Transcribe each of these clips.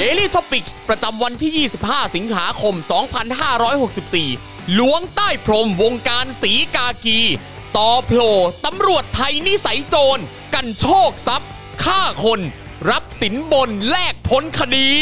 Daily Topics ประจำวันที่ 25 สิงหาคม 2564 ล้วงใต้พรมวงการสีกากีต่อโผล่ตำรวจไทยนิสัยโจรกันโชคทรัพย์ฆ่าคนรับสินบนแลกพ้นคดี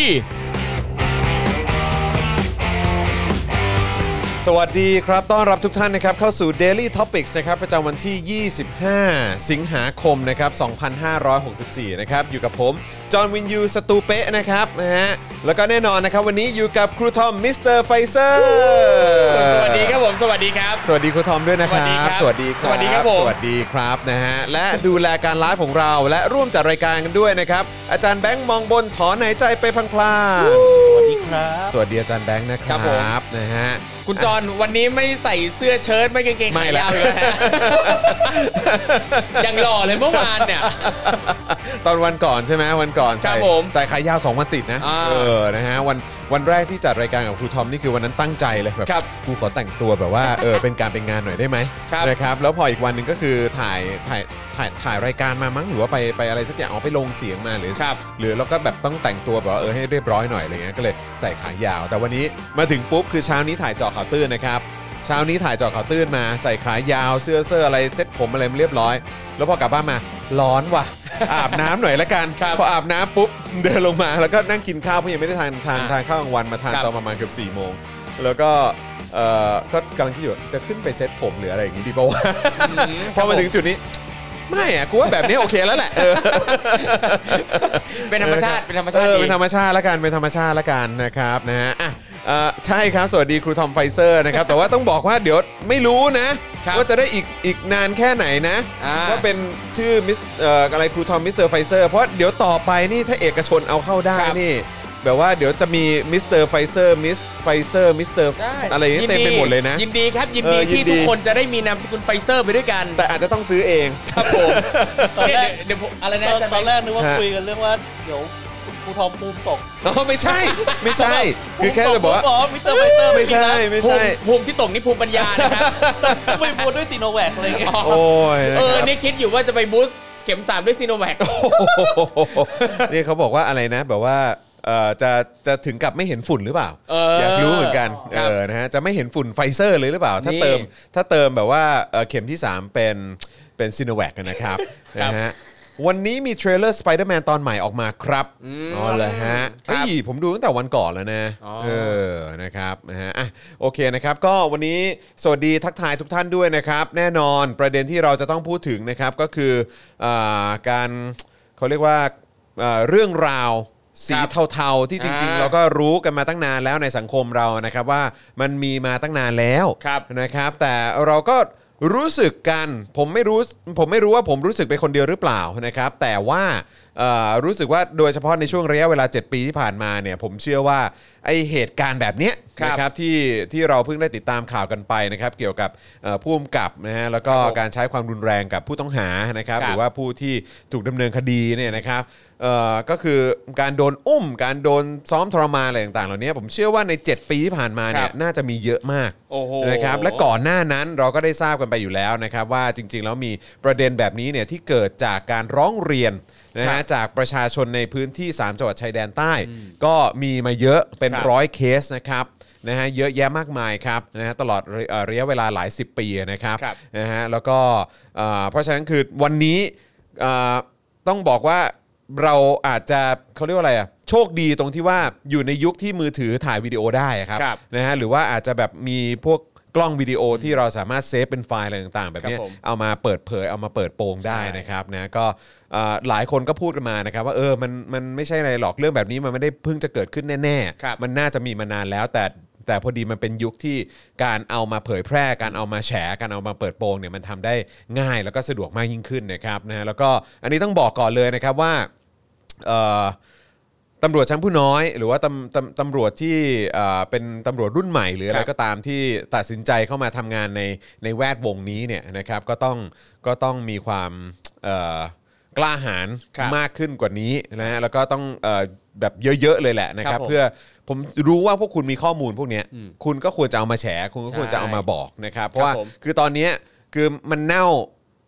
สวัสดีครับต้อนรับทุกท่านนะครับเข้าสู่ Daily Topics นะครับประจำวันที่ 25 สิงหาคมนะครับ2564นะครับอยู่กับผมจอห์นวินยูสตูเป๊ะนะครับนะฮะแล้วก็แน่นอนนะครับวันนี้อยู่กับครูทอมมิสเตอร์ไฟเซอร์สวัสดีครับผมสวัสดีครับสวัสดีครูทอมด้วยนะครับสวัสดีครับสวัสดีครับผมสวัสดีครับนะฮะและดูแลการไลฟ์ของเราและร่วมจัดรายการกันด้วยนะครับอาจารย์แบงค์มองบนถอนหายใจไปพลางๆสวัสดีครับสวัสดีอาจารย์แบงค์นะครับนะฮะคุณจอนวันนี้ไม่ใส่เสื้อเชิ้ตไม่กางเกงขายาวเลยฮะยังหล่อเลยเมื่อวานเนี่ยตอนวันก่อนใช่ไหมวันก่อนใส่ขายาว2 วันติดนะนะฮะวันแรกที่จัดรายการกับครูทอมนี่คือวันนั้นตั้งใจเลยแบบครูขอแต่งตัวแบบว่าเป็นการเป็นงานหน่อยได้ไหมนะครับแล้วพออีกวันหนึ่งก็คือถ่ายรายการมามั้งหรือว่าไปอะไรสักอย่างไปลงเสียงมาหรือแล้วก็แบบต้องแต่งตัวแบบว่าให้เรียบร้อยหน่อยอะไรเงี้ยก็เลยใส่ขายาวแต่วันนี้มาถึงปุ๊บคือเช้านี้ถ่ายเจาะข่าวตื้นนะครับเช้านี้ถ่ายเจาะข่าวตื้นมาใส่ขายาวเสื้ออะไรเซ็ตผมอะไรเรียบร้อยแล้วพอกลับบ้านมาร้อนว่ะอาบน้ำหน่อยละกันพออาบน้ำปุ๊บเดินลงมาแล้วก็นั่งกินข้าวเพราะยังไม่ได้ทานข้าวกลางวันมาทานตอนประมาณเกือบ4 โมงแล้วก็กำลังคิดอยู่จะขึ้นไปเซ็ตผมหรืออะไรอย่างงี้ดีป่าวะพอมาถึงจุดนี้ไม่อ่ะกูว่าแบบนี้โอเคแล้วแหละเป็นธรรมชาติเป็นธรรมชาติแล้วกันเป็นธรรมชาติแล้วกันนะครับนะฮะใช่ครับสวัสดีครูทอมไฟเซอร์นะครับแต่ว่าต้องบอกว่าเดี๋ยวไม่รู้นะว่าจะได้อีกนานแค่ไหนนะว่าเป็นชื่อมิสอะไรครูทอมมิสเตอร์ไฟเซอร์เพราะเดี๋ยวต่อไปนี่ถ้าเอกชนเอาเข้าได้นี่แบบว่าเดี๋ยวจะมีมิสเตอร์ไฟเซอร์มิสไฟเซอร์มิสเตอร์อะไรอย่างนี้เต็มไปหมดเลยนะยินดีครับยินดีที่ทุกคนจะได้มีนามสกุลไฟเซอร์ไปด้วยกันแต่อาจจะต้องซื้อเองครับผมตอนแรกเดี๋ยวอะไรนะตอนแรกนึกว่าคุยกันเรื่องว่าเดี๋ยวครูทอมภูมิตกไม่ใช่คือแค่จะบอกว่ามิสเตอร์ไฟเซอร์ไม่ใช่ภูมิที่ตกนี่ภูมิปัญญานะครับต้องไปบูสด้วยซีโนแวคอะไรเงี้ยโอ้ยนี่คิดอยู่ว่าจะไปบูสเข็ม3ด้วยซีโนแวคนี่เขาบอกว่าอะไรนะแบบว่าจะถึงกับไม่เห็นฝุ่นหรือเปล่าอยากรู้เหมือนกันนะฮะจะไม่เห็นฝุ่นไฟเซอร์เลยหรือเปล่าถ้าเติมแบบว่าเข็มที่3เป็นซีโนแวคนะครับนะฮะวันนี้มีเทรลเลอร์สไปเดอร์แมนตอนใหม่ออกมาครับอ๋อเหรอฮะผมดูตั้งแต่วันก่อนแล้วนะนะครับนะฮะโอเคนะครับก็วันนี้สวัสดีทักทายทุกท่านด้วยนะครับแน่นอนประเด็นที่เราจะต้องพูดถึงนะครับก็คือการเขาเรียกว่าเรื่องราวสีเทาๆที่จริงๆเราก็รู้กันมาตั้งนานแล้วในสังคมเรานะครับว่ามันมีมาตั้งนานแล้วนะครับแต่เราก็รู้สึกกันผมไม่รู้ว่าผมรู้สึกเป็นคนเดียวหรือเปล่านะครับแต่ว่ารู้สึกว่าโดยเฉพาะในช่วงระยะเวลา7 ปีที่ผ่านมาเนี่ยผมเชื่อว่าไอเหตุการณ์แบบนี้นะครับที่เราเพิ่งได้ติดตามข่าวกันไปนะครับเกี่ยวกับผู้กำกับนะฮะแล้วก็การใช้ความรุนแรงกับผู้ต้องหานะครับหรือว่าผู้ที่ถูกดำเนินคดีเนี่ยนะครับก็คือการโดนอุ้มการโดนซ้อมทรมานอะไรต่างๆเหล่านี้ผมเชื่อว่าใน7 ปีที่ผ่านมาเนี่ยน่าจะมีเยอะมากนะครับและก่อนหน้านั้นเราก็ได้ทราบกันไปอยู่แล้วนะครับว่าจริงๆแล้วมีประเด็นแบบนี้เนี่ยที่เกิดจากการร้องเรียนนะฮะจากประชาชนในพื้นที่3 จังหวัดชายแดนใต้ก็มีมาเยอะเป็น100 เคสนะครับนะฮะเยอะแยะมากมายครับนะฮะตลอดระยะเวลาหลาย10 ปีนะครับนะฮะแล้วก็เพราะฉะนั้นคือวันนี้ต้องบอกว่าเราอาจจะเขาเรียกว่าอะไรโชคดีตรงที่ว่าอยู่ในยุคที่มือถือถ่ายวิดีโอได้ครับนะฮะหรือว่าอาจจะแบบมีพวกกล้องวิดีโอที่เราสามารถเซฟเป็นไฟล์อะไรต่างๆแบบนี้เอามาเปิดเผยเอามาเปิดโปงได้นะครับนะก็หลายคนก็พูดกันมานะครับว่ามันไม่ใช่อะไรหรอกเรื่องแบบนี้มันไม่ได้เพิ่งจะเกิดขึ้นแน่ๆมันน่าจะมีมานานแล้วแต่พอดีมันเป็นยุคที่การเอามาเผยแพร่การเอามาแฉการเอามาเปิดโปงเนี่ยมันทำได้ง่ายแล้วก็สะดวกมากยิ่งขึ้นนะครับนะแล้วก็อันนี้ต้องบอกก่อนเลยนะครับว่าตำรวจชั้นผู้น้อยหรือว่าตำรวจที่เป็นตำรวจรุ่นใหม่หรืออะไรก็ตามที่ตัดสินใจเข้ามาทำงานในแวดวงนี้เนี่ยนะครับก็ต้องมีความกล้าหาญมากขึ้นกว่านี้นะฮะแล้วก็ต้องแบบเยอะๆเลยแหละนะครับเพื่อผมรู้ว่าพวกคุณมีข้อมูลพวกนี้คุณก็ควรจะเอามาแฉคุณก็ควรจะเอามาบอกนะครับเพราะว่าคือตอนนี้คือมันเน่า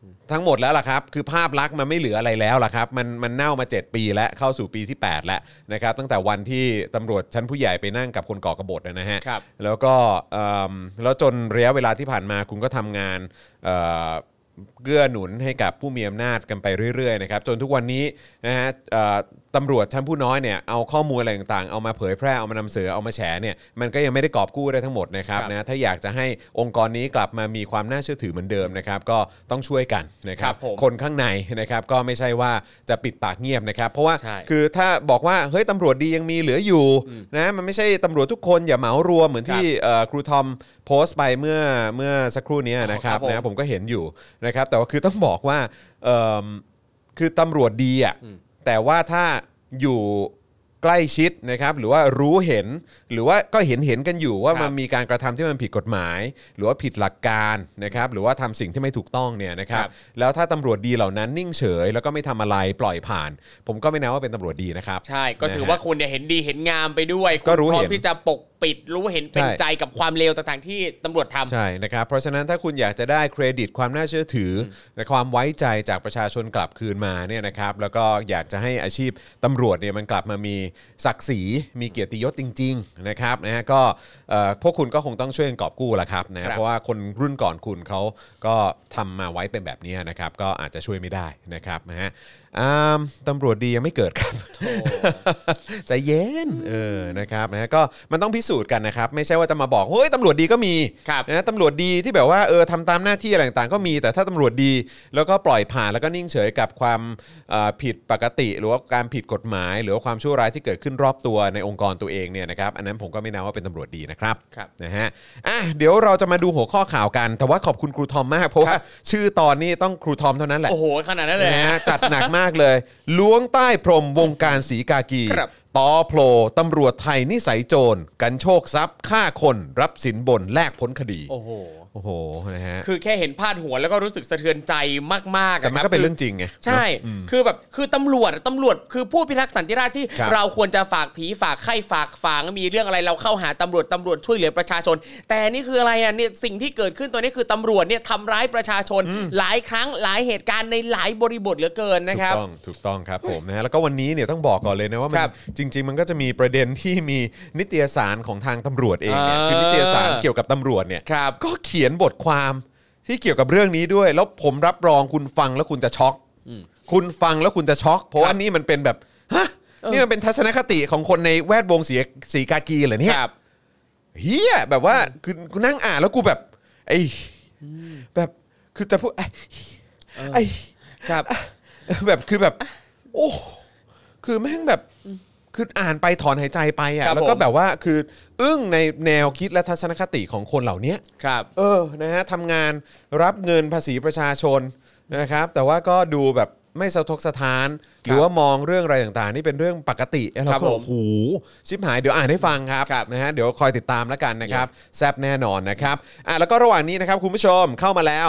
ทั้งหมดแล้วล่ะครับคือภาพลักษณ์มันไม่เหลืออะไรแล้วล่ะครับมันเน่ามา7ปีแล้วเข้าสู่ปีที่8แล้วนะครับตั้งแต่วันที่ตำรวจชั้นผู้ใหญ่ไปนั่งกับคนก่อกบฏนะฮะแล้วก็แล้วจนระยะเวลาที่ผ่านมาคุณก็ทำงานเกื้อหนุนให้กับผู้มีอำนาจกันไปเรื่อยๆนะครับจนทุกวันนี้นะฮะตำรวจชั้นผู้น้อยเนี่ยเอาข้อมูลอะไรต่างๆเอามาเผยแพร่เอามานำเสนอเอามาแฉเนี่ยมันก็ยังไม่ได้กอบกู้ได้ทั้งหมดนะครับนะถ้าอยากจะให้องค์กรนี้กลับมามีความน่าเชื่อถือเหมือนเดิมนะครับก็ต้องช่วยกันนะครับคนข้างในนะครับก็ไม่ใช่ว่าจะปิดปากเงียบนะครับเพราะว่าคือถ้าบอกว่าเฮ้ยตำรวจดียังมีเหลืออยู่นะมันไม่ใช่ตำรวจทุกคนอย่าเหมารวมเหมือนที่ครูทอมโพสต์ไปเมื่อสักครู่นี้นะครับนะผมก็เห็นอยู่นะครับแต่ว่าคือต้องบอกว่าคือตำรวจดีอ่ะแต่ว่าถ้าอยู่ใกล้ชิดนะครับหรือว่ารู้เห็นหรือว่าก็เห็นกันอยู่ว่ามันมีการกระทำที่มันผิดกฎหมายหรือว่าผิดหลักการนะครับหรือว่าทำสิ่งที่ไม่ถูกต้องเนี่ยนะครับแล้วถ้าตำรวจดีเหล่านั้นนิ่งเฉยแล้วก็ไม่ทำอะไรปล่อยผ่านผมก็ไม่นับว่าเป็นตำรวจดีนะครับใช่ก็ถือว่าคุณเนี่ยเห็นดีเห็นงามไปด้วยก็รู้เห็นที่จะปกปิดรู้เห็นเป็นใจกับความเลวต่างๆที่ตำรวจทำใช่นะครับเพราะฉะนั้นถ้าคุณอยากจะได้เครดิตความน่าเชื่อถือและความไว้ใจจากประชาชนกลับคืนมาเนี่ยนะครับแล้วก็อยากจะให้อาชีพตำรวจเนี่ยมันกลับมามีศักดิ์ศรีมีเกียรติยศจริงๆนะครับนะฮะก็พวกคุณก็คงต้องช่วยกันกอบกู้ละครับนะเพราะว่าคนรุ่นก่อนคุณเขาก็ทำมาไว้เป็นแบบนี้นะครับก็อาจจะช่วยไม่ได้นะครับนะฮะตำรวจดียังไม่เกิดครับใจเย็นนะครับนะก็มันต้องพิสูจน์กันนะครับไม่ใช่ว่าจะมาบอกเฮ้ยตำรวจดีก็มีนะตำรวจดีที่แบบว่าทำตามหน้าที่อะไรต่างๆก็มีแต่ถ้าตำรวจดีแล้วก็ปล่อยผ่านแล้วก็นิ่งเฉยกับความผิดปกติหรือว่าการผิดกฎหมายหรือว่าความชั่วร้ายที่เกิดขึ้นรอบตัวในองค์กรตัวเองเนี่ยนะครับอันนั้นผมก็ไม่นับว่าเป็นตำรวจดีนะครับนะฮะเดี๋ยวเราจะมาดูหัวข้อข่าวกันแต่ว่าขอบคุณครูทอมมากเพราะว่าชื่อตอนนี้ต้องครูทอมเท่านั้นแหละโอ้โหขนาดนั้นเลยนะจัดหนักมากเลยล้วงใต้พรมวงการศรีกากีต่อโผล่ตำรวจไทยนิสัยโจรกันโชคทรัพย์ฆ่าคนรับสินบนแลกพ้นคดีโอ้โหนะฮะคือแค่เห็นพาดหัวแล้วก็รู้สึกสะเทือนใจมากๆแต่มันก็เป็นเรื่องจริงไงใช่คือแบบคือตำรวจคือผู้พิทักษ์สันติราษฎร์ที่เราควรจะฝากผีฝากไข้ฝากฝังมีเรื่องอะไรเราเข้าหาตำรวจช่วยเหลือประชาชนแต่นี่คืออะไรอ่ะเนี่ยสิ่งที่เกิดขึ้นตัวนี้คือตำรวจเนี่ยทำร้ายประชาชนหลายครั้งหลายเหตุการณ์ในหลายบริบทเหลือเกินนะครับถูกต้องครับผมนะฮะแล้วก็วันนี้เนี่ยต้องบอกก่อนเลยนะว่ามันจริงๆมันก็จะมีประเด็นที่มีนิตยสารของทางตำรวจเองเนี่ยคือนิตยสารเกี่ยวกับตำรวจเนี่ยก็เขียนบทความที่เกี่ยวกับเรื่องนี้ด้วยแล้วผมรับรองคุณฟังแล้วคุณจะช็อกคุณฟังแล้วคุณจะช็อกเพราะว่านี่มันเป็นแบบฮะนี่มันเป็นทัศนคติของคนในแวดวงศรีกากีเหรอเนี่ยเฮียแบบว่าคือกูนั่งอ่านแล้วกูแบบไอ้แบบคือจะพูดไอ้ครับแบบคือแบบโอ้คือแม่งแบบคืออ่านไปถอนหายใจไปอ่ะแล้วก็แบบว่าคืออึ้งในแนวคิดและทัศนคติของคนเหล่านี้ครับนะฮะทำงานรับเงินภาษีประชาชนนะครับแต่ว่าก็ดูแบบไม่สะทกสะท้านหรือว่ามองเรื่องอะไรต่างๆนี่เป็นเรื่องปกติเราก็โอ้โหชิบหายเดี๋ยวอ่านให้ฟังครับนะฮะเดี๋ยวคอยติดตามแล้วกันนะครับแซ่บแน่นอนนะครับแล้วก็ระหว่างนี้นะครับคุณผู้ชมเข้ามาแล้ว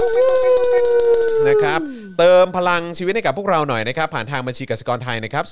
นะครับเติมพลังชีวิตให้กับพวกเราหน่อยนะครับผ่านทางบัญชีกสิกรไทยนะครับ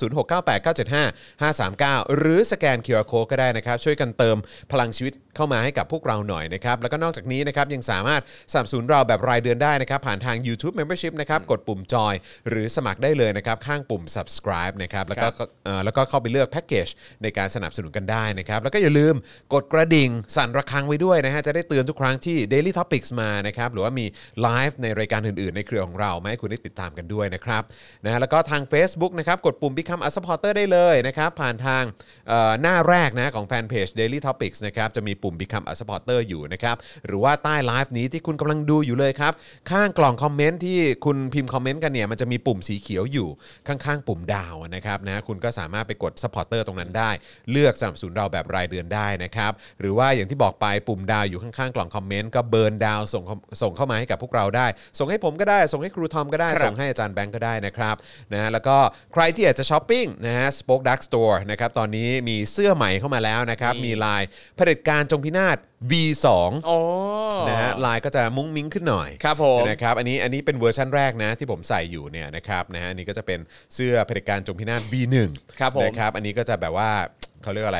0698975539หรือสแกน QR Code ก็ได้นะครับช่วยกันเติมพลังชีวิตเข้ามาให้กับพวกเราหน่อยนะครับแล้วก็นอกจากนี้นะครับยังสามารถสนับสนุนเราแบบรายเดือนได้นะครับผ่านทาง YouTube Membership นะครับกดปุ่มจอยหรือสมัครได้เลยนะครับข้างปุ่ม subscribe นะครับแล้วก็เข้าไปเลือกแพ็กเกจในการสนับสนุนกันได้นะครับแล้วก็อย่าลืมกดกระดิ่งสั่นระฆังไว้ด้วยนะฮะจะได้เตือนทุกครั้งที่ Daily Topics มานะครับหรือว่ามีไลฟ์ในรายการอื่นๆในเครือของเรามาให้คุณได้ติดตามกันด้วยนะครับนะแล้วก็ทาง Facebook นะครับกดปุ่ม Become a supporter ได้เลยนะครับผ่านทางหน้าแรกนะของแฟนเพจ Daily Topics นะครับจะมีปุ่ม Become a supporter อยู่นะครับหรือว่าใต้ไลฟ์นี้ที่คุณกำลังดูอยู่เลยครับข้างกล่องคอมเมนต์ที่คุณพิมพ์คอมเมนต์กันเนี่ยมันจะมีปุ่มสีเขียวอยู่ข้างๆปุ่มดาวนะครับนะคุณก็สามารถไปกด supporter ตรงนั้นได้เลือกสนับสนุนเราแบบรายเดือนได้นะครับหรือว่าอย่างที่บอกไปปุ่มดาวอยู่ข้างๆกล่องคอมเมนต์ก็เบิร์นดาวส่งเข้ามาให้กับพวกเราได้ส่งให้ผมก็ได้ส่งให้ครูทอมก็ได้ส่งให้อาจารย์แบงก์ก็ได้นะครับนะแล้วก็ใครที่อยากจะช้อปปิ้งนะฮะ Spoke Dark Store นะครับตอนนี้มีเสื้อใหม่เข้ามาแล้วนะครับมีลายเผด็จการจงพินาศ V2 นะฮะลายก็จะมุ้งมิ้งขึ้นหน่อยครับผมนะครับอันนี้เป็นเวอร์ชันแรกนะที่ผมใส่อยู่เนี่ยนะครับนะฮะอันนี้ก็จะเป็นเสื้อเผด็จการจงพินาศ V1 ครับผมนะครับอันนี้ก็จะแบบว่าเขาเรียกอะไรแบบ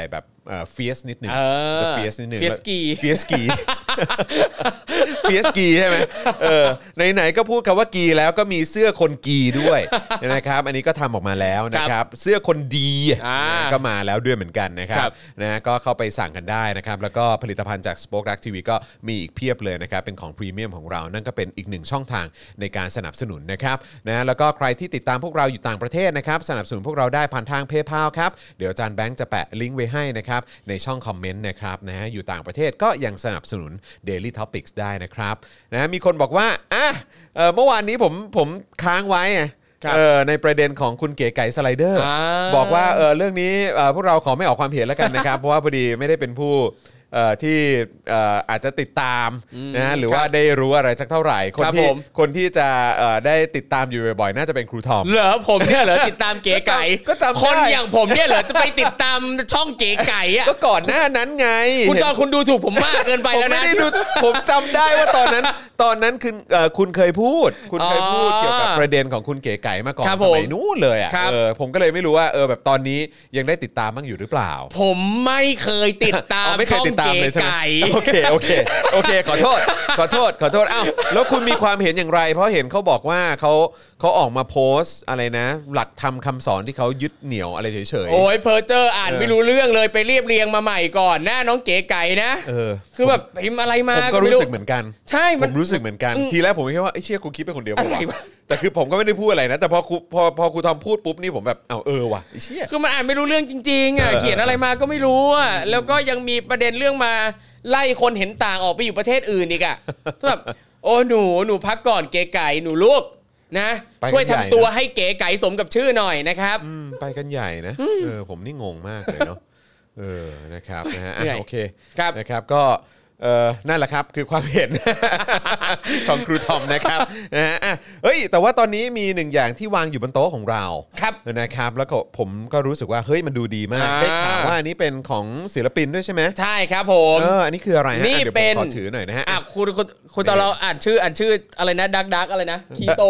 เฟียสนิดนึงจะเฟียสนิดนึงเฟียสกีเฟียสกีเฟียสกีใช่ไหมไหนๆก็พูดคำว่ากีแล้วก็มีเสื้อคนกีด้วยนะครับอันนี้ก็ทำออกมาแล้วนะครับเสื้อคนดีก็มาแล้วด้วยเหมือนกันนะครับนะก็เข้าไปสั่งกันได้นะครับแล้วก็ผลิตภัณฑ์จาก Spoke Dark TV ก็มีอีกเพียบเลยนะครับเป็นของพรีเมียมของเรานั่นก็เป็นอีกหนึ่งช่องทางในการสนับสนุนนะครับนะแล้วก็ใครที่ติดตามพวกเราอยู่ต่างประเทศนะครับสนับสนุนพวกเราได้ผ่านทาง PayPal ครับเดี๋ยวอาจารย์แบงค์จะแปะลิงก์ไว้ให้นะครับในช่องคอมเมนต์นะครับนะอยู่ต่างประเทศก็ยังสนับสนุน Daily Topics ได้นะครับนะมีคนบอกว่าเมื่อวานนี้ผมค้างไว้ในประเด็นของคุณเก๋ไก่สไลเดอร์บอกว่าเรื่องนี้พวกเราขอไม่ออกความเห็นแล้วกันนะครับ เพราะว่าพอดีไม่ได้เป็นผู้ที่อาจจะติดตามนะหรือว่าได้รู้อะไรสักเท่าไหร่คนที่จะได้ติดตามอยู่บ่อยๆน่าจะเป็นครูทอมเหรอผมเนี่ยเหรอติดตามเก๋ไก่ก็จำคนอย่างผมเนี่ยเหรอจะไปติดตามช่องเก๋ไก่อะก็ก่อนหน้านั้นไงคุณจอนคุณดูถูกผมมากเกินไปแล้วนะผมจำได้ว่าตอนนั้นคุณเคยพูดเกี่ยวกับประเด็นของคุณเก๋ไก่มาก่อนสมัยนู้นเลยอ่ะผมก็เลยไม่รู้ว่าแบบตอนนี้ยังได้ติดตามบ้างอยู่หรือเปล่าผมไม่เคยติดตามช่องเก๋ไก่โอเคขอโทษอ้าวแล้วคุณมีความเห็นอย่างไรเพราะเห็นเขาบอกว่าเขาออกมาโพสต์อะไรนะหลักธรรมคำสอนที่เขายึดเหนี่ยวอะไรเฉยๆโอ้ยเพอเจออ่านไม่รู้เรื่องเลยไปเรียบเรียงมาใหม่ก่อนหน้าน้องเก๋ไก่นะคือแบบพิมพ์อะไรมาผมก็รู้สึกเหมือนกันใช่ผมรู้สึกเหมือนกันทีแรกผมคิดว่าไอ้เชี่ยกูคิดเป็นคนเดียวป่ะแต่คือผมก็ไม่ได้พูดอะไรนะแต่พอครูทอมพูดปุ๊บนี่ผมแบบว่ะไอ้เชี่ยคือมันอ่านไม่รู้เรื่องจริงๆอ่ะเขียนอะไรมาก็ไม่รู้อ่ะแล้วก็ยังมีประเด็นเรื่องมาไล่คนเห็นต่างออกไปอยู่ประเทศอื่นอีกอ่ะแบบโอ้หนูพักก่อนเก๋ไก่หนูลูกนะช่วยทำตัวให้เก๋ไก่สมกับชื่อหน่อยนะครับไปกันใหญ่นะผมนี่งงมากเลยเนาะนะครับนะฮะโอเคนะครับก็นั่นแหละครับคือความเห็น ของครูทอมนะครับนะฮะเฮ้ยแต่ว่าตอนนี้มีหนึ่งอย่างที่วางอยู่บนโต๊ะของเรานะครับแล้วก็ผมก็รู้สึกว่าเฮ้ยมันดูดีมากได้ข่าวว่าอันนี้เป็นของศิลปินด้วยใช่ไหมใช่ครับผมอันนี้คืออะไรฮะนี่เป็นขอถือหน่อยนะฮะคุณตอนเราอ่านชื่ออะไรนะดักอะไรนะคีโต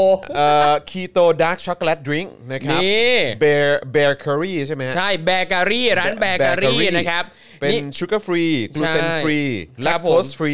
Keto Dark Chocolate Drink นะครับนี่ Bear Curry ใช่ไหมใช่ Bear Curry ร้าน Bear Curry นะครับเป็นชูการ์ฟรีกลูเตนฟรีแลคโตสฟรี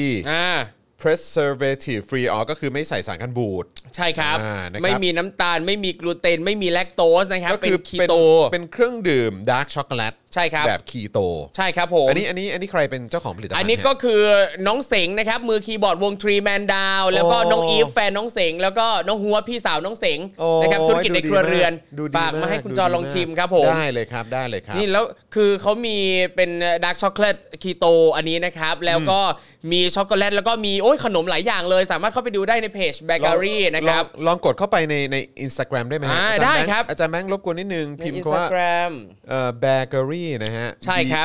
preservative free ก็คือไม่ใส่สารกันบูดใช่ครับไม่มีน้ำตาลไม่มีกลูเตนไม่มีแลคโตสนะครับเป็นคีโตเป็นเครื่องดื่มดาร์กช็อกโกแลตใช่ครับแบบคีโตใช่ครับผมอันนี้ใครเป็นเจ้าของผลิตภัณฑ์อันนี้ก็คือน้องเสงนะครับมือคีย์บอร์ดวงทรีแมนดาวแล้วก็น้องอีฟแฟนน้องเสงแล้วก็น้องหัวพี่สาวน้องเสงนะครับธุรกิจในครัวเรือนฝากมาให้คุณจอลองชิมครับผมได้เลยครับนี่แล้วคือเขามีเป็นดาร์กช็อกโกแลตคีโตอันนี้นะครับแล้วก็มีช็อกโกแลตแล้วก็มีขนมหลายอย่างเลยสามารถเข้าไปดูได้ในเพจ Bakery นะครับลองกดเข้าไปใน Instagram ได้ไหมได้ครับอาจารย์แบงค์รบกวนนิดนึงพิมพ์ว่า Instagram Bakery นะฮะใช่ครับ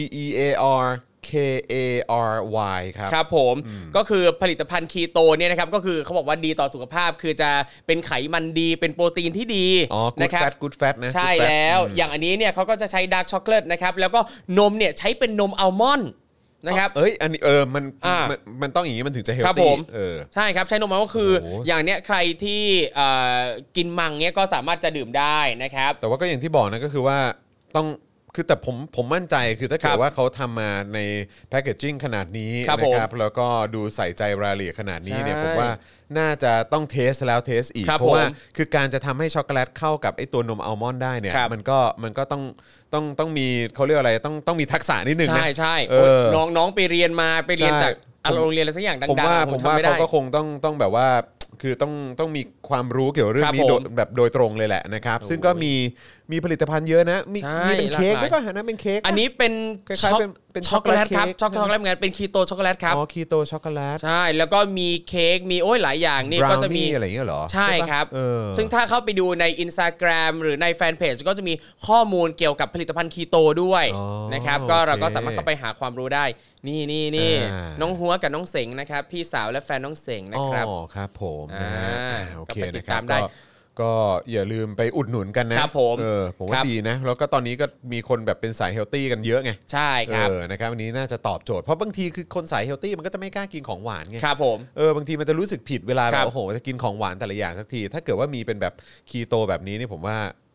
BEARKARY ครับครับผมก็คือผลิตภัณฑ์คีโตเนี่ยนะครับก็คือเขาบอกว่าดีต่อสุขภาพคือจะเป็นไขมันดีเป็นโปรตีนที่ดีนะครับ good fat นะใช่แล้วอย่างอันนี้เนี่ยเขาก็จะใช้ดาร์กช็อกโกแลตนะครับแล้วก็นมเนี่ยใช้เป็นนมอัลมอนด์นะครับอันนี้มันต้องอย่างนี้มันถึงจะเฮลตี้ใช่ครับใช้นมก็คืออย่างเนี้ยใครที่กินมังเนี้ยก็สามารถจะดื่มได้นะครับแต่ว่าก็อย่างที่บอกนะก็คือว่าต้องคือแต่ผมมั่นใจคือถ้าเกิดว่าเขาทำมาในแพคเกจจิ้งขนาดนี้นะครับแล้วก็ดูใส่ใจรายละเอียดขนาดนี้เนี่ยผมว่าน่าจะต้องเทสแล้วเทสอีกเพราะว่าคือการจะทำให้ช็อกโกแลตเข้ากับไอ้ตัวนมอัลมอนด์ได้เนี่ยมันก็ต้องมีเขาเรียกอะไรต้องมีทักษะนิดนึงนะใช่น้องไปเรียนจากโรงเรียนอะไรสักอย่างดังๆผมว่าเขาก็คงต้องแบบว่าคือต้องมีความรู้เกี่ยวกับเรื่องนี้แบบโดยตรงเลยแหละนะครับซึ่งก็มีผลิตภัณฑ์เยอะนะมีเป็นเค้กด้วยป่ะนะเป็นเค้กอันนี้เป็นช็อกโกแลตครับช็อกโกแลตเหมือนเป็นคีโตช็อกโกแลตครับคีโตช็อกโกแลตใช่แล้วก็มีเค้กมีหลายอย่างนี่ก็จะมีอะไรอย่างเงี้ยเหรอใช่ครับซึ่งถ้าเข้าไปดูใน Instagram หรือในแฟนเพจก็จะมีข้อมูลเกี่ยวกับผลิตภัณฑ์คีโตด้วยนะครับก็เราก็สามารถเข้าไปหาความรู้ได้นี่น้องหัวกับน้องเสงนะครับพี่สาวและแฟนน้องเสงนะครับครับผมโอเคนะครับก็อย่าลืมไปอุดหนุนกันนะครับผมว่าดีนะแล้วก็ตอนนี้ก็มีคนแบบเป็นสายเฮลตี้กันเยอะไงใช่ครับนะครับวันนี้น่าจะตอบโจทย์เพราะบางทีคือคนสายเฮลตี้มันก็จะไม่กล้ากินของหวานไงครับผมบางทีมันจะรู้สึกผิดเวลาแบบโอ้โหจะกินของหวานแต่ละอย่างสักทีถ้าเกิดว่ามีเป็นแบบคีโตแบบนี้นี่ผมว่า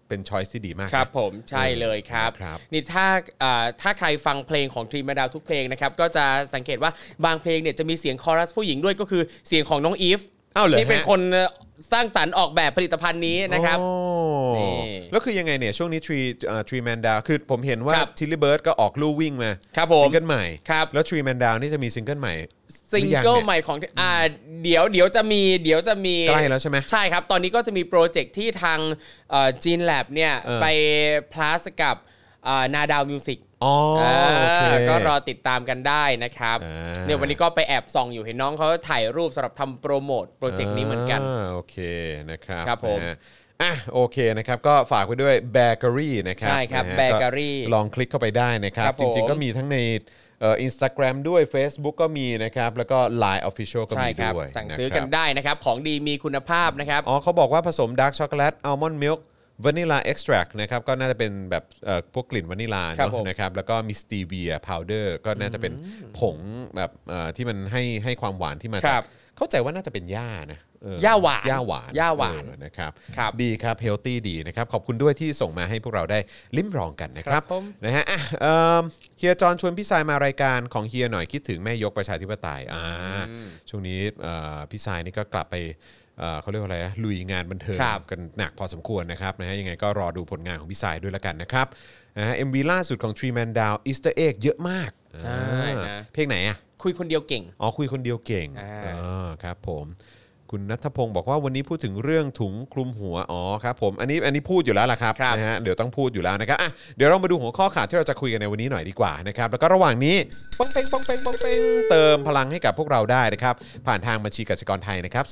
เป็นช้อยส์ที่ดีมากครับผมใช่เลยครับนี่ถ้าใครฟังเพลงของทรีแมนดาวทุกเพลงนะครับก็จะสังเกตว่าบางเพลงเนี่ยจะมีเสียงคอรัสผู้หญิงด้วยก็คือเสียงของน้องอีฟที่เป็นคนสร้างสรรค์ออกแบบผลิตภัณฑ์นี้นะครับแล้วคือยังไงเนี่ยช่วงนี้ทรีแมนดาวคือผมเห็นว่าทิลลี่เบิร์ดก็ออกลู่วิ่งมาซิงเกิลใหม่แล้วทรีแมนดาวนี่จะมีซิงเกิลใหม่ซิงเกิลใหม่ของเดี๋ยวจะมีใกล้แล้วใช่ไหมใช่ครับตอนนี้ก็จะมีโปรเจกต์ที่ทางจีนแลบเนี่ยไปพลาสกับนาดาวมิวสิกก็รอติดตามกันได้นะครับเนี่ยวันนี้ก็ไปแอบส่องอยู่เห็นน้องเขาถ่ายรูปสำหรับทำโปรโมทโปรเจกต์นี้เหมือนกันโอเคนะครับครับผมโอเคนะครับก็ฝากไว้ด้วยเบเกอรี่นะครับใช่ครับเบเกอรี่ลองคลิกเข้าไปได้นะครับจริงๆก็มีทั้งในInstagram ด้วย Facebook ก็มีนะครับแล้วก็ Line Official ก็มีด้วยสั่งซื้อกันได้นะครับของดีมีคุณภาพนะครับเขาบอกว่าผสมดาร์กช็อกโกแลตอัลมอนด์มิลค์วานิลาเอ็กซ์แทรคนะครับก็น่าจะเป็นแบบพวกกลิ่นวานิลาเนาะนะครับแล้วก็มีสตีเวียพาวเดอร์ก็น่าจะเป็นผงแบบที่มันให้ความหวานที่มาจากเข้าใจว่าน่าจะเป็นหญ้านะหญ้าหวานนะครับดีครับเฮลตี้ดีนะครับขอบคุณด้วยที่ส่งมาให้พวกเราได้ลิ้มลองกันนะครับนะฮะเฮียจอนชวนพี่สายมารายการของเฮียหน่อยคิดถึงแม่ยกประชาธิปไตยช่วงนี้พี่สายนี่ก็กลับไปเขาเรียกว่าอะไรลุยงานบันเทิงกันหนักพอสมควรนะครับนะฮะยังไงก็รอดูผลงานของพี่สายด้วยละกันนะครับMV ล่าสุดของ Tree Man Down Easter Egg เยอะมากใช่นะเพลงไหนอ่ะคุยคนเดียวเก่งคุยคนเดียวเก่งครับผมคุณณัฐพงศ์บอกว่าวันนี้พูดถึงเรื่องถุงคลุมหัวครับผมอันนี้พูดอยู่แล้วล่ะครับนะฮะเดี๋ยวต้องพูดอยู่แล้วนะครับเดี๋ยวเรามาดูหัวข้อข่าวที่เราจะคุยกันในวันนี้หน่อยดีกว่านะครับแล้วก็ระหว่างนี้ป้องเป้งเติมพลังให้กับพวกเราได้นะครับผ่านทางบัญชีกสิกรไทยนะครับ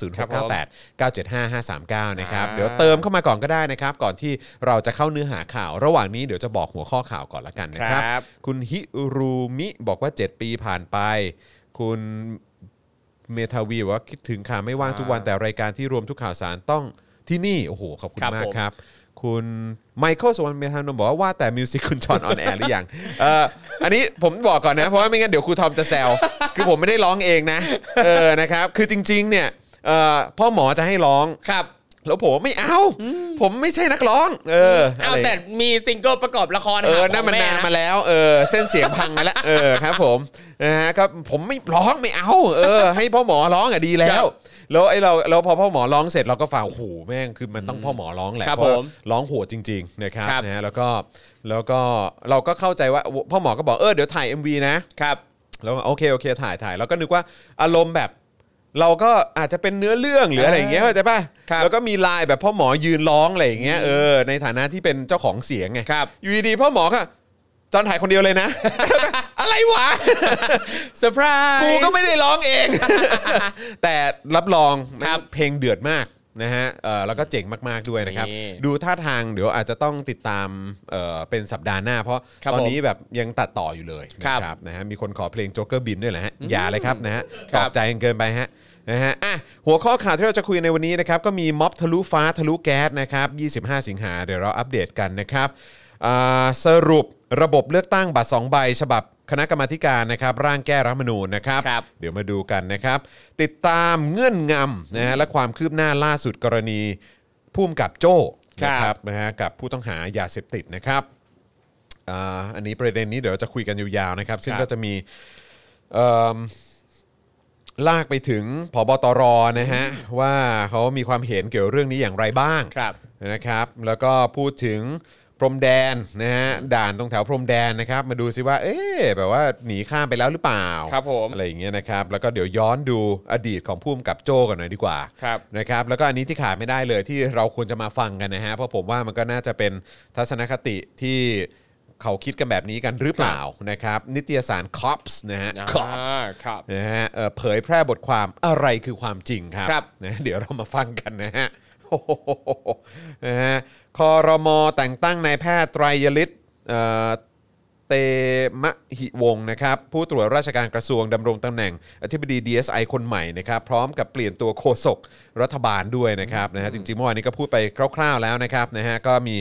0698975539นะครับเดี๋ยวเติมเข้ามาก่อนก็ได้นะครับก่อนที่เราจะเข้าเนื้อหาข่าวระหว่างนี้เดี๋ยวจะบอกหัวข้อข่าวก่อนละกันนะครับคุณฮิรูมิบอกว่า7ปีผ่านไปคุณเมทาวีว่าคิดถึงค่ะไม่ว่างทุกวันแต่รายการที่รวมทุกข่าวสารต้องที่นี่โอ้โหขอบคุณมากครับคุณไมเคิลสวรรณเมธานนท์บอกว่าแต่มิวสิกคุณจอนออนแอร์หรือยังอันนี้ผมบอกก่อนนะเพราะว่าไม่งั้นเดี๋ยวครูทอมจะแซวคือผมไม่ได้ร้องเองนะนะครับคือจริงๆเนี่ยพ่อหมอจะให้ร้องครับแล้วผมไม่เอาผมไม่ใช่นักร้องแต่มีซิงเกิลประกอบละครนั่นมันนานมาแล้วเส้นเสียงพังมาแล้วครับผมนะฮะก็ผมไม่ร้องไม่เอาให้พ่อหมอร้องดีแล้วเราพอพ่อหมอร้องเสร็จเราก็ฟังโอ้โหแม่งคือมันต้องพ่อหมอร้องแหละเพราะร้องโหดจริงๆนะครับนะฮะแล้วก็เราก็เข้าใจว่าพ่อหมอก็บอกเดี๋ยวถ่าย MV นะครับแล้วโอเคถ่ายแล้วก็นึกว่าอารมณ์แบบเราก็อาจจะเป็นเนื้อเรื่องหรืออะไรอย่างเงี้ยเข้าใจป่ะแล้วก็มีไลน์แบบพ่อหมอยืนร้องอะไรอย่างเงี้ยในฐานะที่เป็นเจ้าของเสียงไงอยู่ดีๆพ่อหมอก็จอนถ่ายคนเดียวเลยนะอะไรวะเซอร์ไพรส์กูก็ไม่ได้ร้องเองแต่รับรองเพลงเดือดมากนะฮะแล้วก็เจ๋งมากๆด้วยนะครับดูท่าทางเดี๋ยวอาจจะต้องติดตามเป็นสัปดาห์หน้าเพราะตอนนี้แบบยังตัดต่ออยู่เลยนะครับนะฮะมีคนขอเพลงโจ๊กเกอร์บินด้วยแหละฮะอย่าเลยครับนะฮะตอบใจเกินไปฮะนะฮะหัวข้อข่าวที่เราจะคุยในวันนี้นะครับก็มีม็อบทะลุฟ้าทะลุแก๊สนะครับ25 สิงหาเดี๋ยวเราอัปเดตกันนะครับสรุประบบเลือกตั้งบัตร2ใบฉบับคณะกรรมาการนะครับร่างแก้รัฐธรรมนูญนะครับเดี๋ยวมาดูกันนะครับติดตามเงื่อนงำนะฮะและความคืบหน้าล่าสุดกรณีผู้กำกับโจ้นะครับนะฮะกับผู้ต้องหายาเสพติดนะครับอันนี้ประเด็นนี้เดี๋ยวเราจะคุยกันยาวๆนะครับซึ่งก็จะมีลากไปถึงผบตรนะฮะว่าเขามีความเห็นเกี่ยวเรื่องนี้อย่างไรบ้างนะครับแล้วก็พูดถึงพรมแดนนะฮะด่านตรงแถวพรมแดนนะครับมาดูซิว่าแบบว่าหนีข้ามไปแล้วหรือเปล่าอะไรอย่างเงี้ยนะครับแล้วก็เดี๋ยวย้อนดูอดีตของผู้กำกับโจ้กันหน่อยดีกว่านะครับแล้วก็อันนี้ที่ขาดไม่ได้เลยที่เราควรจะมาฟังกันนะฮะเพราะผมว่ามันก็น่าจะเป็นทัศนคติที่เขาคิดกันแบบนี้กันหรือเปล่านะครับนิตยสาร Cops นะฮะ Cops นะฮะเผยแพร่บทความอะไรคือความจริงครับนะเดี๋ยวเรามาฟังกันนะฮะนะฮะครม.แต่งตั้งนายแพทย์ไตรยฤทธิ์เตมหิวงศ์นะครับผู้ตรวจราชการกระทรวงดำรงตำแหน่งอธิบดี DSI คนใหม่นะครับพร้อมกับเปลี่ยนตัวโฆษกรัฐบาลด้วยนะครับนะฮะจริงๆเมื่อวานนี้ก็พูดไปคร่าวๆแล้วนะครับนะฮะก็มี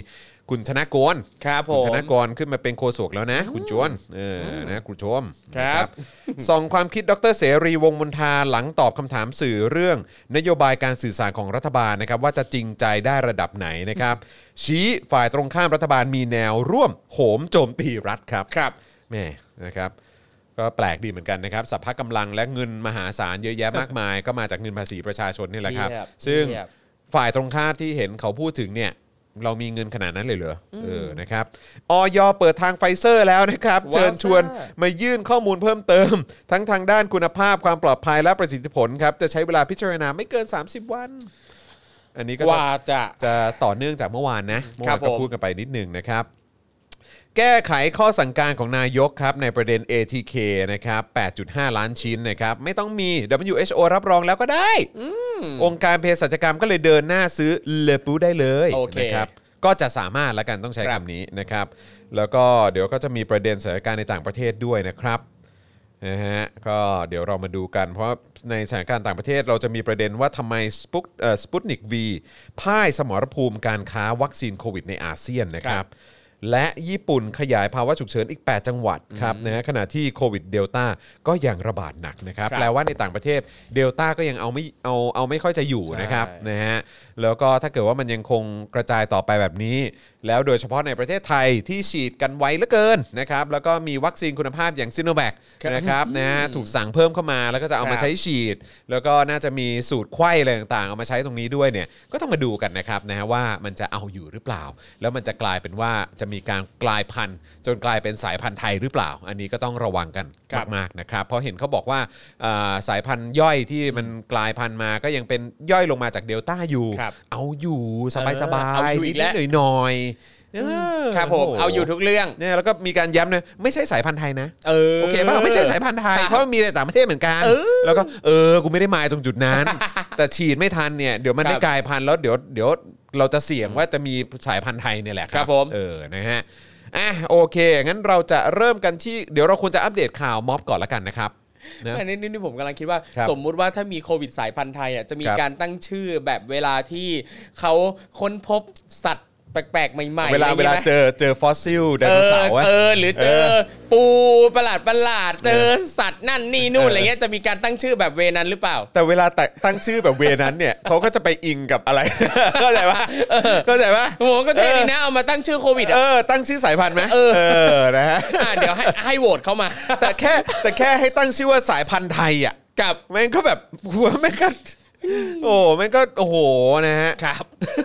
คุณธนกรครับผคุณมธนกรขึ้นมาเป็นโฆษกแล้วนะคุณจวนนะคุณชมครับนะส่องความคิดดรเสรีวงศ์มนทาหลังตอบคำถามสื่อเรื่องนโยบายการสื่อสารของรัฐบาลนะครับว่าจะจริงใจได้ระดับไหนนะครับชี้ฝ่ายตรงข้ามรัฐบาลมีแนวร่วมโหมโจมตีรัฐครับครับแม่นะครับก็แปลกดีเหมือนกันนะครับสัพพะกำลังและเงินมหาศาลเยอะแยะมากมาย ก็มาจากเงินภาษีประชาชนนี่แหละครับเทียบซึ่งเทียบฝ่ายตรงข้ามที่เห็นเขาพูดถึงเนี่ยเรามีเงินขนาดนั้นเลยเหรอนะครับอย.เปิดทางไฟเซอร์แล้วนะครับว้าวเชิญชวนมายื่นข้อมูลเพิ่มเติม ทั้งทางด้านคุณภาพความปลอดภัยและประสิทธิผลครับจะใช้เวลาพิจารณาไม่เกิน 30 วัน อันนี้ก็กว่าจะต่อเนื่องจากเมื่อวานนะเมื่อวานครัก็บผมพูดกันไปนิดหนึ่งนะครับ แก้ไขข้อสั่งการของนายกครับในประเด็น ATK นะครับ 8.5 ล้านชิ้นนะครับไม่ต้องมี WHO รับรองแล้วก็ได้องค์การเภสัชกรรมก็เลยเดินหน้าซื้อเลปูได้เลยโอเคนะครับก็จะสามารถละกันต้องใช้ครับคำนี้นะครับแล้วก็เดี๋ยวก็จะมีประเด็นสถานการณ์ในต่างประเทศด้วยนะครับนะฮะก็เดี๋ยวเรามาดูกันเพราะในสถานการณ์ต่างประเทศเราจะมีประเด็นว่าทำไมสปุตนิก V พ่ายสมรภูมิการค้าวัคซีนโควิดในอาเซียนนะครับและญี่ปุ่นขยายภาวะฉุกเฉินอีก 8 จังหวัดครับนะฮะขณะที่โควิดเดลต้าก็ยังระบาดหนักนะครับครับแปลว่าในต่างประเทศเดลต้าก็ยังเอาไม่ค่อยจะอยู่ใช่นะครับนะฮะแล้วก็ถ้าเกิดว่ามันยังคงกระจายต่อไปแบบนี้ แล้วโดยเฉพาะในประเทศไทยที่ฉีดกันไวเหลือเกินนะครับแล้วก็มีวัคซีนคุณภาพอย่างซิโนแวคนะครับนะฮะถูกสั่งเพิ่มเข้ามาแล้วก็จะเอามาใช้ฉีด แล้วก็น่าจะมีสูตรไข้อะไรต่างๆเอามาใช้ตรงนี้ด้วยเนี่ยก็ต้องมาดูกันนะครับนะฮะว่ามันจะเอาอยู่หรือเปล่า แล้วมันจะกลายเป็นว่าจะมีการกลายพันธุ์จนกลายเป็นสายพันธุ์ไทยหรือเปล่า อันนี้ก็ต้องระวังกันครับมากๆนะครับเพราะเห็นเขาบอกว่าสายพันธุ์ย่อยที่มันกลายพันธุ์มาก็ยังเป็นย่อยลงมาจากเดลต้าอยู่ครับเอาอยู่สบายเอาอยู่ๆอีนิกแล้วดๆหน่อยๆครับผมเอาอยู่ทุกเรื่องเนี่ยแล้วก็มีการย้ำนะไม่ใช่สายพันธุ์ไทยนะ โอเคป่ะไม่ใช่สายพันธุ์ไทยครับเพราะมันมีในต่างประเทศเหมือนกัน แล้วก็กูไม่ได้หมายตรงจุดนั้น แต่ฉีดไม่ทันเนี่ยเดี๋ยวมันครับได้กลายพันธุ์แล้วเดี๋ยวเราจะเสี่ยงว่าจะมีสายพันธุ์ไทยเนี่ยแหละคครัรับบผมนะฮะโอเคงั้นเราจะเริ่มกันที่เดี๋ยวเราควรจะอัปเดตข่าวม็อบก่อนละกันนะครับนะอันนี้ผมกำลังคิดว่าครับสมมุติว่าถ้ามีโควิดสายพันธุ์ไทยอ่ะจะมีครับการตั้งชื่อแบบเวลาที่เขาค้นพบสัตว์แปลกๆใหม่ๆเวลาอะไรอย่างงี้ไหมเจอฟอสซิลไดโนเสาร์อะหรือเจอปูประหลาดเจอสัตว์นั่นนี่นู่นอะไรเงี้ยจะมีการตั้งชื่อแบบเวนั้นหรือเปล่าแต่เวลาตั้งชื่อแบบเวนั้นเนี่ย เขาก็จะไปอิงกับอะไร เข้าใจปะเข้าใจปะโอ้โหก็เท่ดีนะเอามาตั้งชื่อโควิดอ่ะตั้งชื่อสายพันธุ์ไหมนะฮะเดี๋ยวให้โหวตเข้ามาแต่แค่ให้ตั้งชื่อว่าสายพันธุ์ไทยอ่ะกับแม่งก็แบบหัวแม่งก็แม่งก็โอ้โหนะฮะครับ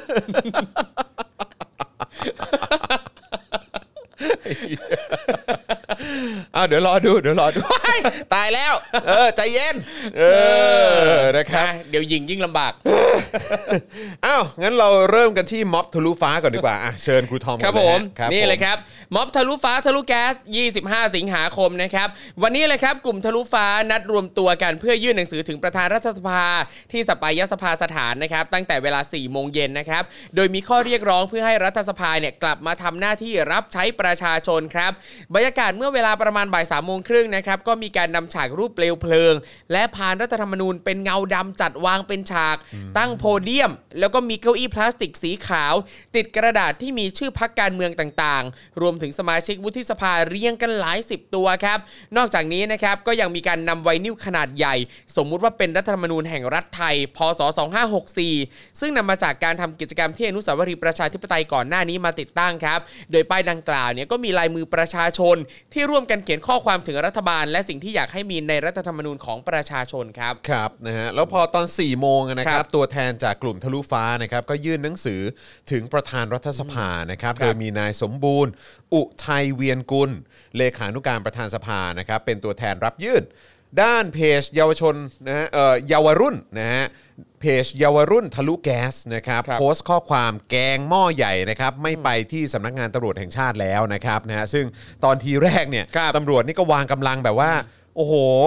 เดี๋ยวรอดูตายแล้วใจเย็นนะครับเดี๋ยวยิงยิ่งลำบากงั้นเราเริ่มกันที่ม็อบทะลุฟ้าก่อนดีกว่าเชิญครูทอมครับก่ผอนมเลยฮะนี่เลยครับม็อบทะลุฟ้าทะลุแก๊ส25 สิงหาคมนะครับวันนี้เลยครับกลุ่มทะลุฟ้านัดรวมตัวกันเพื่อยื่นหนังสือถึงประธานรัฐสภาที่สปายสภาสถานนะครับตั้งแต่เวลา 4 โมงเย็นนะครับโดยมีข้อเรียกร้องเพื่อให้รัฐสภาเนี่ยกลับมาทำหน้าที่รับใช้ประชาชนครับบรรยากาศเมื่อเวลาประมาณบ่าย 3 โมงครึ่งนะครับก็มีการนำฉากรูปเปลวเพลิงและพานรัฐธรรมนูญเป็นเงาดำจัดวางเป็นฉากตั้งโพเดียมแล้วก็มีเก้าอี้พลาสติกสีขาวติดกระดาษที่มีชื่อพรรคการเมืองต่างๆรวมถึงสมาชิกวุฒิสภาเรียงกันหลาย10ตัวครับนอกจากนี้นะครับก็ยังมีการนำไวนิลขนาดใหญ่สมมุติว่าเป็นรัฐธรรมนูญแห่งรัฐไทยพ.ศ. 2564ซึ่งนำมาจากการทำกิจกรรมที่อนุสาวรีย์ประชาธิปไตยก่อนหน้านี้มาติดตั้งครับโดยป้ายดังกล่าวเนี่ยก็มีลายมือประชาชนที่ร่วมกันเขียนข้อความถึงรัฐบาลและสิ่งที่อยากให้มีในรัฐธรรมนูญของประชาชนครับครับนะฮะแล้วพอตอน 4 โมงนะครับตัวแทนจากกลุ่มทะลุฟ้านะครับก็ยื่นหนังสือถึงประธานรัฐสภานะครับโดยมีนายสมบูรณ์อุทัยเวียนกุลเลขานุการประธานสภานะครับเป็นตัวแทนรับยื่นด้านเพจเยาวชนนะฮะเยาวรุ่นนะฮะเพจเยาวรุ่นทะลุแก๊สนะครับโพสต์ข้อความแกงหม้อใหญ่นะครับไม่ไปที่สำนักงานตำรวจแห่งชาติแล้วนะครับนะฮะซึ่งตอนทีแรกเนี่ยตำรวจนี่ก็วางกำลังแบบว่าโอ้โห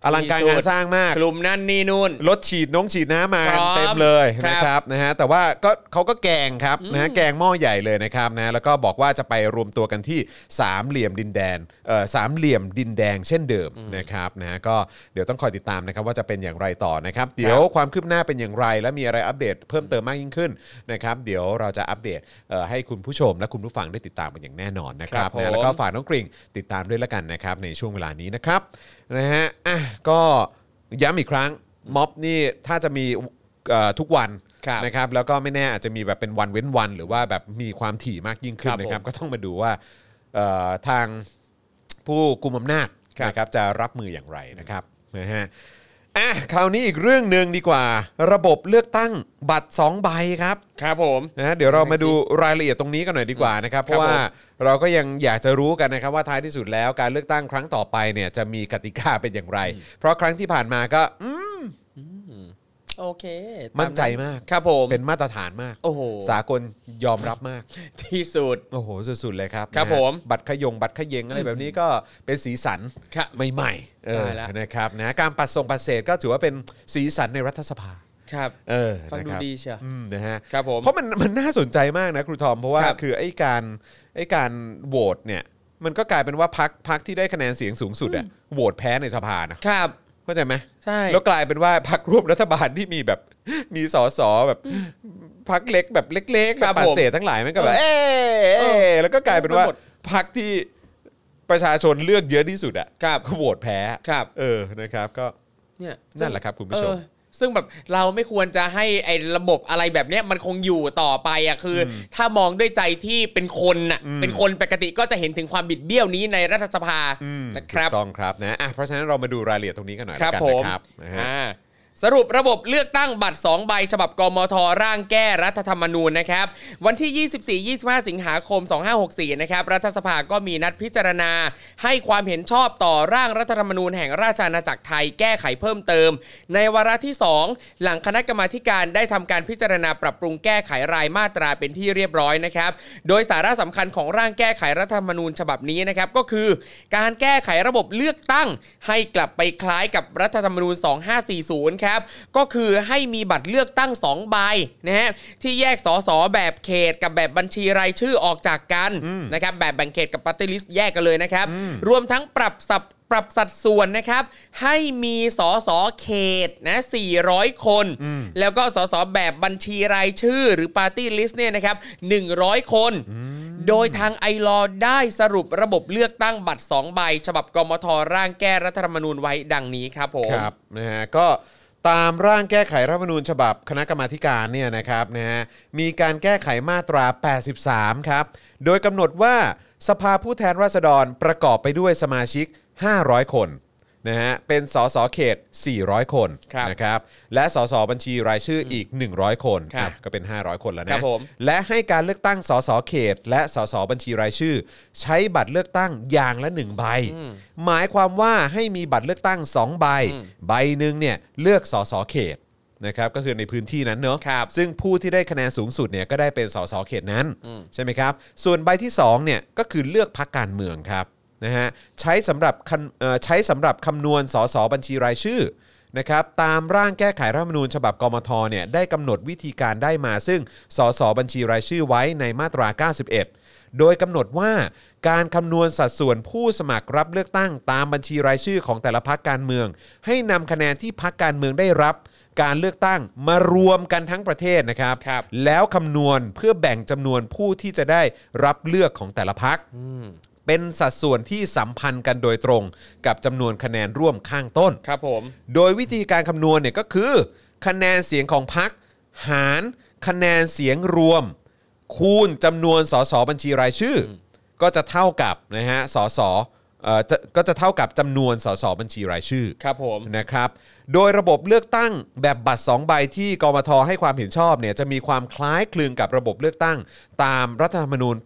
อลังการงานสร้างมากกลุ่มนั่นนี่นู่นรถฉีดน้ำมาเต็มเลยนะครับนะฮะแต่ว่าก็เขาก็แกงครับนะฮะแกงหม้อใหญ่เลยนะครับนะแล้วก็บอกว่าจะไปรวมตัวกันที่สามเหลี่ยมดินแดงสามเหลี่ยมดินแดงเช่นเดิมนะครับนะฮะก็เดี๋ยวต้องคอยติดตามนะครับว่าจะเป็นอย่างไรต่อนะครับเดี๋ยวความคืบหน้าเป็นอย่างไรและมีอะไรอัปเดตเพิ่มเติมมากยิ่งขึ้นนะครับเดี๋ยวเราจะอัปเดตให้คุณผู้ชมและคุณผู้ฟังได้ติดตามกันอย่างแน่นอนนะครับนะแล้วก็ฝากน้องกริ่งติดตามด้วยละกันนะครับในช่วงเวลานี้นะครับนะฮะก็ย้ำอีกครั้งม็อบนี่ถ้าจะมีทุกวันนะครับแล้วก็ไม่แน่อาจจะมีแบบเป็นวันเว้นวันหรือว่าแบบมีความถี่มากยิ่งขึ้นนะครับก็ต้องมาดูว่าทางผู้กุมอำนาจนะครับจะรับมืออย่างไรนะครับนะฮะคราวนี้อีกเรื่องนึงดีกว่าระบบเลือกตั้งบัตร2ใบครับครับผมนะเดี๋ยวเรามาดูรายละเอียดตรงนี้กันหน่อยดีกว่านะครับเพราะว่าเราก็ยังอยากจะรู้กันนะครับว่าท้ายที่สุดแล้วการเลือกตั้งครั้งต่อไปเนี่ยจะมีกติกาเป็นอย่างไรเพราะครั้งที่ผ่านมาก็โอเคมั่นใจมากครับผมเป็นมาตรฐานมากโอ้โหสากลยอมรับมากที่สุดโอ้โหสุดๆเลยครับครับผมบัตรขยงบัตรขยงอะไรแบบนี้ก็เป็นสีสันใหม่ๆนะครับนะการปัดส่งปัดเศษก็ถือว่าเป็นสีสันในรัฐสภาครับฟังดูดีเชียวนะฮะครับผมเพราะมันน่าสนใจมากนะครูทอมเพราะว่าคือไอ้การโหวตเนี่ยมันก็กลายเป็นว่าพรรคที่ได้คะแนนเสียงสูงสุดอะโหวตแพ้ในสภานะครับเข้าใจไหมใช่แล้วกลายเป็นว่าพรรคร่วมรัฐบาลที่มีแบบมีสสแบบพรรคเล็กแบบเล็กๆแบบปัดเศษทั้งหลายมันก็แบบแล้วก็กลายเป็นว่าพรรคที่ประชาชนเลือกเยอะที่สุดอ่ะก็โหวตแพ้นะครับก็เนี่ยนั่นแหละครับคุณผู้ชมซึ่งแบบเราไม่ควรจะให้ไอ้ระบบอะไรแบบเนี้ยมันคงอยู่ต่อไปอ่ะคือถ้ามองด้วยใจที่เป็นคนน่ะเป็นคนปกติก็จะเห็นถึงความบิดเบี้ยวนี้ในรัฐสภานะครับต้องครับนะเพราะฉะนั้นเรามาดูรายละเอียดตรงนี้กันหน่อยกันนะครับสรุประบบเลือกตั้งบัตร2ใบฉบับกมท.ร่างแก้รัฐธรรมนูญนะครับวันที่ 24-25 สิงหาคม 2564 นะครับรัฐสภาก็มีนัดพิจารณาให้ความเห็นชอบต่อร่างรัฐธรรมนูญแห่งราชอาณาจักรไทยแก้ไขเพิ่มเติมในวาระที่2หลังคณะกรรมาธิการได้ทำการพิจารณาปรับปรุงแก้ไขรายมาตราเป็นที่เรียบร้อยนะครับโดยสาระสำคัญของร่างแก้ไขรัฐธรรมนูญฉบับนี้นะครับก็คือการแก้ไขระบบเลือกตั้งให้กลับไปคล้ายกับรัฐธรรมนูญ 2540ครับก็คือให้มีบัตรเลือกตั้ง2ใบนะฮะที่แยกสสแบบเขตกับแบบบัญชีรายชื่อออกจากกันนะครับแบบแบ่งเขตกับปาร์ตี้ลิสต์แยกกันเลยนะครับรวมทั้งปรับสัดส่วนนะครับให้มีสสเขตนะ400คนแล้วก็สสแบบบัญชีรายชื่อหรือปาร์ตี้ลิสต์เนี่ยนะครับ100คนโดยทางไอลอได้สรุประบบเลือกตั้งบัตร2ใบฉบับกมท.ร่างแก้รัฐธรรมนูญไว้ดังนี้ครับผมครับนะฮะก็ตามร่างแก้ไขรัฐธรรมนูญฉบับคณะกรรมาธิการเนี่ยนะครับนะฮะมีการแก้ไขมาตรา83ครับโดยกำหนดว่าสภาผู้แทนราษฎรประกอบไปด้วยสมาชิก500คนนะฮะเป็นสสเขต400คนนะครับและสสบัญชีรายชื่ออีก100คนก็เป็น500คนแล้วนะและให้การเลือกตั้งสสเขตและสสบัญชีรายชื่อใช้บัตรเลือกตั้งอย่างละ1ใบหมายความว่าให้มีบัตรเลือกตั้ง2ใบใบนึงเนี่ยเลือกสสเขตนะครับก็คือในพื้นที่นั้นเนอะซึ่งผู้ที่ได้คะแนนสูงสุดเนี่ยก็ได้เป็นสสเขตนั้นใช่ไหมครับส่วนใบที่2เนี่ยก็คือเลือกพรรคการเมืองครับนะฮะใช้สำหรับคำนวณสสบัญชีรายชื่อนะครับตามร่างแก้ไขรัฐธรรมนูญฉบับกมทเนี่ยได้กำหนดวิธีการได้มาซึ่งสสบัญชีรายชื่อไว้ในมาตรา91โดยกำหนดว่าการคำนวณสัดส่วนผู้สมัครรับเลือกตั้งตามบัญชีรายชื่อของแต่ละพรรคการเมืองให้นำคะแนนที่พรรคการเมืองได้รับการเลือกตั้งมารวมกันทั้งประเทศนะครับแล้วคำนวณเพื่อแบ่งจำนวนผู้ที่จะได้รับเลือกของแต่ละพรรคเป็นสัดส่วนที่สัมพันธ์กันโดยตรงกับจำนวนคะแนนร่วมข้างต้นครับผมโดยวิธีการคำนวณเนี่ยก็คือคะแนนเสียงของพรรคหารคะแนนเสียงรวมคูณจำนวนสสบัญชีรายชื่อก็จะเท่ากับนะฮะก็จะเท่ากับจำนวนสสบัญชีรายชื่อครับผมนะครับโดยระบบเลือกตั้งแบบบัตร2ใบที่กมท.ให้ความเห็นชอบเนี่ยจะมีความคล้ายคลึงกับระบบเลือกตั้งตามรัฐธรรมนูญปี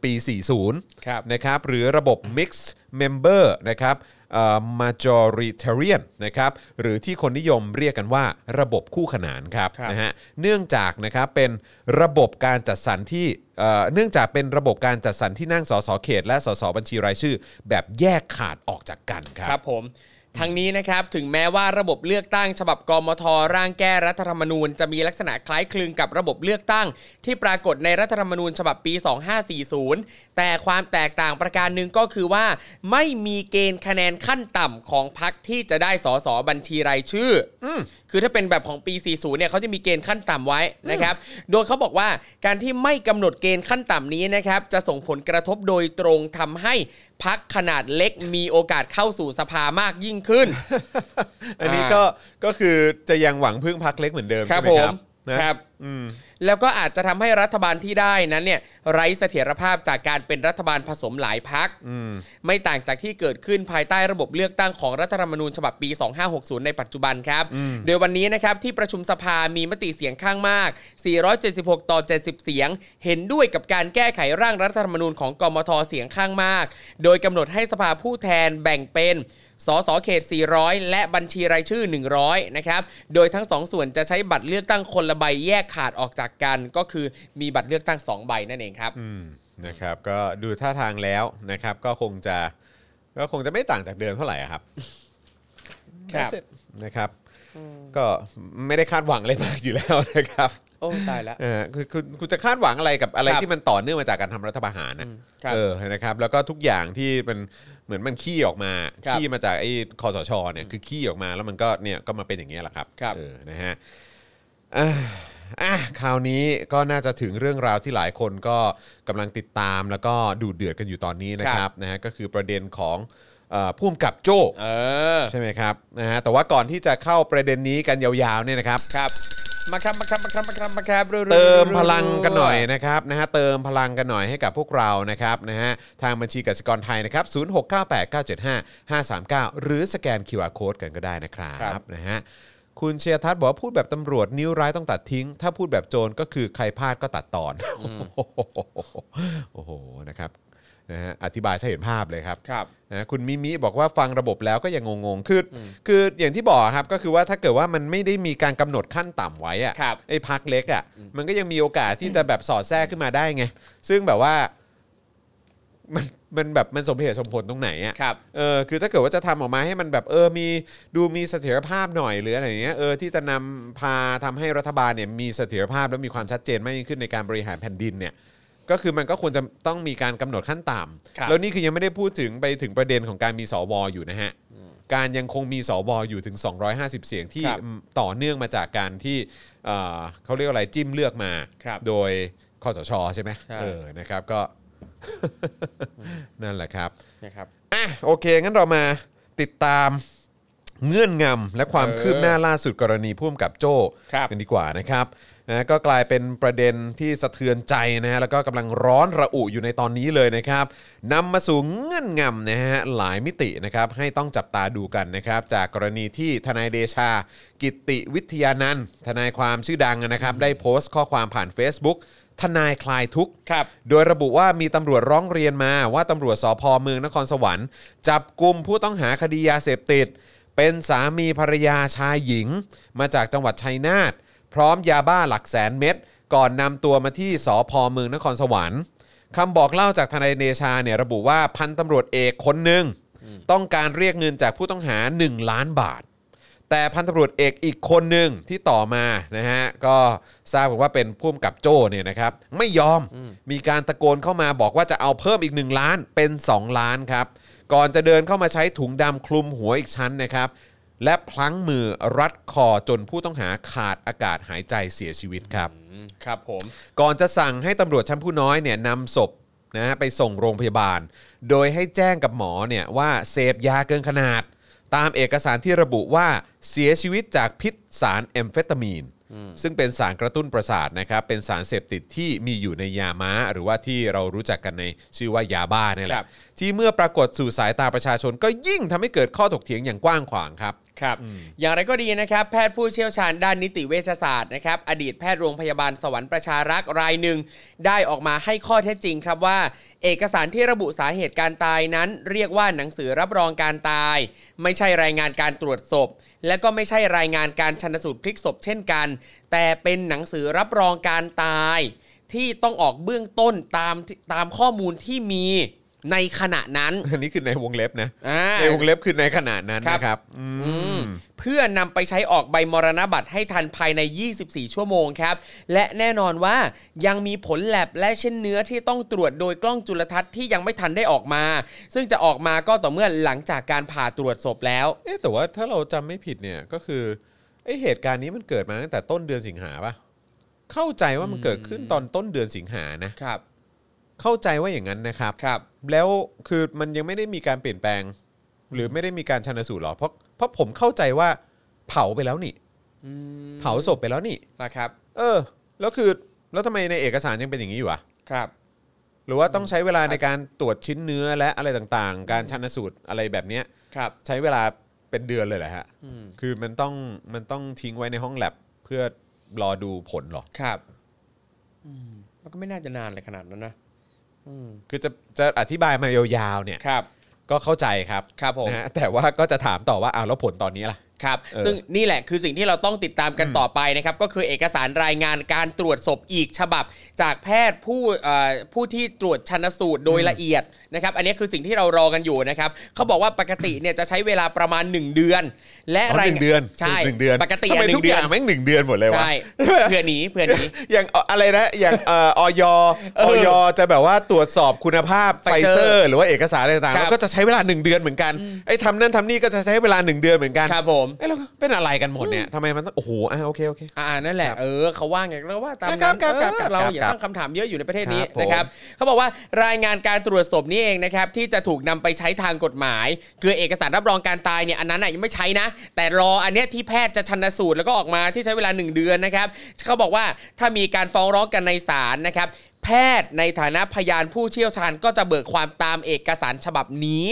40 นะครับหรือระบบ Mixed Member นะครับMajoritarian นะครับหรือที่คนนิยมเรียกกันว่าระบบคู่ขนานครับนะฮะเนื่องจากนะครับเป็นระบบการจัดสรรที่เนื่องจากเป็นระบบการจัดสรรที่นั่งสสเขตและสสบัญชีรายชื่อแบบแยกขาดออกจากกันครับครับผมทั้งนี้นะครับถึงแม้ว่าระบบเลือกตั้งฉบับกมท.ร่างแก้รัฐธรรมนูญจะมีลักษณะคล้ายคลึงกับระบบเลือกตั้งที่ปรากฏในรัฐธรรมนูญฉบับปี 2540 แต่ความแตกต่างประการหนึ่งก็คือว่าไม่มีเกณฑ์คะแนนขั้นต่ำของพรรคที่จะได้สสบัญชีรายชื่อคือถ้าเป็นแบบของปี 40 เนี่ยเขาจะมีเกณฑ์ขั้นต่ำไว้นะครับโดยเขาบอกว่าการที่ไม่กำหนดเกณฑ์ขั้นต่ำนี้นะครับจะส่งผลกระทบโดยตรงทำให้พรรคขนาดเล็กมีโอกาสเข้าสู่สภามากยิ่งขึ้นอันนี้ก็คือจะยังหวังพึ่งพรรคเล็กเหมือนเดิมใช่ไหมครับนะครับแล้วก็อาจจะทำให้รัฐบาลที่ได้นั้นเนี่ยไร้เสถียรภาพจากการเป็นรัฐบาลผสมหลายพรรคไม่ต่างจากที่เกิดขึ้นภายใต้ระบบเลือกตั้งของรัฐธรรมนูญฉบับปี 2560 ในปัจจุบันครับโดยวันนี้นะครับที่ประชุมสภามีมติเสียงข้างมาก476ต่อ70เสียงเห็นด้วยกับการแก้ไขร่างรัฐธรรมนูญของกมท.เสียงข้างมากโดยกำหนดให้สภาผู้แทนแบ่งเป็นสสเขต400และบัญชีรายชื่อ100นะครับโดยทั้ง2ส่วนจะใช้บัตรเลือกตั้งคนละใบแยกขาดออกจากกันก็คือมีบัตรเลือกตั้ง2ใบนั่นเองครับนะครับก็ดูท่าทางแล้วนะครับก็คงจะไม่ต่างจากเดิมเท่าไหร่ครับนะครับก็ไม่ได้คาดหวังอะไรมากอยู่แล้วนะครับโอ้ตายแล้วคุณจะคาดหวังอะไรกับอะไรที่มันต่อเนื่องมาจากการทำรัฐประหารนะนะครับแล้วก็ทุกอย่างที่เป็นเหมือนมันขี้ออกมาขี้มาจากไอ้คสชเนี่ยคือขี้ออกมาแล้วมันก็เนี่ยก็มาเป็นอย่างนี้แหละครับนะฮะคราวนี้ก็น่าจะถึงเรื่องราวที่หลายคนก็กำลังติดตามแล้วก็ดูเดือดกันอยู่ตอนนี้นะครับนะฮะก็คือประเด็นของผู้กำกับโจ้ใช่ไหมครับนะฮะแต่ว่าก่อนที่จะเข้าประเด็นนี้กันยาวๆเนี่ยนะครับมาครับเติมพลังกันหน่อยนะครับนะฮะเติมพลังกันหน่อยให้กับพวกเรานะครับนะฮะทางบัญชีกสิกรไทยนะครับ0698975539หรือสแกน QR Code กันก็ได้นะครับนะฮะคุณเชียร์ทัศน์บอกว่าพูดแบบตำรวจนิ้วร้ายต้องตัดทิ้งถ้าพูดแบบโจรก็คือใครพลาดก็ตัดตอนโอ้โหนะครับนะฮะอธิบายให้เห็นภาพเลยครับนะคุณมิมิบอกว่าฟังระบบแล้วก็ยังงงๆคืออย่างที่บอกครับก็คือว่าถ้าเกิดว่ามันไม่ได้มีการกำหนดขั้นต่ำไว้อะไอ้พรรคเล็กอ่ะมันก็ยังมีโอกาสที่จะแบบสอดแทรกขึ้นมาได้ไงซึ่งแบบว่ามันแบบมันสมเหตุสมผลตรงไหนอ่ะคือถ้าเกิดว่าจะทำออกมาให้มันแบบมีเสถียรภาพหน่อยหรืออะไรอย่างเงี้ยที่จะนำพาทำให้รัฐบาลเนี่ยมีเสถียรภาพและมีความชัดเจนมากยิ่งขึ้นในการบริหารแผ่นดินเนี่ยก็คือมันก็ควรจะต้องมีการกำหนดขั้นต่ำแล้วนี่คือยังไม่ได้พูดถึงไปถึงประเด็นของการมีสวอยู่นะฮะการยังคงมีสวอยู่ถึง250เสียงที่ต่อเนื่องมาจากการที่เขาเรียกอะไรจิ้มเลือกมาโดยคสช.ใช่ไหมนะครับก็นั่นแหละครับโอเคงั้นเรามาติดตามเงื่อนงำและความคืบหน้าล่าสุดกรณีผู้กำกับโจ้กันดีกว่านะครับนะก็กลายเป็นประเด็นที่สะเทือนใจนะฮะแล้วก็กำลังร้อนระอุอยู่ในตอนนี้เลยนะครับนำมาสู่เงื่อนงำนะฮะหลายมิตินะครับให้ต้องจับตาดูกันนะครับจากกรณีที่ทนายเดชากิตติวิทยานันท์ทนายความชื่อดังนะครับได้โพสต์ข้อความผ่าน Facebookทนายคลายทุกข์โดยระบุว่ามีตำรวจร้องเรียนมาว่าตำรวจสภ.เมืองนครสวรรค์จับกุมผู้ต้องหาคดียาเสพติดเป็นสามีภรรยาชายหญิงมาจากจังหวัดชัยนาทพร้อมยาบ้าหลักแสนเม็ดก่อนนำตัวมาที่สภ.เมืองนครสวรรค์คำบอกเล่าจากทนายเดชาเนี่ยระบุว่าพันตำรวจเอกคนหนึ่งต้องการเรียกเงินจากผู้ต้องหา1 ล้านบาทแต่พันตำรวจเอกอีกคนหนึ่งที่ต่อมานะฮะก็ทราบว่าเป็นผู้กำกับโจ้เนี่ยนะครับไม่ยอมมีการตะโกนเข้ามาบอกว่าจะเอาเพิ่มอีก1 ล้านเป็น2 ล้านครับก่อนจะเดินเข้ามาใช้ถุงดำคลุมหัวอีกชั้นนะครับและพลั้งมือรัดคอจนผู้ต้องหาขาดอากาศหายใจเสียชีวิตครับครับผมก่อนจะสั่งให้ตำรวจชั้นผู้น้อยเนี่ยนำศพนะไปส่งโรงพยาบาลโดยให้แจ้งกับหมอเนี่ยว่าเสพยาเกินขนาดตามเอกสารที่ระบุว่าเสียชีวิตจากพิษสารแอมเฟตามีนซึ่งเป็นสารกระตุ้นประสาทนะครับเป็นสารเสพติดที่มีอยู่ในยาม้าหรือว่าที่เรารู้จักกันในชื่อว่ายาบ้านี่แหละที่เมื่อปรากฏสู่สายตาประชาชนก็ยิ่งทำให้เกิดข้อถกเถียงอย่างกว้างขวางครับอย่างไรก็ดีนะครับแพทย์ผู้เชี่ยวชาญด้านนิติเวชศาสตร์นะครับอดีตแพทย์โรงพยาบาลสวรรค์ประชารักษ์รายหนึ่งได้ออกมาให้ข้อเท็จจริงครับว่าเอกสารที่ระบุสาเหตุการตายนั้นเรียกว่าหนังสือรับรองการตายไม่ใช่รายงานการตรวจศพและก็ไม่ใช่รายงานการชันสูตรพลิกศพเช่นกันแต่เป็นหนังสือรับรองการตายที่ต้องออกเบื้องต้นตามข้อมูลที่มีในขณะนั้นอันนี้คือในวงเล็บนะในวงเล็บคือในขณะนั้นนะครับเพื่อนำไปใช้ออกใบมรณบัตรให้ทันภายใน24ชั่วโมงครับและแน่นอนว่ายังมีผลแลบและเช่นเนื้อที่ต้องตรวจโดยกล้องจุลทรรศน์ที่ยังไม่ทันได้ออกมาซึ่งจะออกมาก็ต่อเมื่อหลังจากการผ่าตรวจศพแล้วแต่ว่าถ้าเราจำไม่ผิดเนี่ยก็คือเหตุการณ์นี้มันเกิดมาตั้งแต่ต้นเดือนสิงหาป่ะเข้าใจว่ามันเกิดขึ้นตอนต้นเดือนสิงหานะครับเข้าใจว่าอย่างนั้นนะครับแล้วคือมันยังไม่ได้มีการเปลี่ยนแปลงหรือไม่ได้มีการชันสูตรหรอเพราะผมเข้าใจว่าเผาไปแล้วนี่เผาศพไปแล้วนี่นะครับแล้วทำไมในเอกสารยังเป็นอย่างนี้อยู่อ่ะครับหรือว่าต้องใช้เวลาในการตรวจชิ้นเนื้อและอะไรต่างๆการชันสูตรอะไรแบบนี้ใช้เวลาเป็นเดือนเลยแหละฮะคือมันต้องทิ้งไว้ในห้องแลบเพื่อรอดูผลหรอครับมันก็ไม่น่าจะนานเลยขนาดนั้นนะคือจะอธิบายมายาวๆเนี่ยก็เข้าใจครับผมนะแต่ว่าก็จะถามต่อว่าแล้วผลตอนนี้ล่ะครับซึ่งนี่แหละคือสิ่งที่เราต้องติดตามกันต่อไปนะครับก็คือเอกสารรายงานการตรวจศพอีกฉบับจากแพทย์ผู้ที่ตรวจชันสูตรโดยละเอียดนะครับอันนี้คือสิ่งที่เรารอกันอยู่นะครับเขาบอกว่าปกติเนี่ยจะใช้เวลาประมาณ1เดือนและรายงาน1เดือนใช่ 1เดือนปกติทำไมทุกอย่างแม่ง1เดือนหมดเลยวะใช่เพื่อนี้อย่างอะไรนะอย่างอย.จะแบบว่าตรวจสอบคุณภาพไฟเซอร์หรือว่าเอกสารอะไรต่างๆแล้วก็จะใช้เวลา1เดือนเหมือนกันไอ้ทำนั่นทำนี่ก็จะใช้เวลา1เดือนเหมือนกันครับผมแล้วเป็นอะไรกันหมดเนี่ยทำไมมันต้องโอ้โหโอเคนั่นแหละเขาว่าไงแล้วว่าตามนั้นเราอย่าตั้งคำถามเยอะอยู่ในประเทศนี้นะครับเขาบอกว่ารายงานการตรวจศพนี้เองนะครับที่จะถูกนำไปใช้ทางกฎหมายคือเอกสารรับรองการตายเนี่ยอันนั้นยังไม่ใช้นะแต่รออันเนี้ยที่แพทย์จะชันสูตรแล้วก็ออกมาที่ใช้เวลา1เดือนนะครับเขาบอกว่าถ้ามีการฟ้องร้องกันในศาลนะครับแพทย์ในฐานะพยานผู้เชี่ยวชาญก็จะเบิกความตามเอกสารฉบับนี้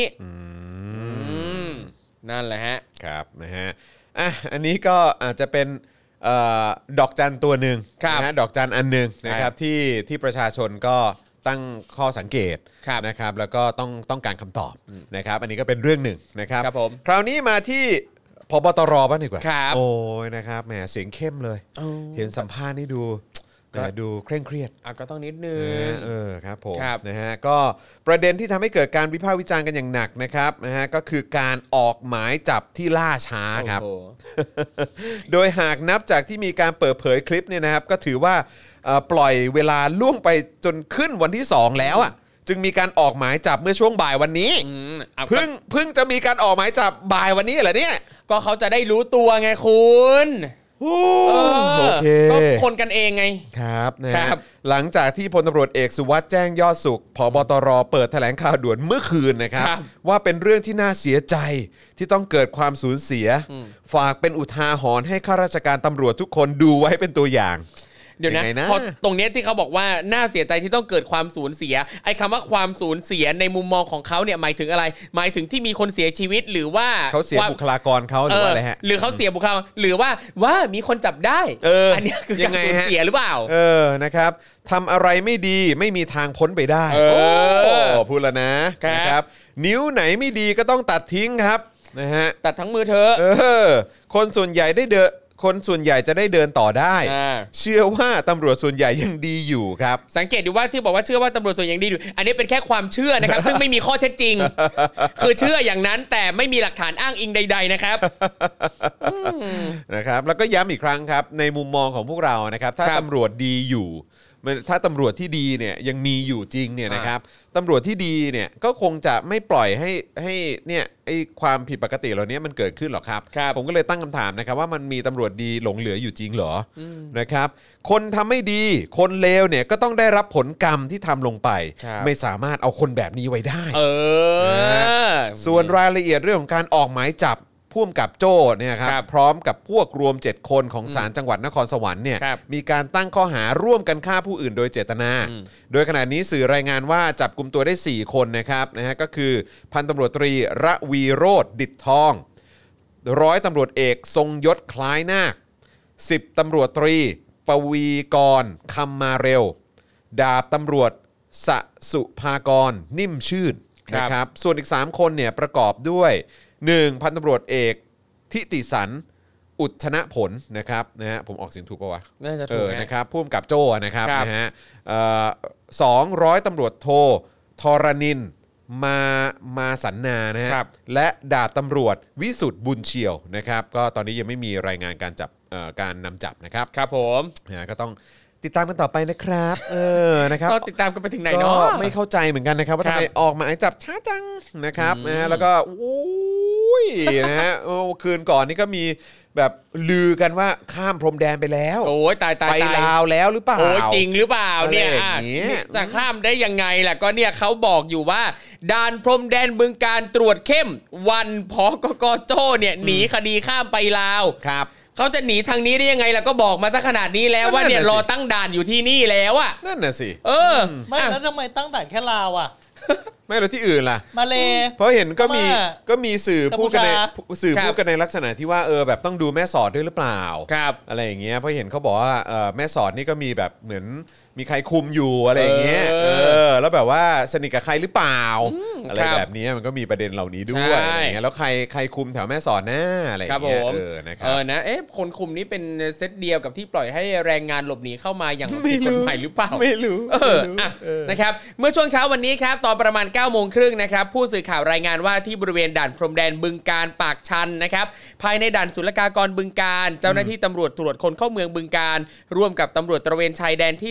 นั่นแหละฮะครับนะฮะอันนี้ก็อาจจะเป็นดอกจันตัวหนึ่งนะดอกจันอันหนึ่งนะครับที่ประชาชนก็ตั้งข้อสังเกตนะครับแล้วก็ต้องการคำตอบนะครับอันนี้ก็เป็นเรื่องหนึ่งนะครับคราวนี้มาที่ผบตรบ้างดีกว่าโอ้ยนะครับแหมเสียงเข้มเลยเห็นสัมภาษณ์นี่ดูเคร่งเครียดก็ต้องนิดนึงครับผมนะฮะก็ประเด็นที่ทำให้เกิดการวิพากษ์วิจารณ์กันอย่างหนักนะครับนะฮะก็คือการออกหมายจับที่ล่าช้าครับโดยหากนับจากที่มีการเปิดเผยคลิปเนี่ยนะครับก็ถือว่าปล่อยเวลาล่วงไปจนขึ้นวันที่2แล้วอ่ะจึงมีการออกหมายจับเมื่อช่วงบ่ายวันนี้เพิ่งจะมีการออกหมายจับบ่ายวันนี้เหรอเนี่ยก็เขาจะได้รู้ตัวไงคุณโอเคก็คนกันเองไงครับนะครับหลังจากที่พลตำรวจเอกสุวัสด์แจ้งยอดสุขผบตรเปิดแถลงข่าวด่วนเมื่อคืนนะครับว่าเป็นเรื่องที่น่าเสียใจที่ต้องเกิดความสูญเสียฝากเป็นอุทาหรณ์ให้ข้าราชการตำรวจทุกคนดูไว้เป็นตัวอย่างเดี๋ยวนะพอตรงนี้ที่เขาบอกว่าน่าเสียใจที่ต้องเกิดความสูญเสียไอ้คำว่าความสูญเสียในมุมมองของเขาเนี่ยหมายถึงอะไรหมายถึงที่มีคนเสียชีวิตหรือว่าเขาเสียบุคลากรเขาหรือว่าอะไรฮะหรือเขาเสียบุคลากรหรือว่ามีคนจับได้อันนี้คือการสูญเสียหรือเปล่านะครับทำอะไรไม่ดีไม่มีทางพ้นไปได้พูดแล้วนะครับนิ้วไหนไม่ดีก็ต้องตัดทิ้งครับนะฮะตัดทั้งมือเธอคนส่วนใหญ่จะได้เดินต่อได้เชื่อว่าตำรวจส่วนใหญ่ยังดีอยู่ครับสังเกตดูว่าที่บอกว่าเชื่อว่าตำรวจส่วนใหญ่ยังดีอยู่อันนี้เป็นแค่ความเชื่อนะครับ ซึ่งไม่มีข้อเท็จจริง คือเชื่ออย่างนั้นแต่ไม่มีหลักฐานอ้างอิงใดๆนะครับนะครับแล้วก็ย้ำอีกครั้งครับในมุมมองของพวกเรานะครับถ้าตำรวจดีอยู่ถ้าตำรวจที่ดีเนี่ยยังมีอยู่จริงเนี่ยนะครับตำรวจที่ดีเนี่ยก็คงจะไม่ปล่อยให้เนี่ยไอ้ความผิดปกติเหล่านี้มันเกิดขึ้นหรอกครับผมก็เลยตั้งคำถามนะครับว่ามันมีตำรวจดีหลงเหลืออยู่จริงเหรอนะครับคนทำไม่ดีคนเลวเนี่ยก็ต้องได้รับผลกรรมที่ทำลงไปไม่สามารถเอาคนแบบนี้ไว้ได้ส่วนรายละเอียดเรื่องของการออกหมายจับผู้กำกับโจ้เนี่ยครับพร้อมกับพวกรวม7คนของศาลจังหวัดนครสวรรค์เนี่ยมีการตั้งข้อหาร่วมกันฆ่าผู้อื่นโดยเจตนาโดยขณะนี้สื่อรายงานว่าจับกุมตัวได้4คนนะครับนะฮะก็คือพันตำรวจตรีระวีโรจน์ดิษฐ์ทองร้อยตำรวจเอกทรงยศคล้ายนาค10ตำรวจตรีปวีกรคำมาเร็วดาบตำรวจสสุภากรนิ่มชื่นนะครับส่วนอีก3คนเนี่ยประกอบด้วย1พันตำรวจเอกทิติสันอุชนะผลนะครับนะฮะผมออกเสียงถูกป่าวะน่าจะถูกนะครับผู้กำกับโจ้นะครับนะฮะ200ตำรวจโทธรณินมาสันนานะฮะครับและดาบตำรวจวิสุทธ์บุญเชียวนะครับก็ตอนนี้ยังไม่มีรายงานการจับการนำจับนะครับครับผมก็ต้องติดตามกันต่อไปนะครับนะครับก็ติดตามกันไปถึงไหนก็เนาะไม่เข้าใจเหมือนกันนะครับว่าครัทำบไมออกหมายจับช้าจังนะครับนะฮะแล้วก็อุ้ยนะฮะคืนก่อนนี่ก็มีแบบลือกันว่าข้ามพรมแดนไปแล้วโอ้ยตายไปลาวแล้วหรือเปล่าโอ้ยจริงหรือเปล่าเนี่ยอะไรอย่างเงี้ยจะข้ามได้ยังไงล่ะก็เนี่ยเขาบอกอยู่ว่าด่านพรมแดนบึงการตรวจเข้มวันพกกโจ้เนี่ยหนีคดีข้ามไปลาวครับเขาจะหนีทางนี้ได้ยังไงล่ะก็บอกมาซะขนาดนี้แล้วว่าเนี่ยนั่นน่ะสิรอตั้งด่านอยู่ที่นี่แล้วอ่ะนั่นน่ะสิเออไม่แล้วทำไมตั้งด่านแค่ลาวอ่ะไม่แล้วที่อื่นล่ะมาเลเพราะเห็นก็มีพม่าก็มีสื่อพูดกันในกัมพูชาสื่อครับพูดกันในลักษณะที่ว่าแบบต้องดูแม่สอดด้วยหรือเปล่าครับอะไรอย่างเงี้ยเพราะเห็นเขาบอกว่าแม่สอดนี่ก็มีแบบเหมือนมีใครคุมอยู่อะไรอย่างเงี้ยแล้วแบบว่าสนิทกับใครหรือเปล่าอะไรครับแบบนี้มันก็มีประเด็นเหล่านี้ด้วยใช่อะไรอย่างเงี้ยแล้วใครคุมแถวแม่สอดนะอะไรอครัย่าบงผเงี้ยมนะครับนะคนคุมนี้เป็นเซตเดียวกับที่ปล่อยให้แรงงานหลบหนีเข้ามาอย่างผิดกฎหมายหรือเปล่าไม่รู้นะครับเมื่อช่วงเช้าวันนี้ครับตอนประมาณ 9 โมงครึ่งนะครับผู้สื่อข่าวรายงานว่าที่บริเวณด่านพรมแดนบึงการปากชันนะครับภายในด่านศุลกากรบึงการเจ้าหน้าที่ตำรวจตรวจคนเข้าเมืองบึงการร่วมกับตำรวจตระเวนชายแดนที่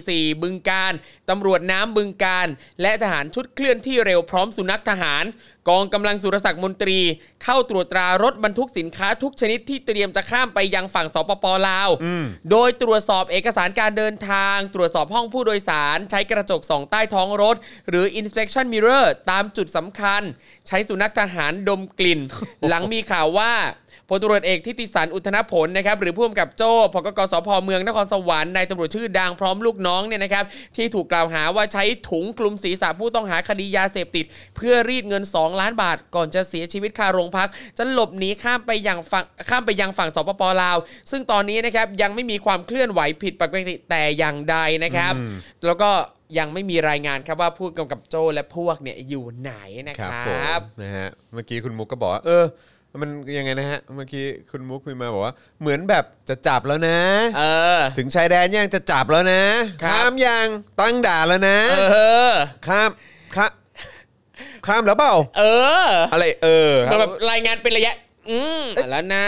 244 บึงการตำรวจน้ำบึงการและทหารชุดเคลื่อนที่เร็วพร้อมสุนัขทหารกองกำลังสุรศักดิ์มนตรีเข้าตรวจตรารถบรรทุกสินค้าทุกชนิดที่เตรียมจะข้ามไปยังฝั่งสปป.ลาวโดยตรวจสอบเอกสารการเดินทางตรวจสอบห้องผู้โดยสารใช้กระจกส่องใต้ท้องรถหรือ inspection mirror ตามจุดสำคัญใช้สุนัขทหารดมกลิ่น หลังมีข่าวว่าพลตำรวจเอกทิติสันอุทธนผลนะครับหรือผู้กำกับโจ้ผกกสพเมืองนครสวรรค์นายตำรวจชื่อดังพร้อมลูกน้องเนี่ยนะครับที่ถูกกล่าวหาว่าใช้ถุงคลุมศีรษะผู้ต้องหาคดียาเสพติดเพื่อรีดเงิน2 ล้านบาทก่อนจะเสียชีวิตคาโรงพักจะหลบหนีข้ามไปยังฝั่งสปป.ลาวซึ่งตอนนี้นะครับยังไม่มีความเคลื่อนไหวผิดปกติแต่อย่างใดนะครับแล้วก็ยังไม่มีรายงานครับว่าผู้กำกับโจ้และพวกเนี่ยอยู่ไหนนะคครัรับ ผมนะฮะเมื่อกี้คุณมุกก็บอกว่ามันยังไงนะฮะเมื่อกี้คุณมุกพิมพ์มาบอกว่าเหมือนแบบจะจับแล้วนะถึงชายแดนยังจะจับแล้วนะครับ ข้ามยังตั้งด่านแล้วนะข้ามแล้วเปล่าอะไรครับแบบรายงานเป็นระยะแล้วนะ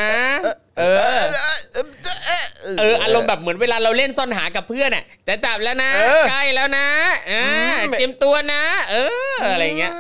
อารมณ์แบบเหมือนเวลาเราเล่นซ่อนหากับเพื่อนอ่ะจะจับแล้วนะใกล้แล้วนะเตรียมตัวนะอะไรเงี้ย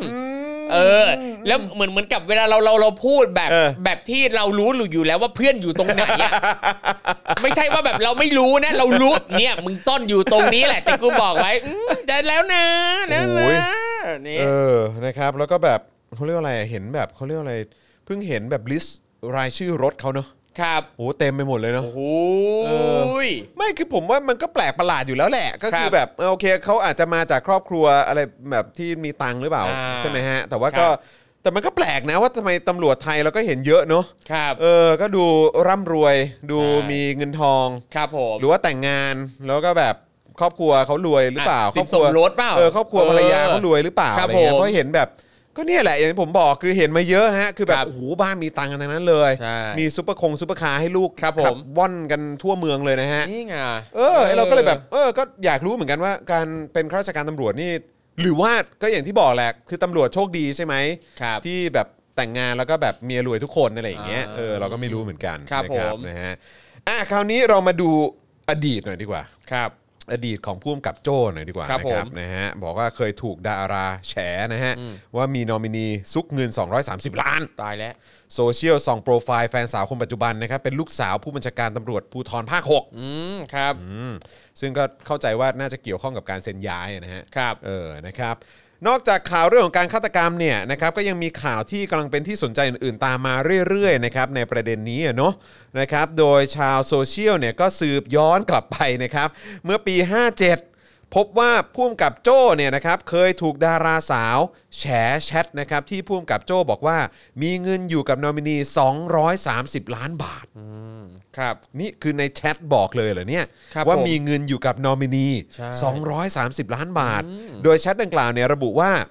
แล้วเหมือนกับเวลาเราพูดแบบที่เรารู้อยู่แล้วว่าเพื่อนอยู่ตรงไหนอ่ะไม่ใช่ว่าแบบเราไม่รู้นะเรารู้เนี่ยมึงซ่อนอยู่ตรงนี้แหละแต่กูบอกไว้จะแล้วนะนี่นะครับแล้วก็แบบเขาเรียกอะไรเห็นแบบเขาเรียกอะไรเพิ่งเห็นแบบลิสต์รายชื่อรถเขาเนาะครับโอ้เต็มไปหมดเลยเนาะโอ้ยไม่คือผมว่ามันก็แปลกประหลาดอยู่แล้วแหละก็คือแบบโอเคเขาอาจจะมาจากครอบครัวอะไรแบบที่มีตังค์หรือเปล่าใช่ไหมฮะแต่ว่าก็แต่มันก็แปลกนะว่าทำไมตำรวจไทยเราก็เห็นเยอะเนาะก็ดูร่ำรวยดูมีเงินทองครับผมหรือว่าแต่งงานแล้วก็แบบครอบครัวเขารวยหรือเปล่าครอบครัวรถเปล่าครอบครัวภรรยาเขารวยหรือเปล่าอะไรเงี้ยเพราะเห็นแบบก็เนี่ยแหละอย่างที่ผมบอกคือเห็นมาเยอะฮะคือแบบโอ้โหบ้านมีตังค์กันทั้งนั้นเลยมีซุปเปอร์คาร์ให้ลูกขับว่อนกันทั่วเมืองเลยนะฮะนี่ไงเราก็เลยแบบก็อยากรู้เหมือนกันว่าการเป็นข้าราชการตำรวจนี่หรือว่าก็อย่างที่บอกแหละคือตำรวจโชคดีใช่ไหมที่แบบแต่งงานแล้วก็แบบเมียรวยทุกคนอะไรอย่างเงี้ยเราก็ไม่รู้เหมือนกันนะครับนะฮะคราวนี้เรามาดูอดีตหน่อยดีกว่าครับอดีตของผู้กำกับโจ้หน่อยดีกว่านะครับนะฮะบอกว่าเคยถูกดาราแฉนะฮะว่ามีนอมินีซุกเงิน230 ล้านตายแล้วโซเชียลส่องโปรไฟล์แฟนสาวคนปัจจุบันนะครับเป็นลูกสาวผู้บัญชาการตำรวจภูธรภาค6 ครับซึ่งก็เข้าใจว่าน่าจะเกี่ยวข้องกับการเซ็นย้ายนะฮะครับนะครับนอกจากข่าวเรื่องของการฆาตกรรมเนี่ยนะครับก็ยังมีข่าวที่กำลังเป็นที่สนใจอื่นๆตามมาเรื่อยๆนะครับในประเด็นนี้เนาะนะครับโดยชาวโซเชียลเนี่ยก็สืบย้อนกลับไปนะครับเมื่อปี 57พบว่าผู้กำกับโจ้เนี่ยนะครับเคยถูกดาราสาวแฉแชทนะครับที่ผู้กำกับโจ้บอกว่ามีเงินอยู่กับนอมินี230 ล้านบาทครับนี่คือในแชทบอกเลยเหรอเนี่ยว่ามีเงินอยู่กับนอมินี230 ล้านบาทโดยแชทดังกล่าวเนี่ยระบุว่า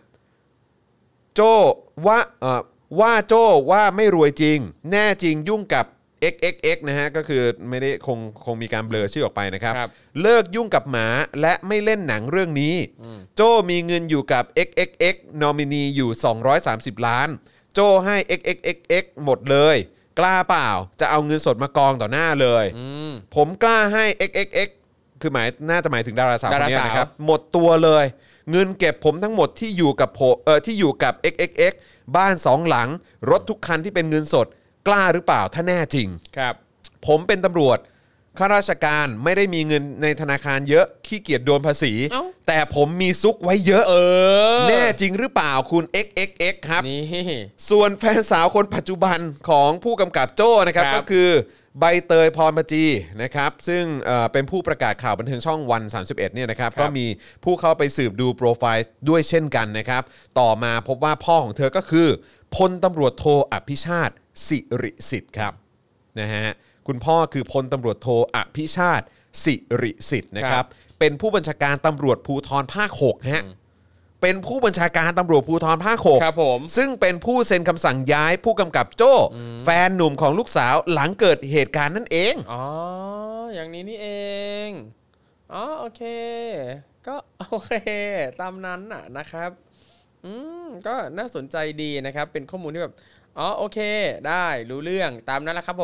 โจ้ว่าโจ้ว่าไม่รวยจริงแน่จริงยุ่งกับ XXX นะฮะก็คือไม่ได้คงมีการเบลอชื่อออกไปนะครับเลิกยุ่งกับหมาและไม่เล่นหนังเรื่องนี้โจ้มีเงินอยู่กับ XXX นอมินีอยู่230ล้านโจ้ให้ XXX หมดเลยกล้าเปล่าจะเอาเงินสดมากองต่อหน้าเลยผมกล้าให้ XXX คือน่าจะหมายถึงดาราสาวคนนี้นะครับหมดตัวเลยเงินเก็บผมทั้งหมดที่อยู่กับ XXX บ้าน2หลังรถทุกคันที่เป็นเงินสดกล้าหรือเปล่าถ้าแน่จริงครับผมเป็นตำรวจข้าราชการไม่ได้มีเงินในธนาคารเยอะขี้เกียจโดนภาษีแต่ผมมีซุกไว้เยอะแน่จริงหรือเปล่าคุณ XXX ครับส่วนแฟนสาวคนปัจจุบันของผู้กำกับโจ้นะครับก็คือใบเตยพรปจีนะครับซึ่งเป็นผู้ประกาศข่าวบันเทิงช่องวัน31เนี่ยนะครับก็มีผู้เข้าไปสืบดูโปรไฟล์ด้วยเช่นกันนะครับต่อมาพบว่าพ่อของเธอก็คือพลตำรวจโทอภิชาติสิริสิทธิ์ครับนะฮะคุณพ่อคือพลตำรวจโทอภิชาติสิริสิทธิ์นะครับเป็นผู้บัญชาการตำรวจภูธรภาค6ฮะเป็นผู้บัญชาการตำรวจภูธรภาค6 ครับผมซึ่งเป็นผู้เซ็นคำสั่งย้ายผู้กำกับโจ้แฟนหนุ่มของลูกสาวหลังเกิดเหตุการณ์นั่นเองอ๋ออย่างนี้นี่เองอ๋อโอเคก็โอเคตามนั้นน่ะนะครับก็น่าสนใจดีนะครับเป็นข้อมูลที่แบบอ๋อโอเคได้รู้เรื่องตามนั้นแหละครับผม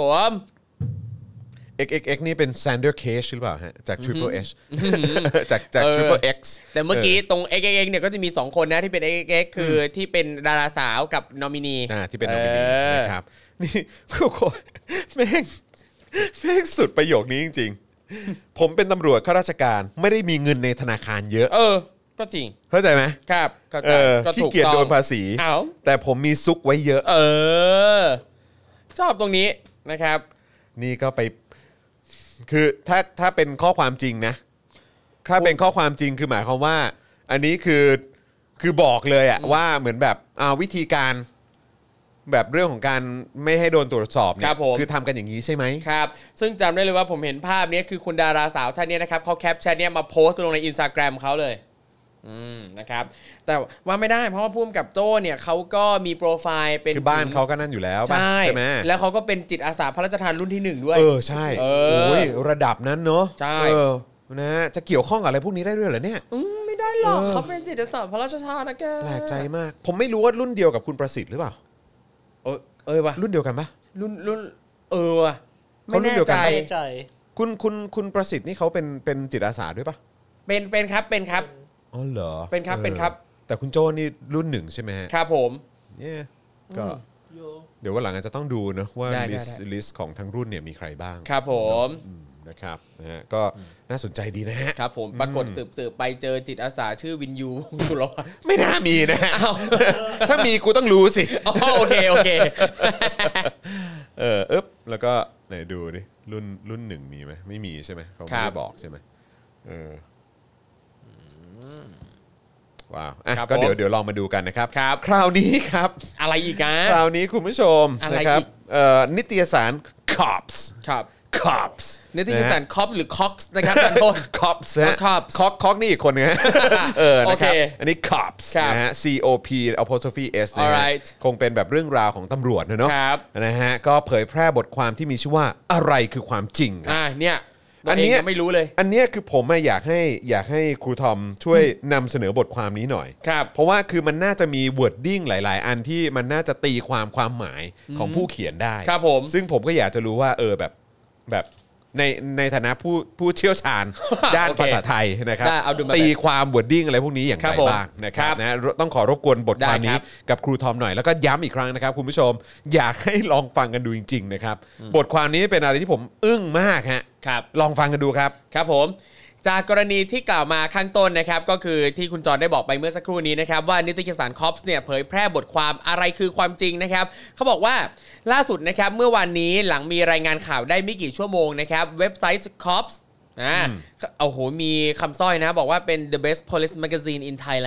XXX นี่เป็น Sander Cage หรือเปล่าฮะจาก Triple H จาก Triple X แต่เมื่อกี้ตรง XXX เนี่ยก็จะมี2คนนะที่เป็น XXX คือที่เป็นดาราสาวกับนอมินีที่เป็นนอมินีนะครับนี่แม่งสุดประโยคนี้จริงๆผมเป็นตำรวจข้าราชการไม่ได้มีเงินในธนาคารเยอะก็จริงเข้าใจไหมครับเข้าใจก็ถูกต้องขี้เกียจโดนภาษีแต่ผมมีซุกไว้เยอะชอบตรงนี้นะครับนี่ก็ไปคือถ้าเป็นข้อความจริงนะถ้าเป็นข้อความจริงคือหมายความว่าอันนี้คือบอกเลยอะว่าเหมือนแบบวิธีการแบบเรื่องของการไม่ให้โดนตรวจสอบเนี่ยคือทำกันอย่างนี้ใช่ไหมครับซึ่งจำได้เลยว่าผมเห็นภาพนี้คือคุณดาราสาวท่านนี้นะครับเขาแคปแชทนี้มาโพสต์ลงใน Instagram เขาเลยนะครับแต่ว่าไม่ได้เพราะว่าผู้กำกับโจ้เนี่ยเขาก็มีโปรไฟล์เป็นคือบ้านเขาก็นั่นอยู่แล้วใช่ไหมแล้วเขาก็เป็นจิตอาสาพระราชทานรุ่นที่1ด้วยใช่โอ้ยระดับนั้นเนาะใช่นะจะเกี่ยวข้องกับอะไรพวกนี้ได้ด้วยเหรอเนี่ยไม่ได้หรอกเขาเป็นจิตอาสาพระราชทานนะแกแปลกใจมากผมไม่รู้ว่ารุ่นเดียวกับคุณประสิทธิ์หรือเปล่าว่ะรุ่นเดียวกันปะรุ่นว่ะเขารุ่นเดียวกันคุณประสิทธิ์นี่เขาเป็นจิตอาสาด้วยปะเป็นครับอ๋อเหรอเป็นครับแต่คุณโจ้นี่รุ่น1ใช่ไหมฮะครับผมเนี่ยก็เดี๋ยววันหลังอาจจะต้องดูนะว่าลิสต์ของทั้งรุ่นเนี่ยมีใครบ้างครับผมนะครับนะฮะก็น่าสนใจดีนะฮะครับผมปรากฏสืบไปเจอจิตอาสาชื่อวินยูสุรวัฒน์ไม่น่ามีนะถ้ามีกูต้องรู้สิโอเคแล้วก็ไหนดูดิรุ่น1มีไหมไม่มีใช่ไหมเขาไม่ได้บอกใช่ไหมว้าวก็เดี๋ยวลองมาดูกันนะครับคราวนี้ครับอะไรอีกนะคราวนี้คุณผู้ชมนะครับนิตยสาร Cops ครับ Cops นิตยสาร Cops หรือ Cox นะครับท่านโทษ Cops ฮะ Cox นี่อีกคนนึงนะครับอันนี้ Cops นะฮะ COP_S นะฮะคงเป็นแบบเรื่องราวของตำรวจเนอะนะฮะก็เผยแพร่บทความที่มีชื่อว่าอะไรคือความจริงเนี่ยอันนี้ไม่รู้เลยอันนี้คือผมอยากให้ครูทอมช่วยนำเสนอบทความนี้หน่อยเพราะว่าคือมันน่าจะมี wording หลายๆอันที่มันน่าจะตีความหมายของผู้เขียนได้ครับผมซึ่งผมก็อยากจะรู้ว่าแบบในฐานะผู้เชี่ยวชาญด้านภาษาไทยนะครับตีความ wording อะไรพวกนี้อย่างไรบ้างนะครับนะต้องขอรบกวนบทความนี้กับครูทอมหน่อยแล้วก็ย้ำอีกครั้งนะครับคุณผู้ชมอยากให้ลองฟังกันดูจริงๆนะครับบทความนี้เป็นอะไรที่ผมอึ้งมากฮะลองฟังกันดูครับครับผมจากกรณีที่กล่าวมาข้างต้นนะครับก็คือที่คุณจรได้บอกไปเมื่อสักครู่นี้นะครับว่านิตยสาร Cops เนี่ยเผยแพร่บทความอะไรคือความจริงนะครับเขาบอกว่าล่าสุดนะครับเมื่อวานนี้หลังมีรายงานข่าวได้ไม่กี่ชั่วโมงนะครับเว็บไซต์ Cops โอ้โหมีคำสร้อยนะบอกว่าเป็น the best police magazine in Thailand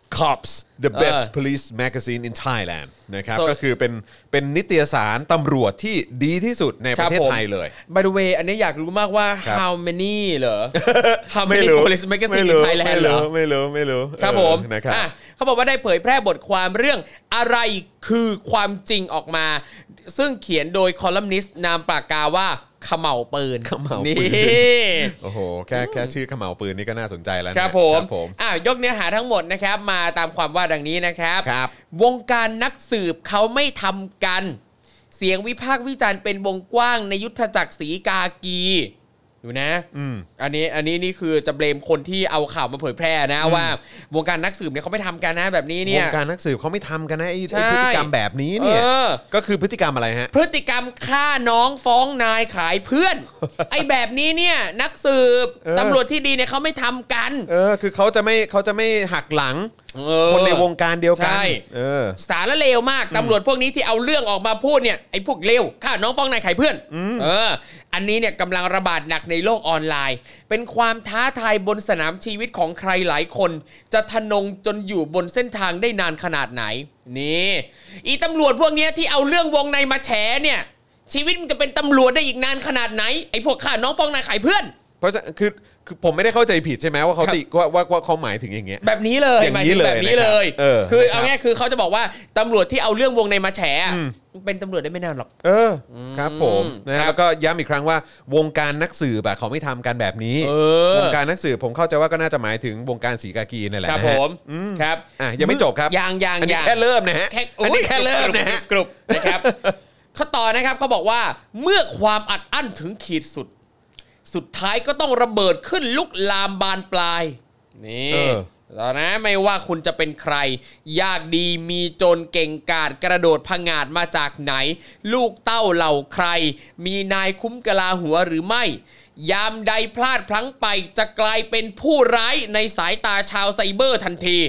Cops the best police magazine in Thailand นะครับก็คือเป็นนิตยสารตำรวจที่ดีที่สุดในประเทศไทยเลย By the way อันนี้อยากรู้มากว่า how many เหรอ how ไม่ many รู้ police magazine in Thailand เหรอไม่รู้ครับผมนะครับเขาบอกว่าได้เผยแพร่บทความเรื่องอะไรคือความจริงออกมา ซึ่งเขียนโดยคอลัมนิสต์นามปากกาว่าเขม่าวปืนเขม่าวปืนนี่โอ้โหแค่ชื่อเขม่าวปืนนี่ก็น่าสนใจแล้วนะครับผม ยกเนื้อหาทั้งหมดนะครับมาตามความว่าดังนี้นะครับครับวงการนักสืบเขาไม่ทำกัน เสียงวิพากษ์วิจารณ์เป็นวงกว้างในยุทธจักรศรีกากีดูนะอันนี้นี่คือจะเบลมคนที่เอาข่าวมาเผยแพร่นะว่าวงการนักสืบเนี่ยเขาไม่ทำกันนะแบบนี้เนี่ยวงการนักสืบเขาไม่ทำกันนะไอ้พฤติกรรมแบบนี้เนี่ยก็คือพฤติกรรมอะไรฮะพฤติกรรมฆ่าน้องฟ้องนายขายเพื่อน ไอ้แบบนี้เนี่ยนักสืบตำรวจที่ดีเนี่ยเขาไม่ทำกันคือเขาจะไม่หักหลังคนในวงการเดียวกันสารเลวมากตำรวจพวกนี้ที่เอาเรื่องออกมาพูดเนี่ยไอ้พวกเลวฆ่าน้องฟ้องนายขายเพื่อนอันนี้เนี่ยกำลังระบาดหนักในโลกออนไลน์เป็นความท้าทายบนสนามชีวิตของใครหลายคนจะทะนงจนอยู่บนเส้นทางได้นานขนาดไหนนี่อีตำรวจพวกนี้ที่เอาเรื่องวงในมาแฉเนี่ยชีวิตมันจะเป็นตำรวจได้อีกนานขนาดไหนไอ้พวกฆ่าน้องฟ้องนายขายเพื่อนเพราะคือผมไม่ได้เข้าใจผิดใช่ไหมว่าเขาติว่าเขาหมายถึงอย่างเงี้ยแบบนี้เลยอย่างนี้เลยแบบนี้เลยคือเอาง่ายคือเขาจะบอกว่าตำรวจที่เอาเรื่องวงในมาแฉเป็นตำรวจได้ไม่นานหรอกครับผมนะแล้วก็ย้ำอีกครั้งว่าวงการนักสืบแบบเขาไม่ทำกันแบบนี้วงการนักสืบผมเข้าใจว่าก็น่าจะหมายถึงวงการศรีกากีนั่นแหละครับผมครับยังไม่จบครับยังอันนี้แค่เริ่มนะฮะอันนี้แค่เริ่มนะฮะกรุบนะครับข้อต่อนะครับเขาบอกว่าเมื่อความอัดอั้นถึงขีดสุดท้ายก็ต้องระเบิดขึ้นลุกลามบานปลายนี่ตอนนะไม่ว่าคุณจะเป็นใครยากดีมีจนเก่งกาจกระโดดผงาดมาจากไหนลูกเต้าเหล่าใครมีนายคุ้มกะลาหัวหรือไม่ยามใดพลาดพลั้งไปจะกลายเป็นผู้ร้ายในสายตาชาวไซเบอร์ทันที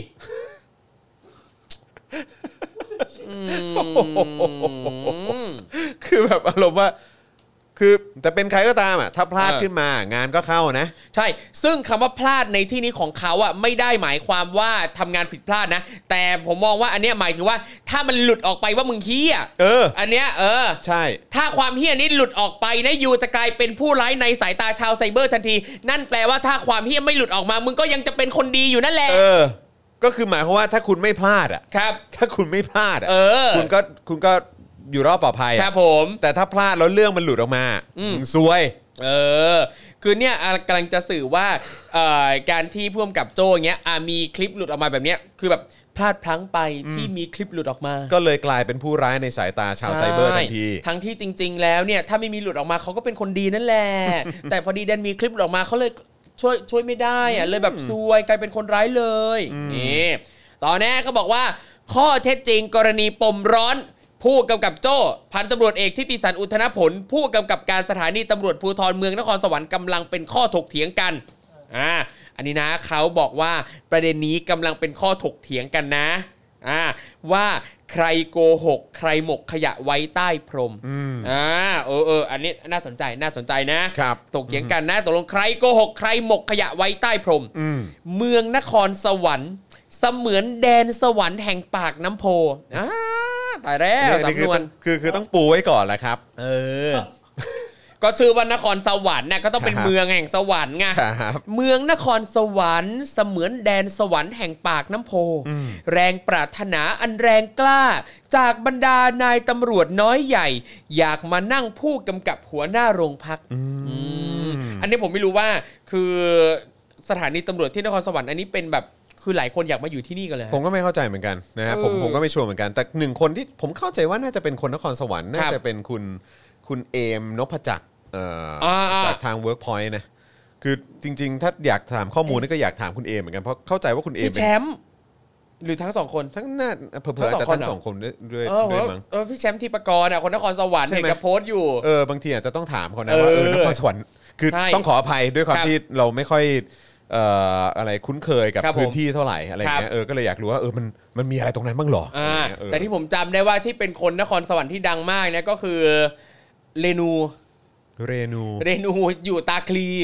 คือแบบอารมณ์ว่าคือจะเป็นใครก็ตามอ่ะถ้าพลาดขึ้นมางานก็เข้านะใช่ซึ่งคำว่าพลาดในที่นี้ของเขาอ่ะไม่ได้หมายความว่าทำงานผิดพลาดนะแต่ผมมองว่าอันเนี้ยหมายถึงว่าถ้ามันหลุดออกไปว่ามึงเหี้ยอันเนี้ยใช่ถ้าความเหี้ยนี้หลุดออกไปนะยูจะกลายเป็นผู้ร้ายในสายตาชาวไซเบอร์ทันทีนั่นแปลว่าถ้าความเหี้ยไม่หลุดออกมามึงก็ยังจะเป็นคนดีอยู่นั่นแหละก็คือหมายความว่าถ้าคุณไม่พลาดอ่ะครับถ้าคุณไม่พลาดคุณก็อยู่รอบปลอดภัยครับผมแต่ถ้าพลาดแล้วเรื่องมันหลุดออกมาซวยคือเนี่ยกำลังจะสื่อว่าการที่พ่วงกับโจ้เงี้ยมีคลิปหลุดออกมาแบบเนี้ยคือแบบพลาดพลั้งไปที่มีคลิปหลุดออกมาก็เลยกลายเป็นผู้ร้ายในสายตาชาวไซเบอร์ทันทีทั้งที่จริงๆแล้วเนี่ยถ้าไม่มีหลุดออกมาเขาก็เป็นคนดีนั่นแหละแต่พอดีดันมีคลิปหลุดออกมาเขาเลยช่วยไม่ได้อะเลยแบบซวยกลายเป็นคนร้ายเลยนี่ตอนนี้เขาบอกว่าข้อเท็จจริงกรณีปมร้อนผู้กำกับโจ้พันตำรวจเอกทิติสันอุทธนผลผู้กำกับการสถานีตำรวจภูธรเมืองนครสวรรค์กำลังเป็นข้อถกเถียงกันอันนี้นะเขาบอกว่าประเด็นนี้กำลังเป็นข้อถกเถียงกันนะว่าใครโกหกใครหมกขยะไว้ใต้พรมอันนี้น่าสนใจนะครับถกเถียงกันนะตกลงใครโกหกใครหมกขยะไว้ใต้พรมเมืองนครสวรรค์เสมือนแดนสวรรค์แห่งปากน้ำโพตายแล้วสำนวนคือต้องปูไว้ก่อนแหละครับก็ชื่อว่านครสวรรค์นะก็ต้องเป็นเมืองแห่งสวรรค์ไงเมืองนครสวรรค์เสมือนแดนสวรรค์แห่งปากน้ำโพแรงปรารถนาอันแรงกล้าจากบรรดานายตำรวจน้อยใหญ่อยากมานั่งผู้กำกับหัวหน้าโรงพักอันนี้ผมไม่รู้ว่าคือสถานีตำรวจที่นครสวรรค์อันนี้เป็นแบบคือหลายคนอยากมาอยู่ที่นี่กันเลยผมก็ไม่เข้าใจเหมือนกันนะครับผมก็ไม่ชัวร์เหมือนกันแต่หนึ่งคนที่ผมเข้าใจว่าน่าจะเป็นคนนครสวรรค์น่าจะเป็นคุณเอมนพจักรจากทาง Workpoint นะคือจริงๆถ้าอยากถามข้อมูลนี่ก็อยากถามคุณเอมเหมือนกันเพราะเข้าใจว่าคุณเอมเป็นแชมป์หรือทั้งสองคนทั้งน่าเผื่อจะทั้งสองคนด้วยมั้งพี่แชมป์ทิปกรคนนครสวรรค์เห็นกับโพสต์อยู่บางทีอาจจะต้องถามเขานะว่านครสวรรค์คือต้องขออภัยด้วยความที่เราไม่ค่อยอะไรคุ้นเคยกับพื้นที่เท่าไหร่อะไรเงี้ยก็เลยอยากรู้ว่ามันมีอะไรตรงนั้นบ้างหรอแต่ที่ผมจำได้ว่าที่เป็นคนนครสวรรค์ที่ดังมากเนี่ยก็คือเรนูอยู่ตาคลี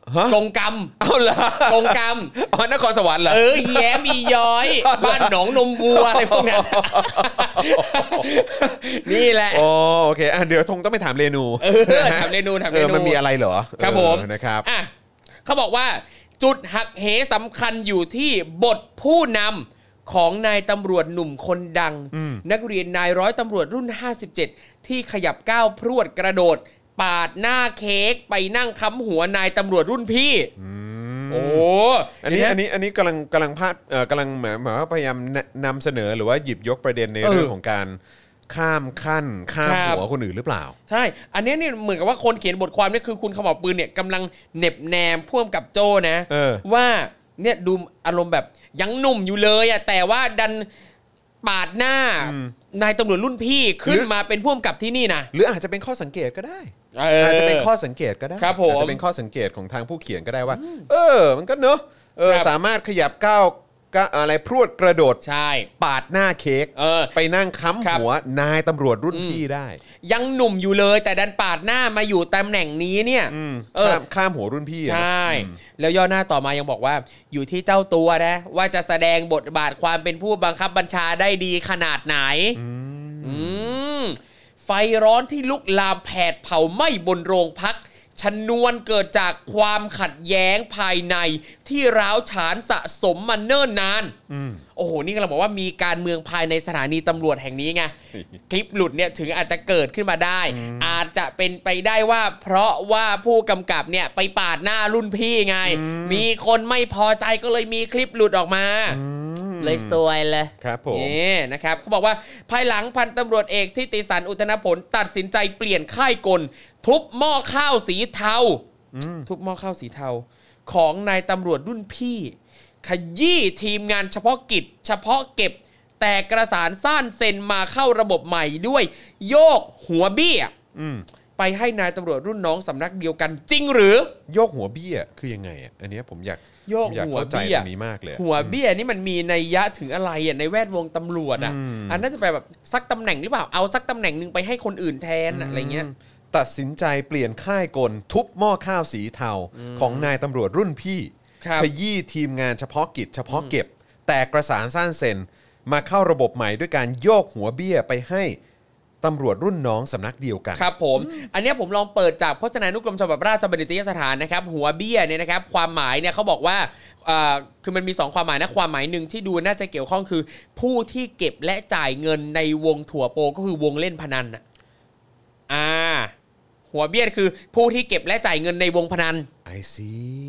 กงกรรมเอาเหรอกงกรรมนครสวรรค์เหรอแย้มอีย้อยบ้านหนองนมวัวอะไรพวกนั้นนี่แหละโอเคเดี๋ยวต้องไปถามเรนูถามเรนูมันมีอะไรเหรอครับผมนะครับเขาบอกว่าจุดหักเหสำคัญอยู่ที่บทผู้นำของนายตำรวจหนุ่มคนดังนักเรียนนายร้อยตำรวจรุ่น57ที่ขยับก้าวพรวดกระโดดปาดหน้าเค้กไปนั่งค้ำหัวนายตำรวจรุ่นพี่อันนี้กำลังพาดกำลังหมายว่าพยายามนำเสนอหรือว่าหยิบยกประเด็นในเรื่องของการข้ามขั้นข้ามหัวคนอื่นหรือเปล่าใช่อันนี้นี่เหมือนกับว่าคนเขียนบทความนี่คือคุณขม่าวปืนเนี่ยกำลังเหน็บแนมพ่วงกับโจ้นะว่าเนี่ยดูอารมณ์แบบยังหนุ่มอยู่เลยอ่ะแต่ว่าดันปาดหน้านายตำรวจรุ่นพี่ขึ้นมาเป็นพ่วงกับที่นี่นะหรืออาจจะเป็นข้อสังเกตก็ได้อาจจะเป็นข้อสังเกตก็ได้อาจจะเป็นข้อสังเกตของทางผู้เขียนก็ได้ว่ามันก็เนอะสามารถขยับก้าวอะไรพรวดกระโดดปาดหน้าเค้กไปนั่งค้ำหัวนายตำรวจรุ่นพี่ได้ยังหนุ่มอยู่เลยแต่ดันปาดหน้ามาอยู่ตำแหน่งนี้เนี่ยข้ามหัวรุ่นพี่ใช่แล้วย่อหน้าต่อมายังบอกว่าอยู่ที่เจ้าตัวนะว่าจะแสดงบทบาทความเป็นผู้บังคับบัญชาได้ดีขนาดไหนไฟร้อนที่ลุกลามแผดเผาไหม้บนโรงพักชนวนเกิดจากความขัดแย้งภายในที่ร้าวฉานสะสมมาเนิ่นนานโอ้โหนี่เราบอกว่ามีการเมืองภายในสถานีตำรวจแห่งนี้ไงคลิปหลุดเนี่ยถึงอาจจะเกิดขึ้นมาได้อาจจะเป็นไปได้ว่าเพราะว่าผู้กำกับเนี่ยไปปาดหน้ารุ่นพี่ไงมีคนไม่พอใจก็เลยมีคลิปหลุดออกมาเลยซวยเลยครับผมนี่นะครับเขาบอกว่าภายหลังพันตำรวจเอกทิติสันอุทนผลตัดสินใจเปลี่ยนค่ายกลทุบหม้อข้าวสีเทาทุบหม้อข้าวสีเทาของนายตำรวจรุ่นพี่ขยี้ทีมงานเฉพาะกิจเฉพาะเก็บแต่กระสานซ่านเซ็นมาเข้าระบบใหม่ด้วยโยกหัวเบี้ยไปให้นายตำรวจรุ่นน้องสำนักเดียวกันจริงหรือโยกหัวเบี้ยคือยังไงอ่ะอันนี้ผมอยากโยกหัวเบี้ยนี้มากเลยหัวเบี้ยนี่มันมีนัยยะถึงอะไรอ่ะในแวดวงตำรวจอ่ะอันน่าจะไปแบบซักตำแหน่งหรือเปล่าเอาซักตำแหน่งนึงไปให้คนอื่นแทนอะไรเงี้ยตัดสินใจเปลี่ยนค่ายกลทุบหม้อข้าวสีเทาของนายตำรวจรุ่นพี่ขยี้ทีมงานเฉพาะกิจเฉพาะเก็บแต่กระสานซ่านเซ็นมาเข้าระบบใหม่ด้วยการโยกหัวเบี้ยไปให้ตำรวจรุ่นน้องสำนักเดียวกันครับผมอันนี้ผมลองเปิดจากพจนานุกรมฉบับราชบัณฑิตยสถานนะครับหัวเบี้ยเนี่ยนะครับความหมายเนี่ยเขาบอกว่าคือมันมี2ความหมายนะความหมายหนึ่งที่ดูน่าจะเกี่ยวข้องคือผู้ที่เก็บและจ่ายเงินในวงถั่วโปก็คือวงเล่นพนันหัวเบี้ยคือผู้ที่เก็บและจ่ายเงินในวงพนัน I see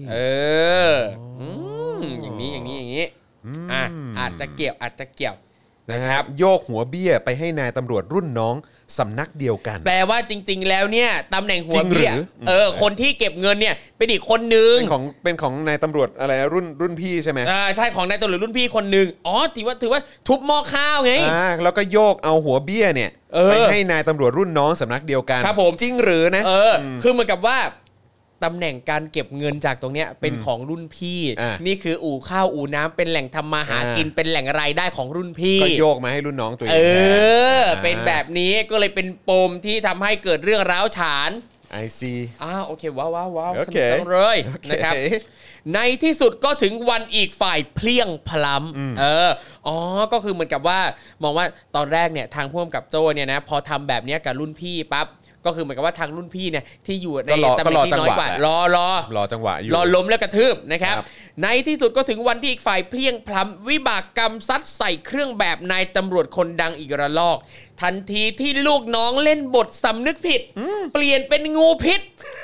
อย่างนี้อาจจะเกี่ยวนะครับโยกหัวเบี้ยไปให้นายตำรวจรุ่นน้องสำนักเดียวกันแปลว่าจริงๆแล้วเนี่ยตำแหน่งหัวเบี้ยคนที่เก็บเงินเนี่ยเป็นอีกคนนึงเป็นของนายตำรวจอะไรรุ่นพี่ใช่ไหมใช่ของนายตำรวจรุ่นพี่คนนึงถือว่าทุบหม้อข้าวไงแล้วก็โยกเอาหัวเบี้ยเนี่ยไปให้นายตำรวจรุ่นน้องสำนักเดียวกันครับผมจริงหรือนะคือเหมือนกับว่าตำแหน่งการเก็บเงินจากตรงเนี้ยเป็นของรุ่นพี่นี่คืออู่ข้าวอู่น้ำเป็นแหล่งทำมาหากินเป็นแหล่งรายได้ของรุ่นพี่ก็โยกมาให้รุ่นน้องตัวเองเป็นแบบนี้ก็เลยเป็นปมที่ทำให้เกิดเรื่องร้าวฉาน I see โอเคว้าวสนุกจังเลยนะครับในที่สุดก็ถึงวันอีกฝ่ายเพลี้ยงพล้ำก็คือเหมือนกับว่ามองว่าตอนแรกเนี่ยทางผู้กำกับโจ้เนี่ยนะพอทำแบบนี้กับรุ่นพี่ปั๊บก็คือเหมือนกับว่าทางรุ่นพี่เนี่ยที่อยู่ในตำแหน่งที่น้อยกว่ารอจังหวะอยู่รอล้มแล้วกระทืบนะครับในที่สุดก็ถึงวันที่อีกฝ่ายเพลี้ยงพล้ำวิบากกรรมซัดใส่เครื่องแบบนายตำรวจคนดังอีกระลอกทันทีที่ลูกน้องเล่นบทสำนึกผิดเปลี่ยนเป็นงูพิษ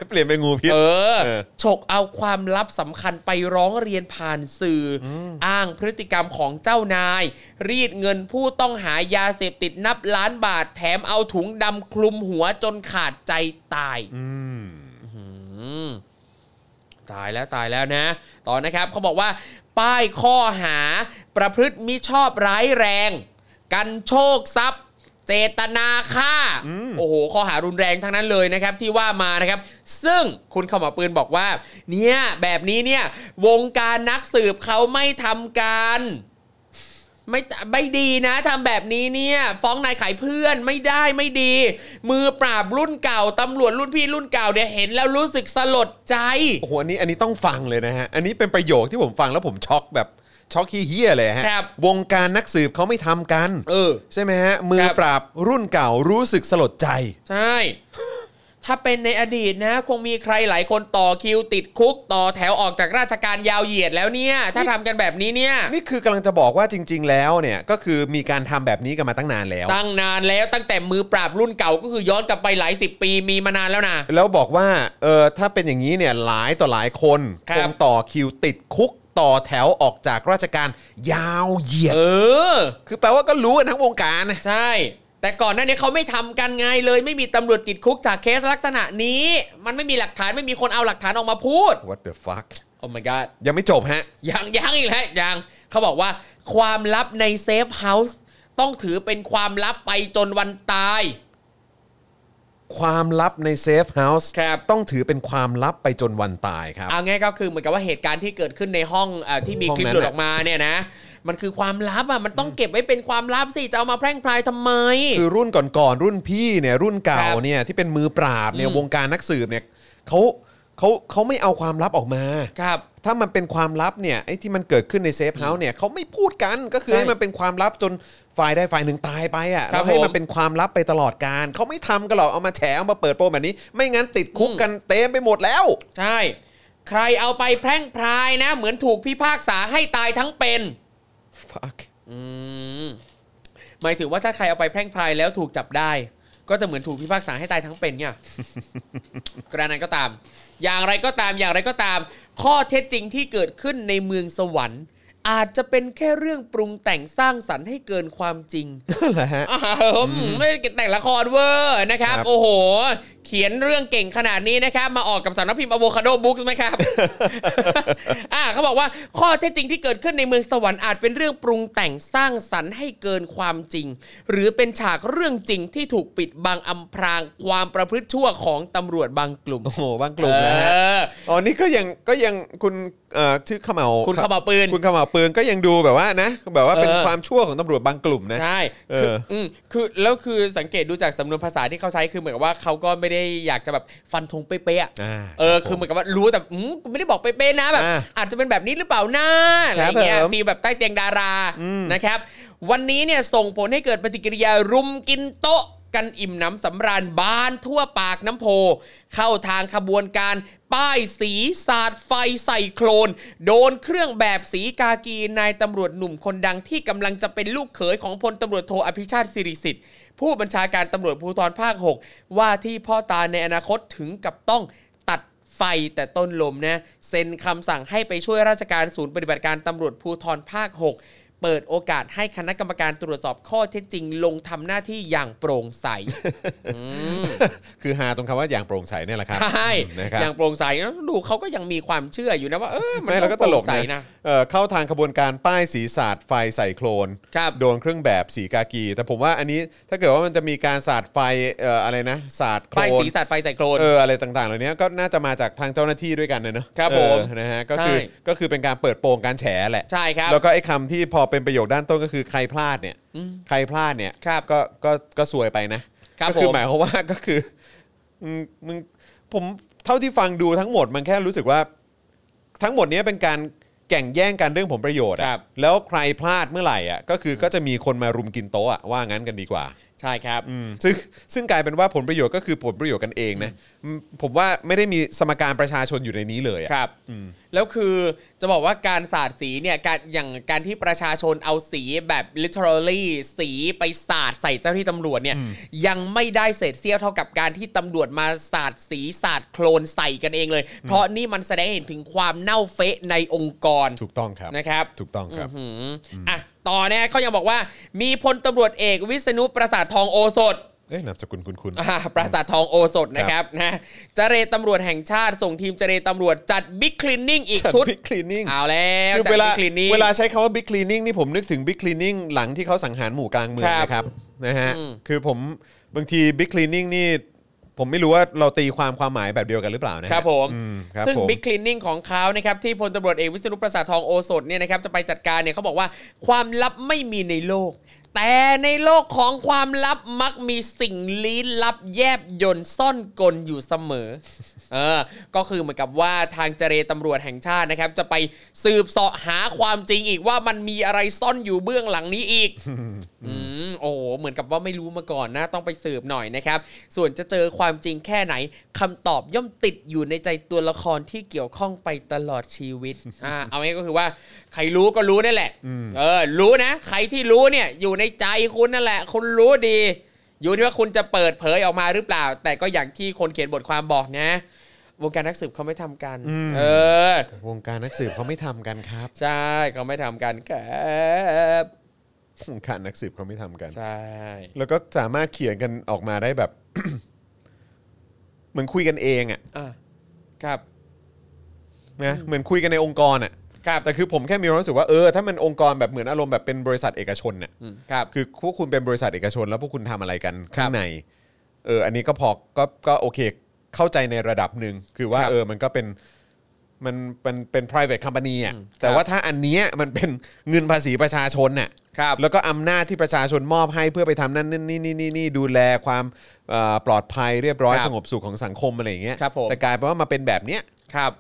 ฉกเอาความลับสำคัญไปร้องเรียนผ่านสื่ออ้างพฤติกรรมของเจ้านายรีดเงินผู้ต้องหายาเสพติดนับล้านบาทแถมเอาถุงดำคลุมหัวจนขาดใจตายตายแล้วนะต่อนะครับเขาบอกว่าป้ายข้อหาประพฤติมิชอบร้ายแรงกันโชคทรัพย์เจตนาฆ่าโอ้โหข้อหารุนแรงทั้งนั้นเลยนะครับที่ว่ามานะครับซึ่งคุณขม่าวปืนบอกว่าเนี่ยแบบนี้เนี่ยวงการนักสืบเขาไม่ทำการไม่ดีนะทำแบบนี้เนี่ยฟ้องนายขายเพื่อนไม่ได้ไม่ดีมือปราบรุ่นเก่าตำรวจรุ่นพี่รุ่นเก่าเนี่ยเห็นแล้วรู้สึกสลดใจโอ้โหอันนี้ต้องฟังเลยนะฮะอันนี้เป็นประโยคที่ผมฟังแล้วผมช็อกแบบช็อกเฮี้ยเลยฮะวงการนักสืบเขาไม่ทำกันใช่ไหมฮะมือปราบรุ่นเก่ารู้สึกสลดใจใช่ถ้าเป็นในอดีตนะคงมีใครหลายคนต่อคิวติดคุกต่อแถวออกจากราชการยาวเหยียดแล้วเนี่ยถ้าทำกันแบบนี้เนี่ยนี่คือกำลังจะบอกว่าจริงๆแล้วเนี่ยก็คือมีการทำแบบนี้กันมาตั้งนานแล้วตั้งแต่มือปราบรุ่นเก่าก็คือย้อนกลับไปหลาย10ปีมีมานานแล้วนะแล้วบอกว่าถ้าเป็นอย่างนี้เนี่ยหลายต่อหลายคนคงต่อคิวติดคุกต่อแถวออกจากราชการยาวเหยียดคือแปลว่าก็รู้กันทั้งวงการนะใช่แต่ก่อนหน้านี้เขาไม่ทำกันไงเลยไม่มีตำรวจติดคุกจากเคสลักษณะนี้มันไม่มีหลักฐานไม่มีคนเอาหลักฐานออกมาพูด What the fuck Oh my god ยังไม่จบฮะยังอีกแล้วยังเขาบอกว่าความลับในเซฟเฮาส์ต้องถือเป็นความลับไปจนวันตายความลับในเซฟเฮาส์ต้องถือเป็นความลับไปจนวันตายครับเอาง่ายก็คือเหมือนกับว่าเหตุการณ์ที่เกิดขึ้นในห้องที่มีคลิปหลุดออกมาเนี่ยนะมันคือความลับมันต้องเก็บไว้เป็นความลับสิจะเอามาแพร่งพรายทำไมคือรุ่นก่อนรุ่นพี่เนี่ยรุ่นเก่าเนี่ยที่เป็นมือปราบเนี่ยวงการนักสืบเนี่ยเขาไม่เอาความลับออกมาครับถ้ามันเป็นความลับเนี่ยไอ้ที่มันเกิดขึ้นในเซฟเฮาส์เนี่ยเขาไม่พูดกันก็คือให้มันเป็นความลับจนฝ่ายใดฝ่ายหนึ่งตายไปแล้วให้มันเป็นความลับไปตลอดกาลเขาไม่ทำกันหรอกเอามาแฉเอามาเปิดโปงแบบนี้ไม่งั้นติดคุกกันเต็มไปหมดแล้วใช่ใครเอาไปแพร่งพรายนะเหมือนถูกพิพากษาให้ตายทั้งเป็น fuck หมายถึงว่าถ้าใครเอาไปแพร่งพรายแล้วถูกจับได้ก็จะเหมือนถูกพิพากษาให้ตายทั้งเป็นเนี่ยกระนั้นก็ตามอย่างไรก็ตามข้อเท็จจริงที่เกิดขึ้นในเมืองสวรรค์อาจจะเป็นแค่เรื่องปรุงแต่งสร้างสรรค์ให้เกินความจริงเหรอฮะไม่ได้แต่งละครเวอร์นะครับโอ้โหเขียนเรื่องเก่งขนาดนี้นะครับมาออกกับสำนักพิมพ์ Avocado Books ไหมครับเขาบอกว่าข้อเท็จจริงที่เกิดขึ้นในเมืองสวรรค์อาจเป็นเรื่องปรุงแต่งสร้างสรรค์ให้เกินความจริงหรือเป็นฉากเรื่องจริงที่ถูกปิดบังอำพรางความประพฤติชั่วของตำรวจบางกลุ่มโอ้โหบางกลุ่มนะฮะอ๋อนี่ก็ยังคุณชื่อขม่าคุณขม่าปืนก็ยังดูแบบว่านะแบบว่าเป็นความชั่วของตำรวจบางกลุ่มนะใช่คือสังเกตดูจากสำนวนภาษาที่เขาใช้คือเหมือนกับว่าเขาก็ไม่ได้อยากจะแบบฟันธงเป๊ะๆคือเหมือนกับว่ารู้แต่ไม่ได้บอกเป๊ะๆนะแบบอาจจะเป็นแบบนี้หรือเปล่านะอะไรเงี้ยฟีลแบบใต้เตียงดารานะครับวันนี้เนี่ยส่งผลให้เกิดปฏิกิริยารุมกินโต๊ะกันอิ่มน้ำสำราญบานทั่วปากน้ำโพเข้าทางขบวนการป้ายสีสาดไฟใส่โคลนโดนเครื่องแบบสีกากีนายตำรวจหนุ่มคนดังที่กำลังจะเป็นลูกเขยของพลตำรวจโทอภิชาติสิริสิทธิ์ผู้บัญชาการตำรวจภูธรภาค6ว่าที่พ่อตาในอนาคตถึงกับต้องตัดไฟแต่ต้นลมนะเซ็นคำสั่งให้ไปช่วยราชการศูนย์ปฏิบัติการตำรวจภูธรภาค6เปิดโอกาสให้คณะกรรมการตรวจสอบข้อเท็จจริงลงทำหน้าที่อย่างโปร่งใสคือหาตรงคำว่าอย่างโปร่งใสเนี่ยแหละครับใช่อย่างโปร่งใสดูเขาก็ยังมีความเชื่ออยู่นะว่ามันต้องโปร่งใสนะเข้าทางขบวนการป้ายสีสาดไฟใส่โคลนโดนเครื่องแบบสีกากีแต่ผมว่าอันนี้ถ้าเกิดว่ามันจะมีการสาดไฟอะไรนะสาดโคลนป้ายสีสาดไฟใส่โคลนอะไรต่างๆเหล่านี้ก็น่าจะมาจากทางเจ้าหน้าที่ด้วยกันเนอะครับผมนะฮะก็คือเป็นการเปิดโปงการแฉแหละใช่ครับแล้วก็ไอ้คำที่พอเป็นประโยคด้านต้นก็คือใครพลาดเนี่ยก็ซวยไปนะก็คือหมายความว่าก็คือมึงผมเท่าที่ฟังดูทั้งหมดมันแค่รู้สึกว่าทั้งหมดนี้เป็นการแข่งแย่งกันเรื่องผลประโยชน์แล้วใครพลาดเมื่อไหร่ก็คือก็จะมีคนมารุมกินโต๊ะว่างั้นกันดีกว่าใช่ครับซึ่งกลายเป็นว่าผลประโยชน์ก็คือผลประโยชน์กันเองนะผมว่าไม่ได้มีสมการประชาชนอยู่ในนี้เลยครับแล้วคือจะบอกว่าการสาดสีเนี่ยการที่ประชาชนเอาสีแบบ literally สีไปสาดใส่เจ้าหน้าที่ตำรวจเนี่ยยังไม่ได้เศษเสี้ยวเท่ากับการที่ตำรวจมาสาดสีสาดโคลนใส่กันเองเลยเพราะนี่มันแสดงให้เห็นถึงความเน่าเฟะในองค์กรถูกต้องครับนะครับถูกต้องครับต่อเนี่ยเขายังบอกว่ามีพลตำรวจเอกวิษณุประสาททองโอสถนามสกุลคุณประสาททองโอสถนะครับนะเจรตำรวจแห่งชาติส่งทีมเจรตำรวจจัดบิ๊กคลีนนิ่งอีกชุดบิ๊กคลีนนิ่งเอาแล้วจัดบิ๊กคลีนนิ่งเวลาใช้คำว่าบิ๊กคลีนนิ่งนี่ผมนึกถึงบิ๊กคลีนนิ่งหลังที่เขาสังหารหมู่กลางเมืองนะครับนะฮะคือผมบางทีบิ๊กคลีนนิ่งนี่ผมไม่รู้ว่าเราตีความหมายแบบเดียวกันหรือเปล่านะครับผมครับซึ่งผมบิ๊กคลีนนิ่งของเขานะครับที่พลตำรวจเอกวิษณุประสาททองโอสถเนี่ยนะครับจะไปจัดการเนี่ยเขาบอกว่าความลับไม่มีในโลก แต่ในโลกของความลับมักมีสิ่งลี้ลับแยบยลซ่อนกลอยู่เสมอ ก็คือเหมือนกับว่าทางเจรตำรวจแห่งชาตินะครับจะไปสืบเสาะหาความจริงอีกว่ามันมีอะไรซ่อนอยู่เบื้องหลังนี้อีก โอ้โหเหมือนกับว่าไม่รู้มาก่อนนะต้องไปสืบหน่อยนะครับส่วนจะเจอความจริงแค่ไหนคำตอบย่อมติดอยู่ในใจตัวละครที่เกี่ยวข้องไปตลอดชีวิต เอาง่ายก็คือว่าใครรู้ก็รู้นั่นแหละรู้นะใครที่รู้เนี่ยอยู่ในใจคุณนั่นแหละคุณรู้ดีอยู่ที่ว่าคุณจะเปิดเผยออกมาหรือเปล่าแต่ก็อย่างที่คนเขียนบทความบอกนะวงการนักสืบเขาไม่ทำกันวงการนักสืบเขาไม่ทำกันครับใช่เขาไม่ทำกันครับวงการนักสืบเขาไม่ทำกันใช่แล้วก็สามารถเขียนกันออกมาได้แบบ เหมือนคุยกันเองอ่ะครับนะเหมือนคุยกันในองค์กรอ่ะแต่คือผมแค่มีความรู้สึกว่าถ้ามันองค์กรแบบเหมือนอารมณ์แบบเป็นบริษัทเอกชนเนี่ยคือพวกคุณเป็นบริษัทเอกชนแล้วพวกคุณทำอะไรกันข้างในอันนี้ก็พอก็โอเคเข้าใจในระดับหนึ่งคือว่ามันก็เป็นมันเป็น private company อ่ะแต่ว่าถ้าอันเนี้ยมันเป็นเงินภาษีประชาชนน่ะแล้วก็อำนาจที่ประชาชนมอบให้เพื่อไปทำนั่นนี่ดูแลความปลอดภัยเรียบร้อยสงบสุขของสังคมอะไรอย่างเงี้ยแต่กลายเป็นว่ามาเป็นแบบเนี้ย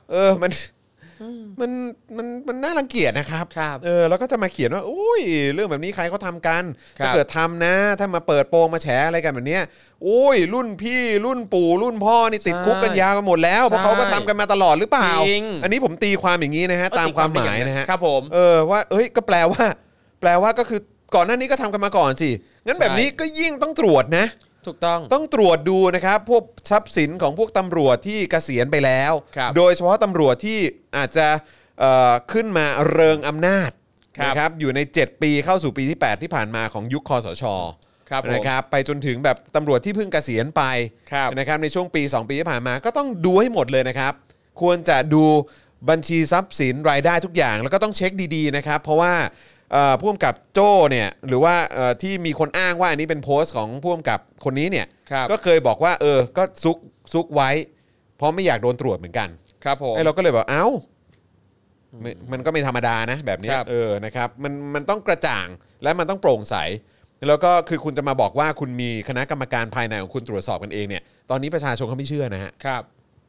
มันน่ารังเกียจนะครับแล้วก็จะมาเขียนว่าอุ้ยเรื่องแบบนี้ใครเขาทำกันถ้าเกิดทำนะถ้ามาเปิดโปงมาแฉอะไรกันแบบนี้อุ้ยรุ่นพี่รุ่นปู่รุ่นพ่อนี่ติดคุกกันยาวกันหมดแล้วเพราะเขาก็ทำกันมาตลอดหรือเปล่าอันนี้ผมตีความอย่างนี้นะฮะตามความหมายนะฮะครับผมว่าก็แปลว่าก็คือก่อนหน้านี้ก็ทำกันมาก่อนสิงั้นแบบนี้ก็ยิ่งต้องตรวจนะถูกต้องตรวจดูนะครับพวกทรัพย์สินของพวกตำรวจที่เกษียณไปแล้วโดยเฉพาะตำรวจที่อาจจะขึ้นมาเริงอำนาจนะครับอยู่ใน7ปีเข้าสู่ปีที่8ที่ผ่านมาของยุคคสช.นะครับไปจนถึงแบบตำรวจที่เพิ่งเกษียณไปนะครับในช่วงปี2ปีที่ผ่านมาก็ต้องดูให้หมดเลยนะครับควรจะดูบัญชีทรัพย์สินรายได้ทุกอย่างแล้วก็ต้องเช็คดีๆนะครับเพราะว่าผู้กำกับโจ้เนี่ยหรือว่าที่มีคนอ้างว่าอันนี้เป็นโพสต์ของผู้กำกับคนนี้เนี่ยก็เคยบอกว่าก็ซุกไว้เพราะไม่อยากโดนตรวจเหมือนกันครับผมเราก็เลยบอกมันก็ไม่ธรรมดานะแบบนี้นะครับมันต้องกระจ่างและมันต้องโปร่งใสแล้วก็คือคุณจะมาบอกว่าคุณมีคณะกรรมการภายในของคุณตรวจสอบกันเองเนี่ยตอนนี้ประชาชนเขาไม่เชื่อนะฮะครับ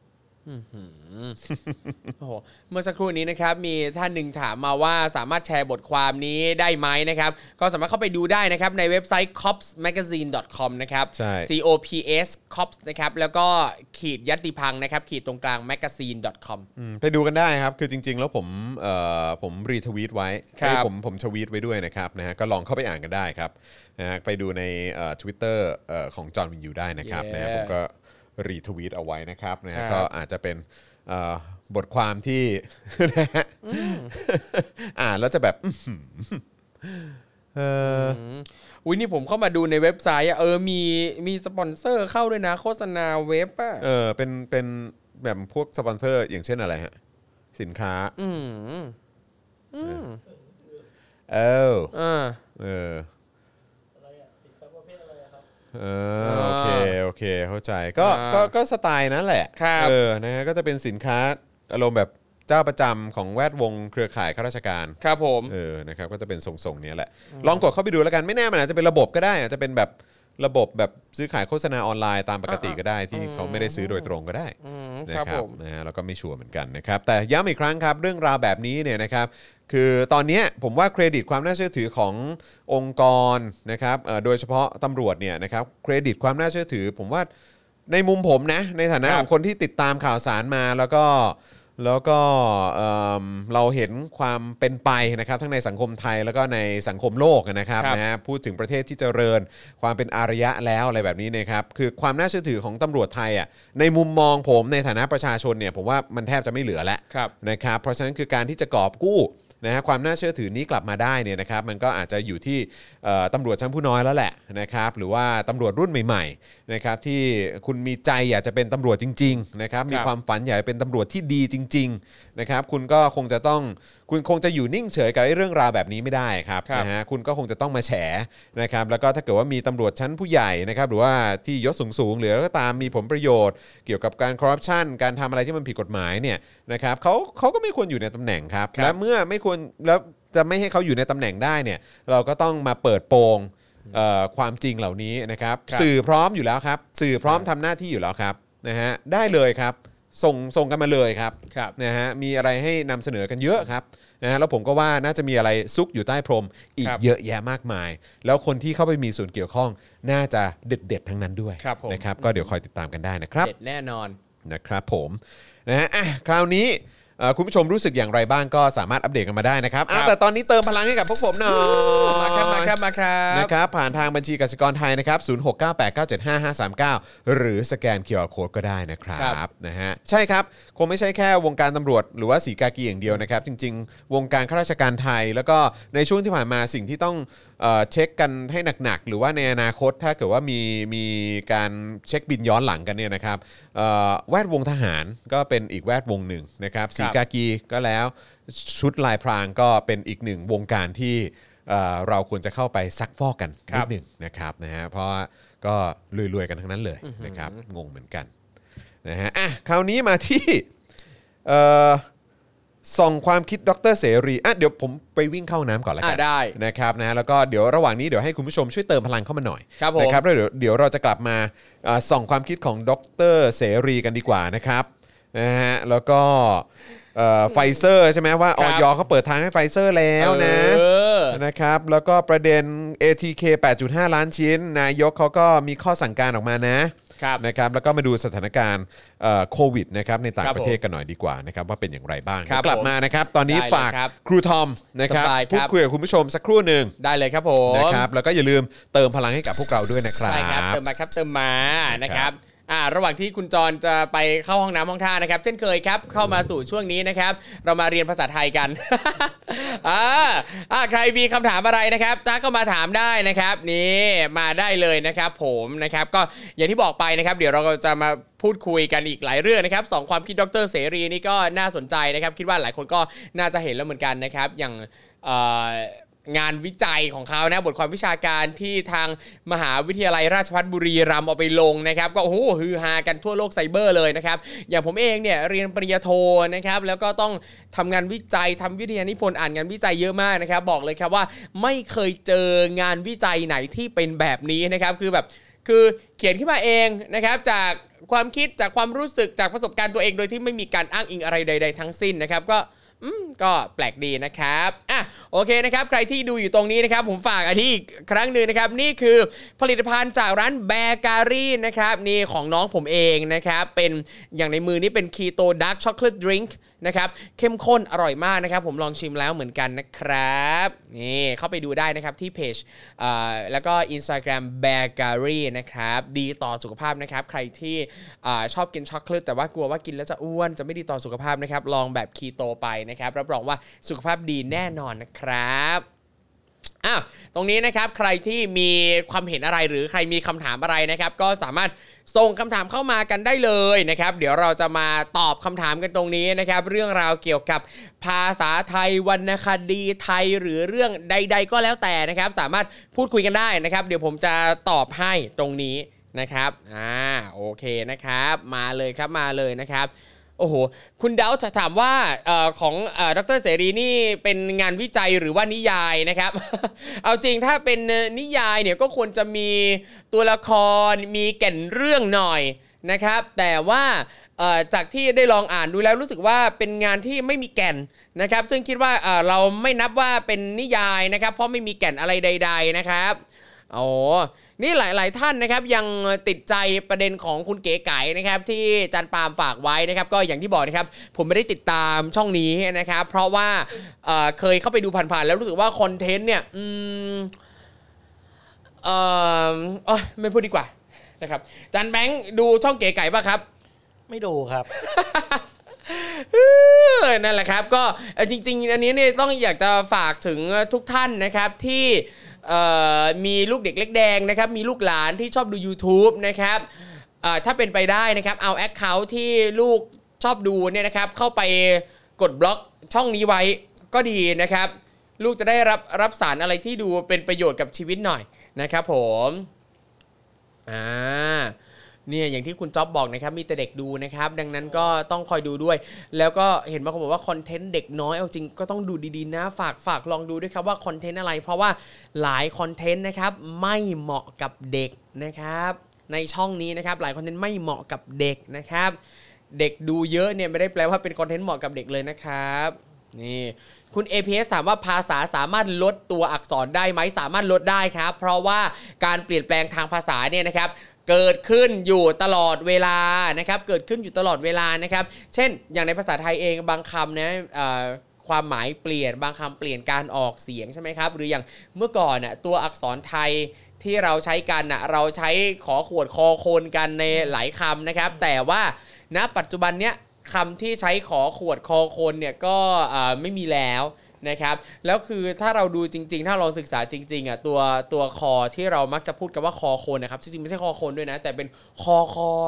โอ้โหเมื่อสักครู่นี้นะครับมีท่านหนึ่งถามมาว่าสามารถแชร์บทความนี้ได้ไหมนะครับก็สามารถเข้าไปดูได้นะครับในเว็บไซต์ copsmagazine.com นะครับ COPS cops นะครับแล้วก็ขีดยัตติพังนะครับขีดตรงกลาง magazine.com ไปดูกันได้ครับคือจริงๆแล้วผมรีทวีตไว้ผมทวีตไว้ด้วยนะครับนะฮะก็ลองเข้าไปอ่านกันได้ครับนะฮะไปดูในTwitter ของจอห์นวินยูได้นะครับนะผมก็รีทวีตเอาไว้นะครับนะฮะก็อาจจะเป็นบทความที่แล้วจะแบบอุ้ยนี่ผมเข้ามาดูในเว็บไซต์มีสปอนเซอร์เข้าด้วยนะโฆษณาเว็บเป็นแบบพวกสปอนเซอร์อย่างเช่นอะไรฮะสินค้าโอเคเข้าใจก็สไตล์นั่นแหละนะฮะก็จะเป็นสินค้าอารมณ์แบบเจ้าประจำของแวดวงเครือข่ายข้าราชการครับผมนะครับก็จะเป็นทรงๆนี้แหละลองกดเข้าไปดูแล้วกันไม่แน่มันอาจจะเป็นระบบก็ได้อาจจะเป็นแบบระบบแบบซื้อขายโฆษณาออนไลน์ตามปกติก็ได้ที่เขาไม่ได้ซื้อโดยตรงก็ได้นะครับนะฮะแล้วก็ไม่ชัวร์เหมือนกันนะครับแต่ย้ำอีกครั้งครับเรื่องราวแบบนี้เนี่ยนะครับคือตอนนี้ผมว่าเครดิตความน่าเชื่อถือขององค์กรนะครับโดยเฉพาะตำรวจเนี่ยนะครับเครดิตความน่าเชื่อถือผมว่าในมุมผมนะในฐานะของคนที่ติดตามข่าวสารมาแล้วก็เราเห็นความเป็นไปนะครับทั้งในสังคมไทยแล้วก็ในสังคมโลกนะครับนะฮะพูดถึงประเทศที่เจริญความเป็นอารยะแล้วอะไรแบบนี้นะครับคือความน่าเชื่อถือของตำรวจไทยอ่ะในมุมมองผมในฐานะประชาชนเนี่ยผมว่ามันแทบจะไม่เหลือแล้วนะครับเพราะฉะนั้นคือการที่จะกอบกู้นะฮะความน่าเชื่อถือนี้กลับมาได้เนี่ยนะครับมันก็อาจจะอยู่ที่ตำรวจชั้นผู้น้อยแล้วแหละนะครับหรือว่าตำรวจรุ่นใหม่ๆนะครับที่คุณมีใจอยากจะเป็นตำรวจจริงๆนะครับมีความฝันอยากเป็นตำรวจที่ดีจริงๆนะครับคุณก็คงจะต้องคุณคงจะอยู่นิ่งเฉยกับเรื่องราวแบบนี้ไม่ได้ครับนะฮะคุณก็คงจะต้องมาแฉนะครับแล้วก็ถ้าเกิดว่ามีตำรวจชั้นผู้ใหญ่นะครับหรือว่าที่ยศสูงๆหรือก็ตามมีผลประโยชน์เกี่ยวกับการคอร์รัปชันการทำอะไรที่มันผิดกฎหมายเนี่ยนะครับเขาก็ไม่ควรอยู่ในตำแหน่งครับและเมื่อไม่ควรแล้วจะไม่ให้เขาอยู่ในตำแหน่งได้เนี่ยเราก็ต้องมาเปิดโปงความจริงเหล่านี้นะครับสื่อพร้อมอยู่แล้วครับสื่อพร้อมทำหน้าที่อยู่แล้วครับนะฮะได้เลยครับส่งกันมาเลยครับนะฮะมีอะไรให้นำเสนอกันเยอะครับนะฮะแล้วผมก็ว่าน่าจะมีอะไรซุกอยู่ใต้พรมอีกเยอะแยะมากมายแล้วคนที่เข้าไปมีส่วนเกี่ยวข้องน่าจะเด็ดๆทั้งนั้นด้วยนะครับก็เดี๋ยวคอยติดตามกันได้นะครับเด็ดแน่นอนนะครับผมนะฮะคราวนี้คุณผู้ชมรู้สึกอย่างไรบ้างก็สามารถอัปเดตกันมาได้นะครับแต่ตอนนี้เติมพลังให้กับพวกผมหน่อยมาครับนะครับผ่านทางบัญชีกสิกรไทยนะครับ0698975539หรือสแกน QR Code ก็ได้นะครับนะฮะใช่ครับคงไม่ใช่แค่วงการตำรวจหรือว่าสีกากีอย่างเดียวนะครับจริงๆวงการข้าราชการไทยแล้วก็ในช่วงที่ผ่านมาสิ่งที่ต้องเช็คกันให้หนักๆหรือว่าในอนาคตถ้าเกิดว่ามีการเช็คบินย้อนหลังกันเนี่ยนะครับแวดวงทหารก็เป็นอีกแวดวงหนึ่งนะครับสีกากีก็แล้วชุดลายพรางก็เป็นอีกหนึ่งวงการที่เราควรจะเข้าไปซักฟอกกันนิดหนึ่งนะครับนะฮะเพราะก็รวยๆกันทั้งนั้นเลยนะครับงงเหมือนกันนะฮะคราวนี้มาที่ส่องความคิดดร.เสรีเดี๋ยวผมไปวิ่งเข้าน้ำก่อนแล้วกันได้นะครับนะแล้วก็เดี๋ยวระหว่างนี้เดี๋ยวให้คุณผู้ชมช่วยเติมพลังเข้ามาหน่อยนะครับแล้วเดี๋ยวเราจะกลับมาส่องความคิดของดร.เสรีกันดีกว่านะครับนะฮะแล้วก็ไฟเซอร์ใช่ไหมว่าอย.เขาเปิดทางให้ไฟเซอร์แล้วนะครับแล้วก็ประเด็น ATK 8.5 ล้านชิ้นนายกเขาก็มีข้อสั่งการออกมานะครับแล้วก็มาดูสถานการณ์โควิดนะครับในต่างประเทศกันหน่อยดีกว่านะครับว่าเป็นอย่างไรบ้างกลับมานะครับตอนนี้ฝากครูทอมนะครับพูดคุยกับคุณผู้ชมสักครู่หนึ่งได้เลยครับผมนะครับแล้วก็อย่าลืมเติมพลังให้กับพวกเราด้วยนะครับใช่ครับเติมมาครับเติมมานะครับระหว่างที่คุณจรจะไปเข้าห้องน้ำห้องท่านะครับเช่นเคยครับเข้ามาสู่ช่วงนี้นะครับเรามาเรียนภาษาไทยกัน ใครมีคำถามอะไรนะครับจ้าก็มาถามได้นะครับนี่มาได้เลยนะครับผมนะครับก็อย่างที่บอกไปนะครับเดี๋ยวเราจะมาพูดคุยกันอีกหลายเรื่องนะครับ2ความคิดดร.เสรีนี่ก็น่าสนใจนะครับคิดว่าหลายคนก็น่าจะเห็นแล้วเหมือนกันนะครับอย่างงานวิจัยของเขานะบทความวิชาการที่ทางมหาวิทยาลัยราชภัฏบุรีรัมย์เอาไปลงนะครับก็โอ้โหฮือฮากันทั่วโลกไซเบอร์เลยนะครับอย่างผมเองเนี่ยเรียนปริญญาโทนะครับแล้วก็ต้องทำงานวิจัยทำวิทยานิพนธ์อ่านงานวิจัยเยอะมากนะครับบอกเลยครับว่าไม่เคยเจองานวิจัยไหนที่เป็นแบบนี้นะครับคือเขียนขึ้นมาเองนะครับจากความคิดจากความรู้สึกจากประสบการณ์ตัวเองโดยที่ไม่มีการอ้างอิงอะไรใดๆทั้งสิ้นนะครับก็แปลกดีนะครับโอเคนะครับใครที่ดูอยู่ตรงนี้นะครับผมฝากอันนี้อีกครั้งหนึ่งนะครับนี่คือผลิตภัณฑ์จากร้านแบร์การีนะครับนี่ของน้องผมเองนะครับเป็นอย่างในมือนี่เป็น Keto Dark Chocolate Drink นะครับเข้มข้นอร่อยมากนะครับผมลองชิมแล้วเหมือนกันนะครับนี่เข้าไปดูได้นะครับที่เพจแล้วก็ Instagram Beargary นะครับดีต่อสุขภาพนะครับใครที่ชอบกินช็อกโกแลตแต่ว่ากลัวว่ากินแล้วจะอ้วนจะไม่ดีต่อสุขภาพนะครับลองแบบคีโตไปนะครับรับรองว่าสุขภาพดีแน่นอนนะครับตรงนี้นะครับใครที่มีความเห็นอะไรหรือใครมีคำถามอะไรนะครับก็สามารถส่งคำถามเข้ามากันได้เลยนะครับเดี๋ยวเราจะมาตอบคำถามกันตรงนี้นะครับเรื่องราวเกี่ยวกับภาษาไทยวรรณคดีไทยหรือเรื่องใดๆก็แล้วแต่นะครับสามารถพูดคุยกันได้นะครับเดี๋ยวผมจะตอบให้ตรงนี้นะครับโอเคนะครับมาเลยครับมาเลยนะครับโอ้โหคุณดาวจะถามว่าของดร.เสรีนี่เป็นงานวิจัยหรือว่านิยายนะครับ เอาจริงถ้าเป็นนิยายเนี่ยก็ควรจะมีตัวละครมีแก่นเรื่องหน่อยนะครับแต่ว่าจากที่ได้ลองอ่านดูแล้วรู้สึกว่าเป็นงานที่ไม่มีแก่นนะครับซึ่งคิดว่าเราไม่นับว่าเป็นนิยายนะครับเพราะไม่มีแก่นอะไรใดๆนะครับนี่หลายๆท่านนะครับยังติดใจประเด็นของคุณเก๋ไก๋นะครับที่จันปาล์มฝากไว้นะครับก็อย่างที่บอกนะครับผมไม่ได้ติดตามช่องนี้นะครับเพราะว่าเคยเข้าไปดูผ่านๆแล้วรู้สึกว่าคอนเทนต์เนี่ยไม่พูดดีกว่านะครับจันแบงค์ดูช่องเก๋ไก๋ป่ะครับไม่ดูครับนั่นแหละครับก็จริงๆอันนี้เนี่ยต้องอยากจะฝากถึงทุกท่านนะครับที่มีลูกเด็กเล็กแดงนะครับมีลูกหลานที่ชอบดู YouTube นะครับถ้าเป็นไปได้นะครับเอา Account ที่ลูกชอบดูเนี่ยนะครับเข้าไปกดบล็อกช่องนี้ไว้ก็ดีนะครับลูกจะได้รับสารอะไรที่ดูเป็นประโยชน์กับชีวิตหน่อยนะครับผมเนี่ยอย่างที่คุณจ๊อบบอกนะครับมีแต่เด็กดูนะครับดังนั้นก็ต้องคอยดูด้วยแล้วก็เห็นบางคนบอกว่าคอนเทนต์เด็กน้อยเอาจริงก็ต้องดูดีๆนะฝากลองดูด้วยครับว่าคอนเทนต์อะไรเพราะว่าหลายคอนเทนต์นะครับไม่เหมาะกับเด็กนะครับในช่องนี้นะครับหลายคอนเทนต์ไม่เหมาะกับเด็กนะครับเด็กดูเยอะเนี่ยไม่ได้แปลว่าเป็นคอนเทนต์เหมาะกับเด็กเลยนะครับนี่คุณ APS ถามว่าภาษาสามารถลดตัวอักษรได้ไหมสามารถลดได้ครับเพราะว่าการเปลี่ยนแปลงทางภาษาเนี่ยนะครับเกิดขึ้นอยู่ตลอดเวลานะครับเกิดขึ้นอยู่ตลอดเวลานะครับเช่นอย่างในภาษาไทยเองบางคำนะความหมายเปลี่ยนบางคำเปลี่ยนการออกเสียงใช่ไหมครับหรืออย่างเมื่อก่อนน่ะตัวอักษรไทยที่เราใช้กันน่ะเราใช้ขอขวดคอโคนกันในหลายคำนะครับแต่ว่าณปัจจุบันเนี้ยคำที่ใช้ขอขวดคอโคนเนี่ยก็ไม่มีแล้วนะครับแล้วคือถ้าเราดูจริงๆถ้าเราศึกษาจริงๆอ่ะตัวคอที่เรามักจะพูดกันว่าคอโคนนะครับจริงๆไม่ใช่คอโคนด้วยนะแต่เป็นคอ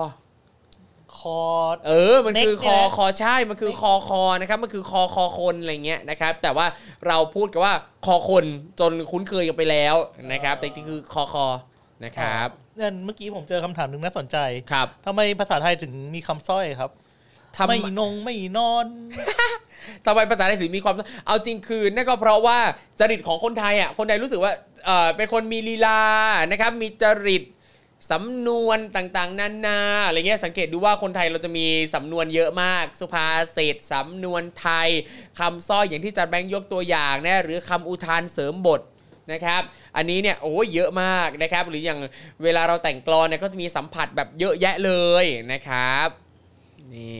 มันคือคอใช่มันคือคอนะครับมันคือคอคนอะไรเงี้ยนะครับแต่ว่าเราพูดกันว่าคอคนจนคุ้นเคยกันไปแล้วนะครับแต่จริงๆคือคอนะครับเนี่ยเมื่อกี้ผมเจอคำถามนึงน่าสนใจครับทำไมภาษาไทยถึงมีคำสร้อยครับไม่นอนทำไมภาษาไทยถึงมีความเอาจริงคือนั่นก็เพราะว่าจริตของคนไทยอ่ะคนไทยรู้สึกว่าเป็นคนมีลีลานะครับมีจริตสำนวนต่างๆนานาอะไรเงี้ยสังเกตดูว่าคนไทยเราจะมีสำนวนเยอะมากสุภาษิตสำนวนไทยคำสร้อยอย่างที่จัดแบงค์ยกตัวอย่างนะหรือคำอุทานเสริมบทนะครับอันนี้เนี่ยโอ้เยอะมากนะครับหรืออย่างเวลาเราแต่งกลอนเนี่ยก็จะมีสัมผัสแบบเยอะแยะเลยนะครับนี่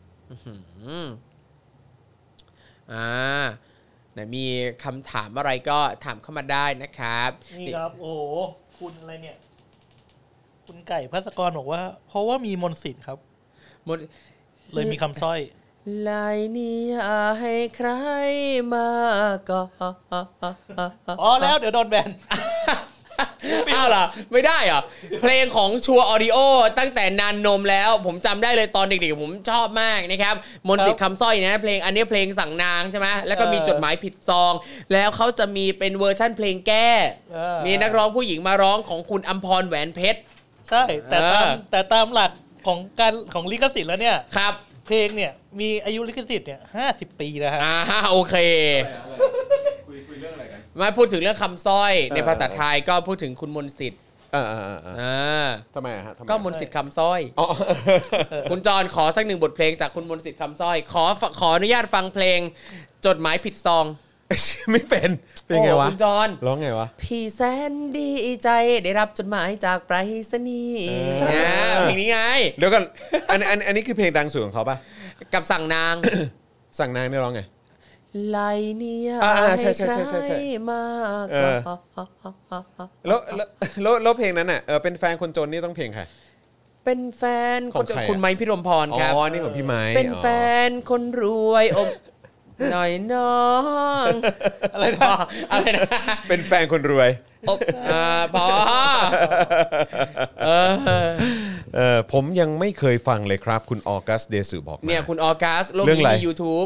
ไหนมีคำถามอะไรก็ถามเข้ามาได้นะครับนี่ครับโอ้คุณอะไรเนี่ยคุณไก่ภัสกรบอกว่าเพราะว่ามีมนต์สิทธิ์ครับเลยมีคำสร้อยลายนี้ให้ใครมาก็แล้วเดี๋ยวโดนแบนอ้าวเหรอไม่ได้เหรอเพลงของชัวร์ออดิโอตั้งแต่นานนมแล้วผมจำได้เลยตอนเด็กๆผมชอบมากนะครับมนต์สิทธิ์คำสร้อยนะเพลงอันนี้เพลงสั่งนางใช่ไหมแล้วก็มีจดหมายผิดซองแล้วเขาจะมีเป็นเวอร์ชั่นเพลงแก้มีนักร้องผู้หญิงมาร้องของคุณอัมพรแหวนเพชรใช่แต่ตามหลักของลิขสิทธิ์แล้วเนี่ยครับเพลงเนี่ยมีอายุลิขสิทธิ์เนี่ย50 ปีแล้วฮะโอเคคุยเรื่องอะไรกันมาพูดถึงเรื่องคำสร้อยในภาษาไทยก็พูดถึงคุณมนต์สิทธิ์ทำไมฮะก็มนต์สิทธิ์คำสร้อยคุณจรขอสักหนึ่งบทเพลงจากคุณมนต์สิทธิ์คำสร้อยขออนุญาตฟังเพลงจดหมายผิดซองไม่เป็นไงวะคุณจรร้องไงวะพี่แสนดีใจได้รับจดหมายจากไปรษณีย์เพลงนี้ไงเดี๋ยวกันอันนี้คือเพลงดังสุดของเขาป่ะกับสั่งนางสั่งนางนี่ร้องไงไลเนี่ยใช่มากแล้วเพลงนั้นน่ะเป็นแฟนคนจนนี่ต้องเพลงใครเป็นแฟนคนจนคุณไม้พิรมพรครับอ๋อนี่ของพี่ไม้เป็นแฟนคนรวยหน่อยน้องอะไรนะเป็นแฟนคนรวยพอผมยังไม่เคยฟังเลยครับคุณออกัสเดซึบอกเนี่ยคุณออกัสโลกนี้มี YouTube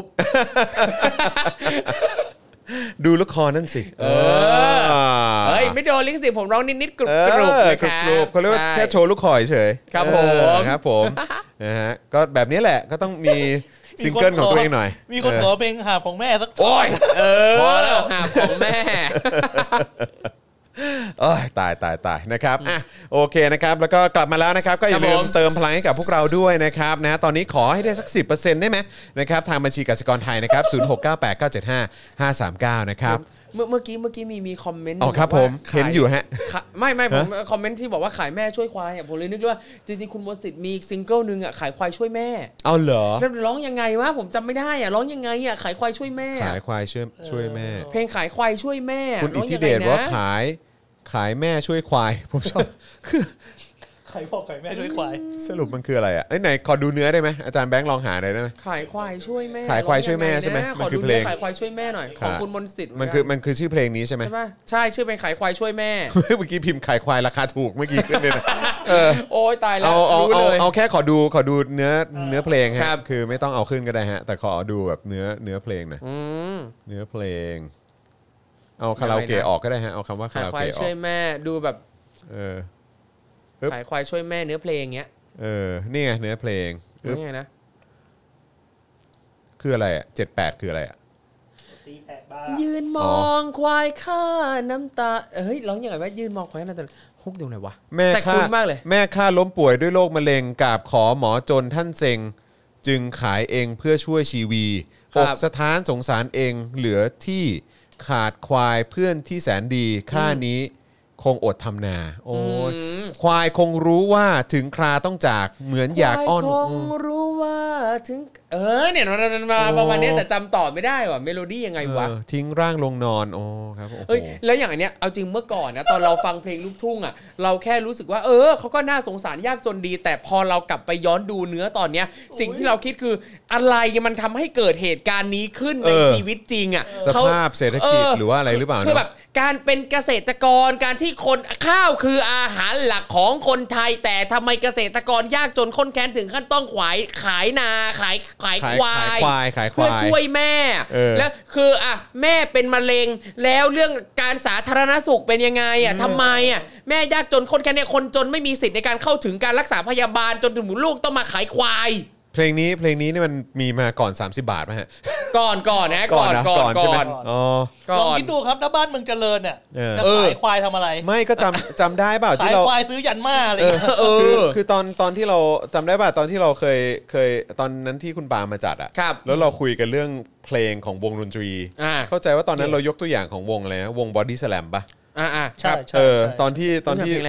ดูละครนั่นสิเฮ้ยไม่โดนลิขสิทธิ์ผมร้องนิดๆกรุบนะครับเขาเรียกว่าแค่โชว์ลูกคอยเฉยครับผมครับผมนะฮะก็แบบนี้แหละก็ต้องมีซิงเกิลของตัวเองหน่อยมีคนขอเพลงหาของแม่สักโอ้ยพอแล้วหาของแม่ตายนะครับโอเคนะครับแล้วก็กลับมาแล้วนะครับก็อย่าลืมเติมพลังให้กับพวกเราด้วยนะครับนะตอนนี้ขอให้ได้สัก 10% ได้ไหมนะครับทางบัญชีกสิกรไทยนะครับ0698975539นะครับเมื่อกี้มีคอมเมนต์ครับผมเห็นอยู่ฮะไม่ผมคอมเมนต์ที่บอกว่าขายแม่ช่วยควายผมเลยนึกว่าจริงๆคุณมนต์สิทธิ์มีซิงเกิลนึงขายควายช่วยแม่เอาเหรอร้องยังไงวะผมจำไม่ได้ร้องยังไงขายควายช่วยแม่ขายควายช่วยแม่เพลงขายควายช่วยแม่คุณอิทธิเดชว่าขายแม่ช่วยควายผมชอบข่พ่อไก่แม่ช่วยควายสรุปมันคืออะไรอ่ะไหนขอดูเนื้อได้ไหมอาจารย์แบงค์ลองหาหน่อยได้ไหมขายควายช่วยแม่ขายควายช่วยแม่ใช่ไหมมันคือเพลงขายควายช่วยแม่หน่อยของคุณมนต์สิทธิ์มันคือชื่อเพลงนี้ใช่ไหมใช่ป่ะใช่ชื่อเป็นขายควายช่วยแม่เมื่อกี้พิมพ์ขายควายราคาถูกเมื่อกี้ขึ้นเลยนะโอ้ยตายแล้วเอาแค่ขอดูเนื้อเพลงฮะคือไม่ต้องเอาขึ้นก็ได้ฮะแต่ขอดูแบบเนื้อเพลงหน่อยเนื้อเพลงเอาคาราโอเกะออกก็ได้ฮะเอาคำว่าคาราโอเกะออกขายควายช่วยแม่ดูแบบขายควายช่วยแม่เนื้อเพลงเงี้ยนี่ไงเนื้อเพลงนี่ไงนะคืออะไรอ่ะ78คืออะไรอ่ะยืนมองควายข้าน้ำตาเฮ้ยร้องยังไงวะยืนมองควายน้ำตาฮุกเดี๋ยวไหนวะแต่คุ้นมากเลยแม่ข้าล้มป่วยด้วยโรคมะเร็งกราบขอหมอจนท่านเซ็งจึงขายเองเพื่อช่วยชีวีอกสถานสงสารเองเหลือที่ขาดควายเพื่อนที่แสนดีข้านี้คงอดทำนาโอ้ยควายคงรู้ว่าถึงคราต้องจากเหมือนอยากอ้อนควายคงรู้ว่าถึงเนี่ยมันมาประมาณนี้แต่จำต่อไม่ได้ว่ะเมโลดี้ยังไงวะทิ้งร่างลงนอนโอ้ครับเอ้ยแล้วอย่างอันเนี้ยเอาจริงเมื่อก่อนนะตอนเราฟังเพลงลูกทุ่งอ่ะเราแค่รู้สึกว่าเขาก็น่าสงสารยากจนดีแต่พอเรากลับไปย้อนดูเนื้อตอนเนี้ยสิ่งที่เราคิดคืออะไรมันทำให้เกิดเหตุการณ์นี้ขึ้นในชีวิตจริงอ่ะสภาพเศรษฐกิจหรือว่าอะไรหรือเปล่าคือแบบการเป็นเกษตรกรการที่คนข้าวคืออาหารหลักของคนไทยแต่ทำไมเกษตรกรยากจนข้นแค้นถึงขั้นต้องขายนาขายควายเพื่อช่วยแม่แล้วคือแม่เป็นมะเร็งแล้วเรื่องการสาธารณสุขเป็นยังไงทำไมแม่ยากจนข้นแค้นเนี่ยคนจนไม่มีสิทธิ์ในการเข้าถึงการรักษาพยาบาลจนถึงลูกต้องมาขายควายเพลงนี้นี่มันมีมาก่อน30 บาทไหมฮะก่อนนะก่อนใช่ไหมลองคิดดูครับถ้าบ้านเมืองเจริญเนี่ยจะขายควายทำอะไรไม่ก็จำได้เปล่าที่เราขายควายซื้อยันม่าอะไรคือตอนที่เราจำได้ป่ะตอนที่เราเคยตอนนั้นที่คุณปามาจัดอ่ะแล้วเราคุยกันเรื่องเพลงของวงดนตรีเข้าใจว่าตอนนั้นเรายกตัวอย่างของวงอะไรนะวง Body Slam ป่ะใช่ตอนที่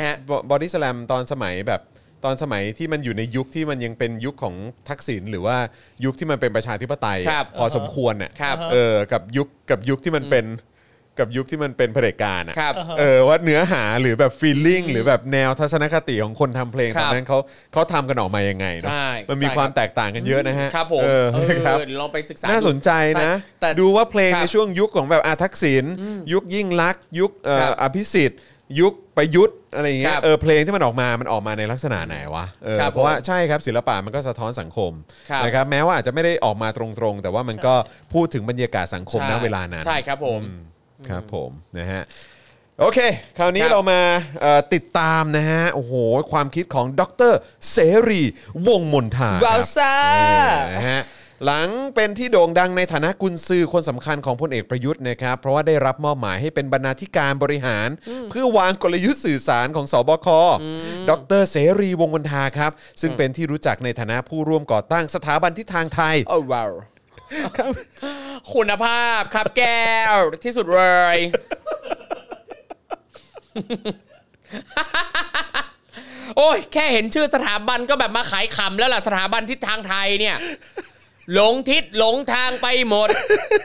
Body Slam ตอนสมัยที่มันอยู่ในยุคที่มันยังเป็นยุคของทักษิณหรือว่ายุคที่มันเป็นประชาธิปไตยพอสมควรน่ะกับยุคที่มันเป็นเผด็จการอ่ะว่าเนื้อหาหรือแบบฟีลลิ่งหรือแบบแนวทัศนคติของคนทำเพลงตอนนั้นเขาทำกันออกมายังไงเนาะมันมีความแตกต่างกันเยอะนะฮะครับผมลองไปศึกษาน่าสนใจนะดูว่าเพลงในช่วงยุคของแบบทักษิณยุคยิ่งลักษณ์ยุคอภิสิทธิ์ยุคประยุทธ์อะไรอย่างเงี้ยเพลงที่มันออกมาในลักษณะไหนวะเพราะว่าใช่ครับศิลปะมันก็สะท้อนสังคมนะครับแม้ว่าอาจจะไม่ได้ออกมาตรงๆแต่ว่ามันก็พูดถึงบรรยากาศสังคมณเวลานั้นใช่ครับผมครับผมนะฮะโอเคคราวนี้เรามาติดตามนะฮะโอ้โหความคิดของดร.เสรีวงศ์มนทาว้าวซ่านะฮะหลังเป็นที่โด่งดังในฐานะกุญซือคนสำคัญของพลเอกประยุทธ์นะครับเพราะว่าได้รับมอบหมายให้เป็นบรรณาธิการบริหารเพื่อวางกลยุทธ์สื่อสารของสบคดร.เสรีวงศ์มนทาครับซึ่งเป็นที่รู้จักในฐานะผู้ร่วมก่อตั้งสถาบันทิศทางไทยโอ้ว้าวคุณภาพครับแก้วที่สุดเลยโอ้ยแค่เห็นชื่อสถาบันก็แบบมาขายขำแล้วล่ะสถาบันทิศทางไทยเนี่ยหลงทิศหลงทางไปหมด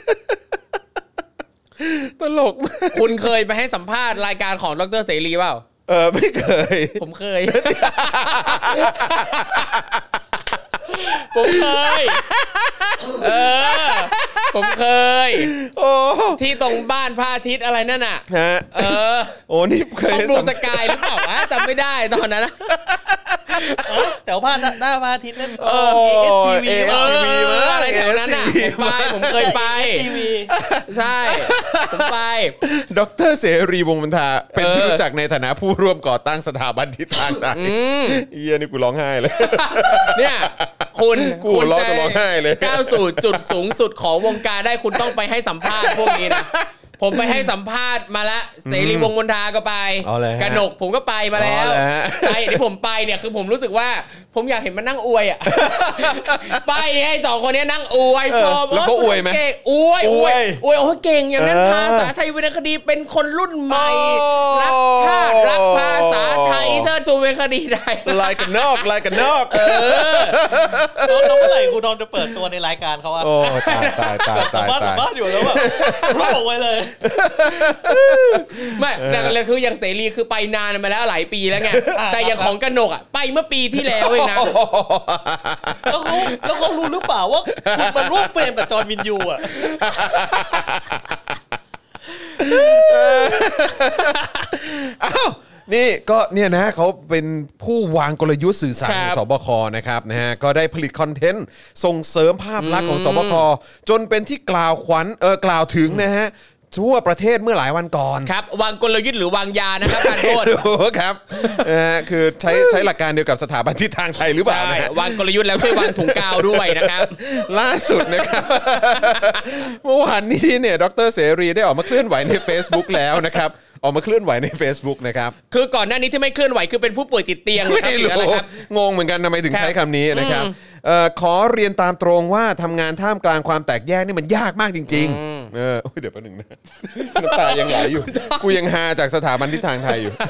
ตลกมากคุณเคยไปให้สัมภาษณ์รายการของดร.เสรีเปล่าไม่เคยผมเคยผมเคยผมเคยที่ตรงบ้านพระอาทิตย์อะไรนั่นน่ะโอ้นี่เคยช่องบลูสกายหรือเปล่าวะจำไม่ได้ตอนนั้นนะแต่ว่าหน้าพระอาทิตย์นั่น ASTV อะไรแถวนั้นน่ะผมเคยไปใช่ผมไปดร.เสรีวงศ์มนทาเป็นที่รู้จักในฐานะผู้ร่วมก่อตั้งสถาบันทิศทางไทยนี่กูร้องไห้เลยเนี่ยคุณร้องไห้เลยก้าวสู่จุดสูงสุดของวงการได้คุณต้องไปให้สัมภาษณ์พวกนี้นะผมไปให้สัมภาษณ์มาแล้วเสรีวงศ์มนทาก็ไปกนกผมก็ไปมาแล้วใช่ที่ผมไปเนี่ยคือผมรู้สึกว่าผมอยากเห็นมันนั่งอวยอ่ะไปให้สองคนนี้นั่งอวยชอบแล้วก็อวยไหมอวยโอ้เก่งอย่างนั้นภาษาไทยวรรณคดีเป็นคนรุ่นใหม่รักชาติรักภาษาไทยเชิดจูเป็นคดีใดลายกันนอกลายกันนอกเราเมื่อไหร่ครูดอมจะเปิดตัวในรายการเขาว่าโอ้ตายบ้านอยู่แล้วแบบร้องไว้เลยไม่แต่เลยคืออย่างเสรีคือไปนานมาแล้วหลายปีแล้วไงแต่อย่างของกนกอ่ะไปเมื่อปีที่แล้วเองนะแล้วเขารู้หรือเปล่าว่าคุณมาร่วมเฟรมกับจอห์นวินยูอ่ะอ้าวนี่ก็เนี่ยนะเขาเป็นผู้วางกลยุทธ์สื่อสารของสบคนะครับนะฮะก็ได้ผลิตคอนเทนต์ส่งเสริมภาพลักษณ์ของสบคจนเป็นที่กล่าวถึงนะฮะทั่วประเทศเมื่อหลายวันก่อนครับวางกลยุทธ์หรือวางยานะครับการโทษครับคือใช้หลักการเดียวกับสถาบันทิศทางไทยหรือเปล่าใช่วางกลยุทธ์แล้วช่วยวางถุงกาวด้วยนะครับล่าสุดนะครับเมื่อวานนี้เนี่ยดร.เสรีได้ออกมาเคลื่อนไหวใน Facebook แล้วนะครับออกมาเคลื่อนไหวใน Facebook นะครับคือก่อนหน้านี้ที่ไม่เคลื่อนไหวคือเป็นผู้ป่วยติดเตียงไม่รู้งงเหมือนกันทำไมถึงใช้คำนี้นะครับขอเรียนตามตรงว่าทำงานท่ามกลางความแตกแยกนี่มันยากมากจริงๆเดี๋ยวแป๊บนึงนะน้ำตายังไหลอยู่กูยังฮาจากสถาบันทิศทางไทยอยู่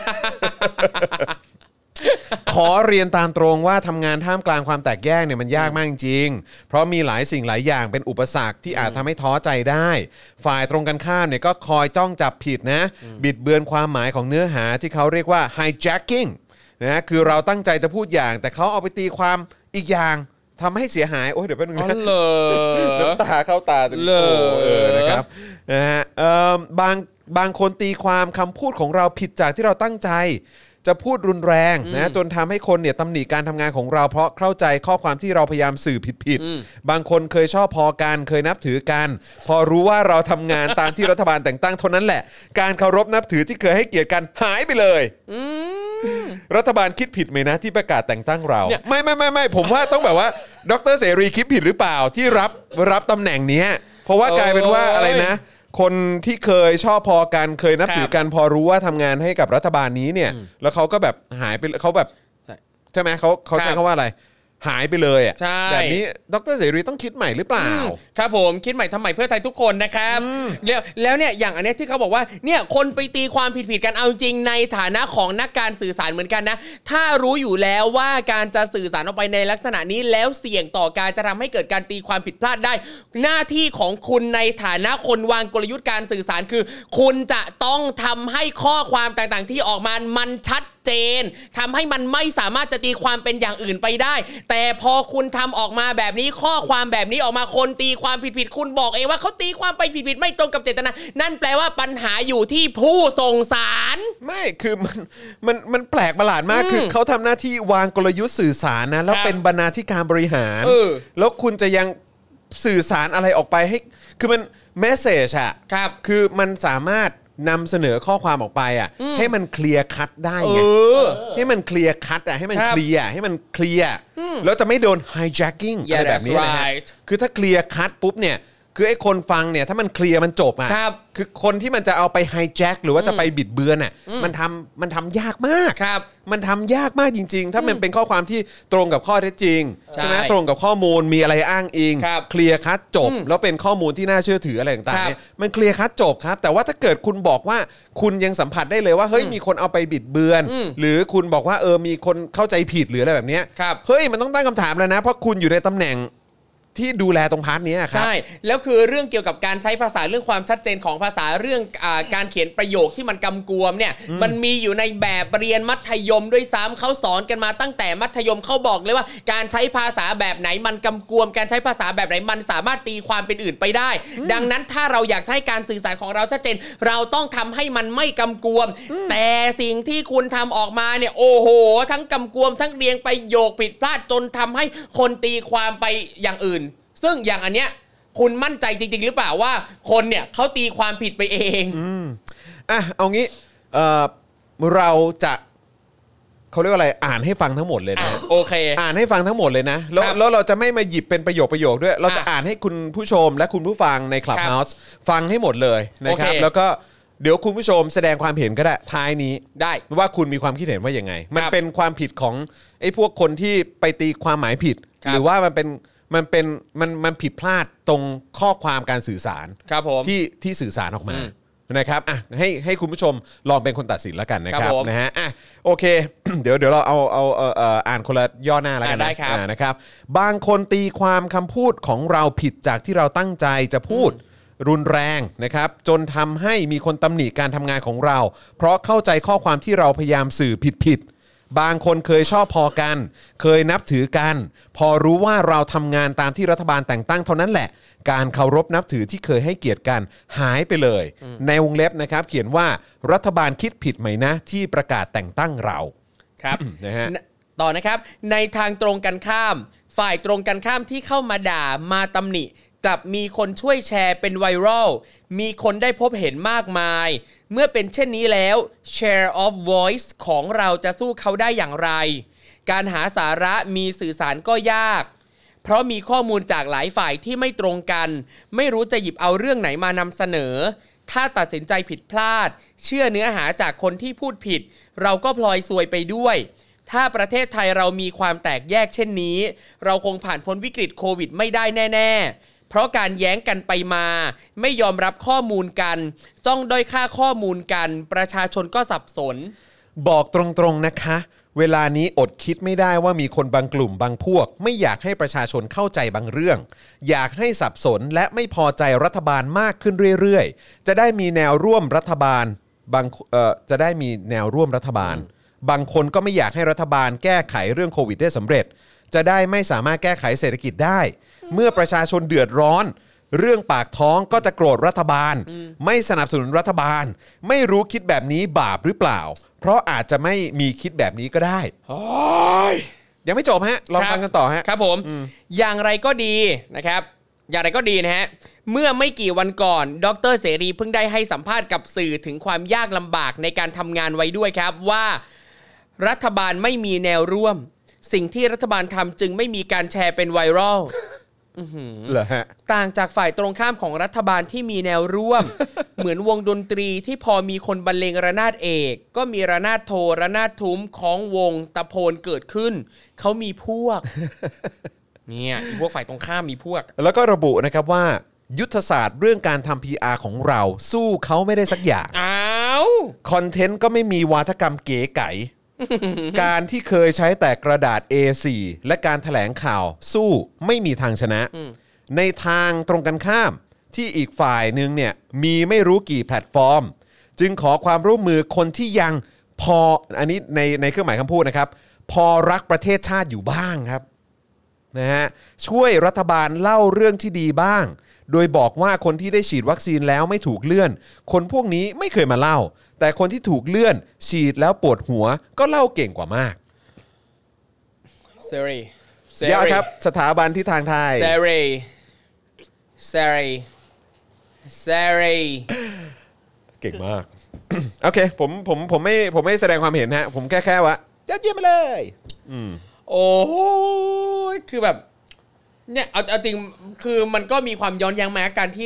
ขอเรียนตามตรงว่าทำงานท่ามกลางความแตกแยกเนี่ยมันยากมากจริงเพราะมีหลายสิ่งหลายอย่างเป็นอุปสรรคที่อาจทำให้ท้อใจได้ฝ่ายตรงกันข้ามเนี่ยก็คอยจ้องจับผิดนะบิดเบือนความหมายของเนื้อหาที่เขาเรียกว่า hijacking นะคือเราตั้งใจจะพูดอย่างแต่เขาเอาไปตีความอีกอย่างทำให้เสียหายโอ้ยเดี๋ยวแป๊บนึงนะน้ำตาเข้าตาเลยนะครับนะฮะบางคนตีความคำพูดของเราผิดจากที่เราตั้งใจจะพูดรุนแรงนะจนทำให้คนเนี่ยตำหนิการทำงานของเราเพราะเข้าใจข้อความที่เราพยายามสื่อผิดบางคนเคยชอบพอกันเคยนับถือกันพอรู้ว่าเราทำงานตามที่รัฐบาลแต่งตั้งเท่านั้นแหละการเคารพนับถือที่เคยให้เกียรติกันหายไปเลยรัฐบาลคิดผิดไหมนะที่ประกาศแต่งตั้งเราไม่ผมว่าต้องแบบว่าดร.เสรีคิดผิดหรือเปล่าที่รับตำแหน่งนี้เพราะว่ากลายเป็นว่าอะไรนะคนที่เคยชอบพอกันเคยนับถือกันพอรู้ว่าทำงานให้กับรัฐบาลนี้เนี่ยแล้วเขาก็แบบหายไปเขาแบบใช่ไหมเขาใช้คำว่าอะไรหายไปเลยอ่ะแบบนี้ดร.เสรีต้องคิดใหม่หรือเปล่าครับผมคิดใหม่ทำใหม่เพื่อไทยทุกคนนะครับแล้วเนี่ยอย่างอันนี้ที่เขาบอกว่าเนี่ยคนไปตีความผิดกันเอาจริงในฐานะของนักการสื่อสารเหมือนกันนะถ้ารู้อยู่แล้วว่าการจะสื่อสารออกไปในลักษณะนี้แล้วเสี่ยงต่อการจะทำให้เกิดการตีความผิดพลาดได้หน้าที่ของคุณในฐานะคนวางกลยุทธ์การสื่อสารคือคุณจะต้องทำให้ข้อความต่างๆที่ออกมามันชัดเจนทำให้มันไม่สามารถจะตีความเป็นอย่างอื่นไปได้แต่พอคุณทำออกมาแบบนี้ข้อความแบบนี้ออกมาคนตีความผิดคุณบอกเองว่าเขาตีความไปผิดไม่ตรงกับเจตนานั่นแปลว่าปัญหาอยู่ที่ผู้ส่งสารไม่คือมันแปลกประหลาดมากคือเขาทำหน้าที่วางกลยุทธ์สื่อสารนะแล้วเป็นบรรณาธิการบริหารแล้วคุณจะยังสื่อสารอะไรออกไปให้คือมันเมสเสจอะคือมันสามารถนำเสนอข้อความออกไปอ่ะให้มันเคลียร์คัทได้ไงให้มันเคลียร์คัทอ่ะให้มันเคลียร์แล้วจะไม่โดน hijacking อะไรแบบนี้นะฮะคือถ้าเคลียร์คัทปุ๊บเนี่ยคือไอ้คนฟังเนี่ยถ้ามันเคลียร์มันจบอ่ะคือคนที่มันจะเอาไปไฮแจ็คหรือว่าจะไปบิดเบือนอ่ะมันทำยากมากมันทำยากมากจริงๆถ้ามันเป็นข้อความที่ตรงกับข้อเท็จจริงใช่ไหมตรงกับข้อมูลมีอะไรอ้างอิงเคลียร์คัทจบแล้วเป็นข้อมูลที่น่าเชื่อถืออะไรต่างๆเนี่ยมันเคลียร์คัทจบครับแต่ว่าถ้าเกิดคุณบอกว่าคุณยังสัมผัสได้เลยว่าเฮ้ยมีคนเอาไปบิดเบือนหรือคุณบอกว่ามีคนเข้าใจผิดหรืออะไรแบบนี้เฮ้ยมันต้องตั้งคำถามแล้วนะเพราะคุณอยู่ในตำแหน่งที่ดูแลตรงพาร์ทนี้ครับใช่แล้วคือเรื่องเกี่ยวกับการใช้ภาษาเรื่องความชัดเจนของภาษาเรื่องการเขียนประโยคที่มันกำกวมเนี่ยมันมีอยู่ในแบบเรียนมัธยมด้วยซ้ำเขาสอนกันมาตั้งแต่มัธยมเขาบอกเลยว่าการใช้ภาษาแบบไหนมันกำกวมการใช้ภาษาแบบไหนมันสามารถตีความเป็นอื่นไปได้ดังนั้นถ้าเราอยากให้การสื่อสารของเราชัดเจนเราต้องทำให้มันไม่กำกวมแต่สิ่งที่คุณทำออกมาเนี่ยโอ้โหทั้งกำกวมทั้งเรียงประโยคผิดพลาดจนทำให้คนตีความไปอย่างอื่นซึ่งอย่างอันเนี้ยคุณมั่นใจจริงๆหรือเปล่าว่าคนเนี่ยเขาตีความผิดไปเองเอางี้เราจะเขาเรียกว่าอะไรอ่านให้ฟังทั้งหมดเลยนะโอเคอ่านให้ฟังทั้งหมดเลยนะแล้วเราจะไม่มาหยิบเป็นประโยคด้วยเราจะอ่านให้คุณผู้ชมและคุณผู้ฟังใน Clubhouse ฟังให้หมดเลยนะครับแล้วก็เดี๋ยวคุณผู้ชมแสดงความเห็นก็ได้ท้ายนี้ได้ว่าคุณมีความคิดเห็นว่ายังไงมันเป็นความผิดของไอ้พวกคนที่ไปตีความหมายผิดหรือว่ามันผิดพลาดตรงข้อความการสื่อสารครับผมที่สื่อสารออกมานะครับอ่ะให้คุณผู้ชมลองเป็นคนตัดสินแล้วกันนะคครัรับบผมนะฮะอ่ะโอเค เดี๋ยวเราเอาอ่านคนละย่อหน้าแล้วกันได้ครับนะครับบางคนตีความคำพูดของเราผิดจากที่เราตั้งใจจะพูดรุนแรงนะครับจนทำให้มีคนตำหนิการทำงานของเราเพราะเข้าใจข้อความที่เราพยายามสื่อผิดบางคนเคยชอบพอกันเคยนับถือกันพอรู้ว่าเราทำงานตามที่รัฐบาลแต่งตั้งเท่านั้นแหละการเคารพนับถือที่เคยให้เกียรติกันหายไปเลยในวงเล็บนะครับเขียนว่ารัฐบาลคิดผิดไหมนะที่ประกาศแต่งตั้งเราครับนะฮะต่อนะครับในทางตรงกันข้ามฝ่ายตรงกันข้ามที่เข้ามาด่ามาตำหนิกลับมีคนช่วยแชร์เป็นไวรัลมีคนได้พบเห็นมากมายเมื่อเป็นเช่นนี้แล้ว share of voice ของเราจะสู้เขาได้อย่างไรการหาสาระมีสื่อสารก็ยากเพราะมีข้อมูลจากหลายฝ่ายที่ไม่ตรงกันไม่รู้จะหยิบเอาเรื่องไหนมานำเสนอถ้าตัดสินใจผิดพลาดเชื่อเนื้อหาจากคนที่พูดผิดเราก็พลอยซวยไปด้วยถ้าประเทศไทยเรามีความแตกแยกเช่นนี้เราคงผ่านพ้นวิกฤตโควิดไม่ได้แน่ๆเพราะการแย้งกันไปมาไม่ยอมรับข้อมูลกันจ้องด้อยค่าข้อมูลกันประชาชนก็สับสนบอกตรงๆนะคะเวลานี้อดคิดไม่ได้ว่ามีคนบางกลุ่มบางพวกไม่อยากให้ประชาชนเข้าใจบางเรื่องอยากให้สับสนและไม่พอใจรัฐบาลมากขึ้นเรื่อยๆจะได้มีแนวร่วมรัฐบาลจะได้มีแนวร่วมรัฐบาลบางคนก็ไม่อยากให้รัฐบาลแก้ไขเรื่องโควิดได้สำเร็จจะได้ไม่สามารถแก้ไขเศรษฐกิจได้เมื่อประชาชนเดือดร้อนเรื่องปากท้องก็จะโกรธรัฐบาลไม่สนับสนุนรัฐบาลไม่รู้คิดแบบนี้บาปหรือเปล่าเพราะอาจจะไม่มีคิดแบบนี้ก็ได้ยังไม่จบฮะลองฟังกันต่อฮะครับผมอย่างไรก็ดีนะครับอย่างไรก็ดีนะฮะเมื่อไม่กี่วันก่อนดร.เสรีเพิ่งได้ให้สัมภาษณ์กับสื่อถึงความยากลำบากในการทำงานไว้ด้วยครับว่ารัฐบาลไม่มีแนวร่วมสิ่งที่รัฐบาลทำจึงไม่มีการแชร์เป็นไวรัลเหรอฮะต่างจากฝ่ายตรงข้ามของรัฐบาลที่มีแนวร่วม เหมือนวงดนตรีที่พอมีคนบรรเลงระนาดเอกก็มีระนาดโทระนาดทุ้มของวงตะโพนเกิดขึ้นเขามีพวก เนี่ยพวกฝ่ายตรงข้ามมีพวกแล้วก็ระบุนะครับว่ายุทธศาสตร์เรื่องการทำ PR ของเราสู้เขาไม่ได้สักอย่างคอนเทนต์ก็ไม่มีวาทกรรมเก๋ไก๋ การที่เคยใช้แต่กระดาษ A4 และการแถลงข่าวสู้ไม่มีทางชนะในทางตรงกันข้ามที่อีกฝ่ายนึงเนี่ยมีไม่รู้กี่แพลตฟอร์มจึงขอความร่วมมือคนที่ยังพออันนี้ในเครื่องหมายคำพูดนะครับพอรักประเทศชาติอยู่บ้างครับนะฮะช่วยรัฐบาลเล่าเรื่องที่ดีบ้างโดยบอกว่าคนที่ได้ฉีดวัคซีนแล้วไม่ถูกเลื่อนคนพวกนี้ไม่เคยมาเล่าแต่คนที่ถูกเลื่อนฉีดแล้วปวดหัวก็เล่าเก่งกว่ามากเซรียอดครับสถาบันที่ทางไทยเซรีเก่งมาก โอเคผมไม่แสดงความเห็นฮะผมแค่ว่ายอดเยี่ยมไปเลยโอ้คือแบบเนี่ยเอาจริงคือมันก็มีความย้อนแย้งมาการที่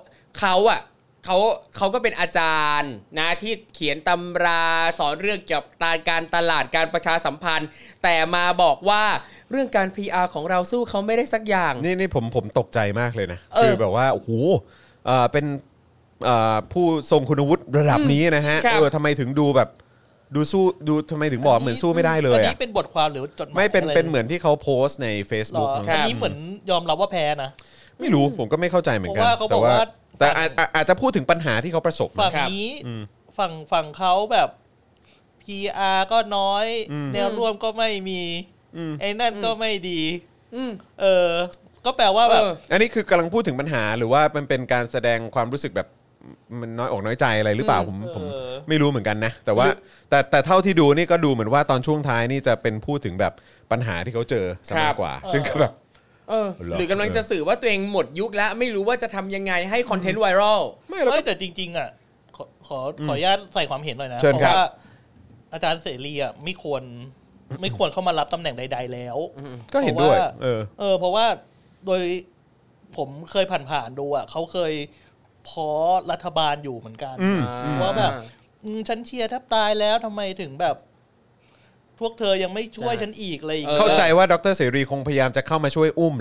เขาก็เป็นอาจารย์นะที่เขียนตำราสอนเรื่องเกี่ยวกับการตลาดการประชาสัมพันธ์แต่มาบอกว่าเรื่องการ PR ของเราสู้เขาไม่ได้สักอย่างนี่ผมตกใจมากเลยนะคือแบบว่าโอ้โหเป็นผู้ทรงคุณวุฒิระดับนี้นะฮะทำไมถึงดูแบบดูทำไมถึงบอกเหมือนสู้ไม่ได้เลยอันนี้เป็นบทความหรือจดหมายไม่เป็นเหมือนที่เขาโพสต์ใน Facebook อันนี้เหมือนยอมรับว่าแพ้นะไม่รู้ผมก็ไม่เข้าใจเหมือนกันแต่อาจจะพูดถึงปัญหาที่เขาประสบฝั่งนี้ฝั่งเขาแบบ PR ก็น้อยแนวร่วมก็ไม่มีไอ้นั่นก็ไม่ดีก็แปลว่าแบบอันนี้คือกำลังพูดถึงปัญหาหรือว่ามันเป็นการแสดงความรู้สึกแบบมันน้อยอกน้อยใจอะไรหรือเปล่าผมไม่รู้เหมือนกันนะแต่ว่าแต่เท่าที่ดูนี่ก็ดูเหมือนว่าตอนช่วงท้ายนี่จะเป็นพูดถึงแบบปัญหาที่เขาเจอซะมากกว่าซึ่งก็แบบหรือกำลังจะสื่อว่าตัวเองหมดยุคแล้วไม่รู้ว่าจะทำยังไงให้คอนเทนต์ไวรัลไม่แต่จริงๆอ่ะขออนุญาตใส่ความเห็นหน่อยนะเพราะว่าอาจารย์เสรีอ่ะไม่ควรเข้ามารับตำแหน่งใดๆแล้วก็เห็นด้วยเพราะว่าโดยผมเคยผ่านๆดูอ่ะเขาเคยพอรัฐบาลอยู่เหมือนกันว่าแบบฉันเชียร์แทบตายแล้วทำไมถึงแบบพวกเธอยังไม่ช่วยฉันอีกอะไรอย่างเงี้ยเข้าใจว่าดร.เสรีคงพยายามจะเข้ามาช่วยอุ้มแหละ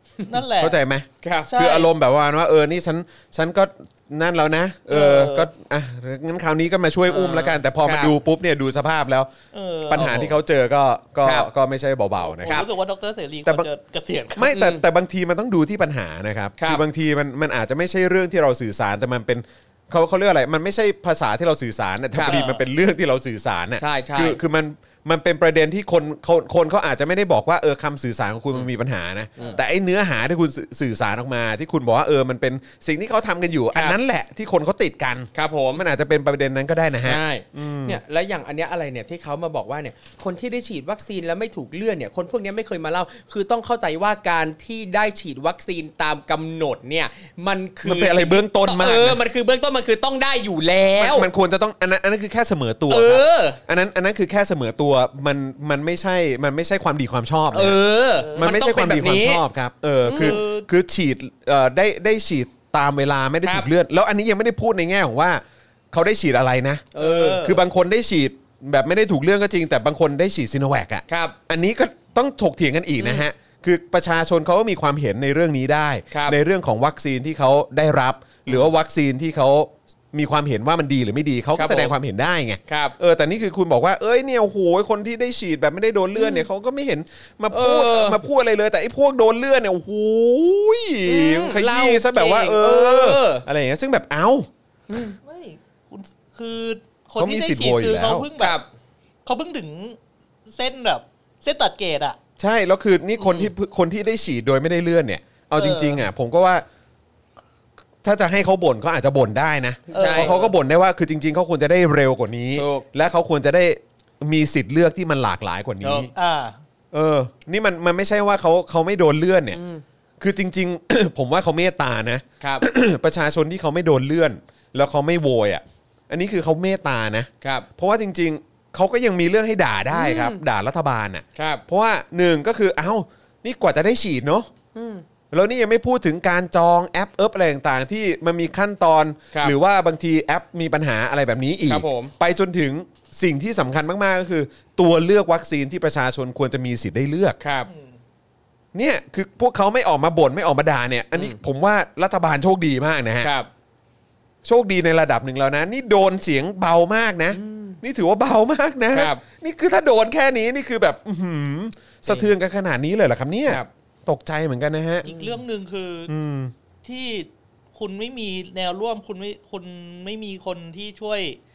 นั่นแหละเข้าใจไหมครับคืออารมณ์แบบว่านี่ฉันก็นั่นแล้วนะก็งั้นคราวนี้ก็มาช่วยอุ้มแล้วกันแต่พอมาดูปุ๊บเนี่ยดูสภาพแล้วปัญหาที่เขาเจอก็ไม่ใช่เบาๆนะครับรู้สึกว่าดร.เสรีควรจะเกษียณไม่แต่บางทีมันต้องดูที่ปัญหานะครับคือบางทีมันอาจจะไม่ใช่เรื่องที่เราสื่อสารแต่มันเป็นเขาเรียกอะไรมันไม่ใช่ภาษาที่เราสื่อสารแต่พอดีมันเป็นเรื่องที่เราสื่อสารน่ะคือมันเป็นประเด็นที่คนเขาอาจจะไม่ได้บอกว่าคำสื่อสารของคุณมันมีปัญหานะแต่ไอ้เนื้อหาที่คุณสื่อสารออกมาที่คุณบอกว่ามันเป็นสิ่งที่เขาทำกันอยู่อันนั้นแหละที่คนเขาติดกันครับผมมันอาจจะเป็นประเด็นนั้นก็ได้นะฮะใช่เนี่ยแล้วอย่างอันเนี้ยอะไรเนี่ยที่เขามาบอกว่าเนี่ยคนที่ได้ฉีดวัคซีนแล้วไม่ถูกเลื่อนเนี่ยคนพวกนี้ไม่เคยมาเล่าคือต้องเข้าใจว่าการที่ได้ฉีดวัคซีนตามกำหนดเนี่ยมันเป็นอะไรเบื้องต้นมากมันคือเบื้องต้นมันคือต้องได้อยู่แล้วมันควรจะต้องอันนั้นคือแค่เสมอตัวอันนั้นคือแค่เสมอตัวมันไม่ใช่ความดีความชอบมันไม่ใช่ความดีความชอบครับคือฉีดได้ฉีดตามเวลาไม่ได้ถูกเลื่อนแล้วอันนี้ยังไม่ได้พูดในแง่ของว่าเขาได้ฉีดอะไรนะคือบางคนได้ฉีดแบบไม่ได้ถูกเลื่อนก็จริงแต่บางคนได้ฉีดซิโนแวคอ่ะอันนี้ก็ต้องถกเถียงกันอีกนะฮะคือประชาชนเขาก็มีความเห็นในเรื่องนี้ได้ในเรื่องของวัคซีนที่เขาได้รับหรือว่าวัคซีนที่เขามีความเห็นว่ามันดีหรือไม่ดีเขาก็แสดงความเห็นได้ไงแต่นี่คือคุณบอกว่าเนี่ยโอ้โหคนที่ได้ฉีดแบบไม่ได้โดนเลื่อนเนี่ยเขาก็ไม่เห็นมาพูดอะไรเลยแต่ไอ้พวกโดนเลื่อนเนี่ยโอ้โหขยี้ซะแบบว่าอะไรอย่างเงี้ยซึ่งแบบไม่คุณคือคนที่ได้ฉีดคือเขาเพิ่งแบบเขาเพิ่งถึงเส้นแบบเส้นตัดเกรดอ่ะใช่แล้วคือนี่คนที่ได้ฉีดโดยไม่ได้เลื่อนเนี่ยเอาจริงๆอ่ะผมก็ว่าถ้าจะให้เขาบ่นเขาอาจจะบ่นได้นะเพราะเขาก็บ่นได้ว่าคือจริงๆเขาควรจะได้เร็วกว่านี้และเขาควรจะได้มีสิทธิ์เลือกที่มันหลากหลายกว่านี้นี่มันไม่ใช่ว่าเขาไม่โดนเลื่อนเนี่ยคือจริงๆ ผมว่าเขาเมตตานะประชาชนที่เขาไม่โดนเลื่อนแล้วเขาไม่โวยอ่ะอันนี้คือเขาเมตตานะเพราะว่าจริงๆเขาก็ยังมีเรื่องให้ด่าได้ครับด่ารัฐบาลอ่ะเพราะว่า1ก็คือนี่กว่าจะได้ฉีดเนาะแล้วนี่ยังไม่พูดถึงการจองแอปอะไรต่างๆที่มันมีขั้นตอนหรือว่าบางทีแอปมีปัญหาอะไรแบบนี้อีกไปจนถึงสิ่งที่สำคัญมากๆก็คือตัวเลือกวัคซีนที่ประชาชนควรจะมีสิทธิ์ได้เลือกเนี่ยคือพวกเขาไม่ออกมาบ่นไม่ออกมาด่าเนี่ยอันนี้ผมว่ารัฐบาลโชคดีมากนะฮะโชคดีในระดับหนึ่งแล้วนะนี่โดนเสียงเบามากนะนี่ถือว่าเบามากนะนี่คือถ้าโดนแค่นี้นี่คือแบบสะเทือนกันขนาดนี้เลยเหรอครับเนี่ยตกใจเหมือนกันนะฮะอีกเรื่องนึงคือที่คุณไม่มีแนวร่วมคุณไม่มีคนที่ช่วย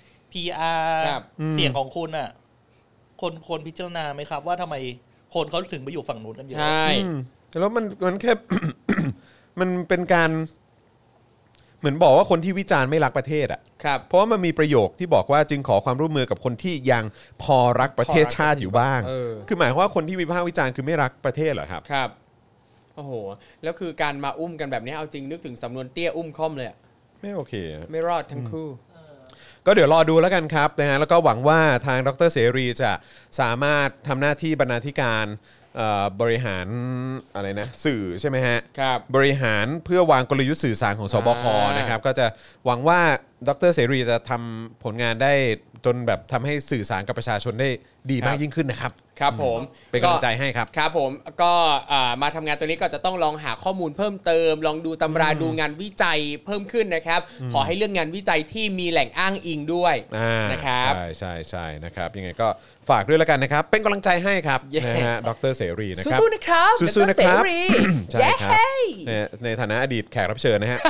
PR เสียงของคุณอ่ะคนพิจารณาไหมครับว่าทำไมคนเขาถึงไปอยู่ฝั่งนู้นกันเยอะใช่แล้วมันแค่ มันเป็นการเหมือนบอกว่าคนที่วิจารณ์ไม่รักประเทศอ่ะเพราะว่ามันมีประโยคที่บอกว่าจึงขอความร่วมมือกับคนที่ยังพอรักประเทศชาติอยู่บ้างคือหมายความว่าคนที่วิพากษ์วิจารณ์คือไม่รักประเทศเหรอครับโอ้โหแล้วคือการมาอุ้มกันแบบนี้เอาจริงนึกถึงสำนวนเตี้ยอุ้มค่อมเลยไม่โอเคไม่รอดทั้งคู่ก็เดี๋ยวรอดูแล้วกันครับนะฮะแล้วก็หวังว่าทางดร.เสรีจะสามารถทำหน้าที่บรรณาธิการบริหารอะไรนะสื่อใช่ไหมฮะบริหารเพื่อวางกลยุทธ์สื่อสารของสบคนะครับก็จะหวังว่าดร.เสรีจะทำผลงานได้จนแบบทำให้สื่อสารกับประชาชนได้ดีมากยิ่งขึ้นนะครับครับผมเป็นกำลังใจให้ครับครับผมก็มาทำงานตัวนี้ก็จะต้องลองหาข้อมูลเพิ่มเติมลองดูตำราดูงานวิจัยเพิ่มขึ้นนะครับขอให้เรื่องงานวิจัยที่มีแหล่งอ้างอิงด้วยนะครับใช่นะครับยังไงก็ฝากด้วยแล้วกันนะครับเป็นกำลังใจให้ครับนะฮะดร.เสรีนะครับสู้ๆนะครับสู้ๆนะครับใช่ครับในฐานะอดีตแขกรับเชิญนะฮะ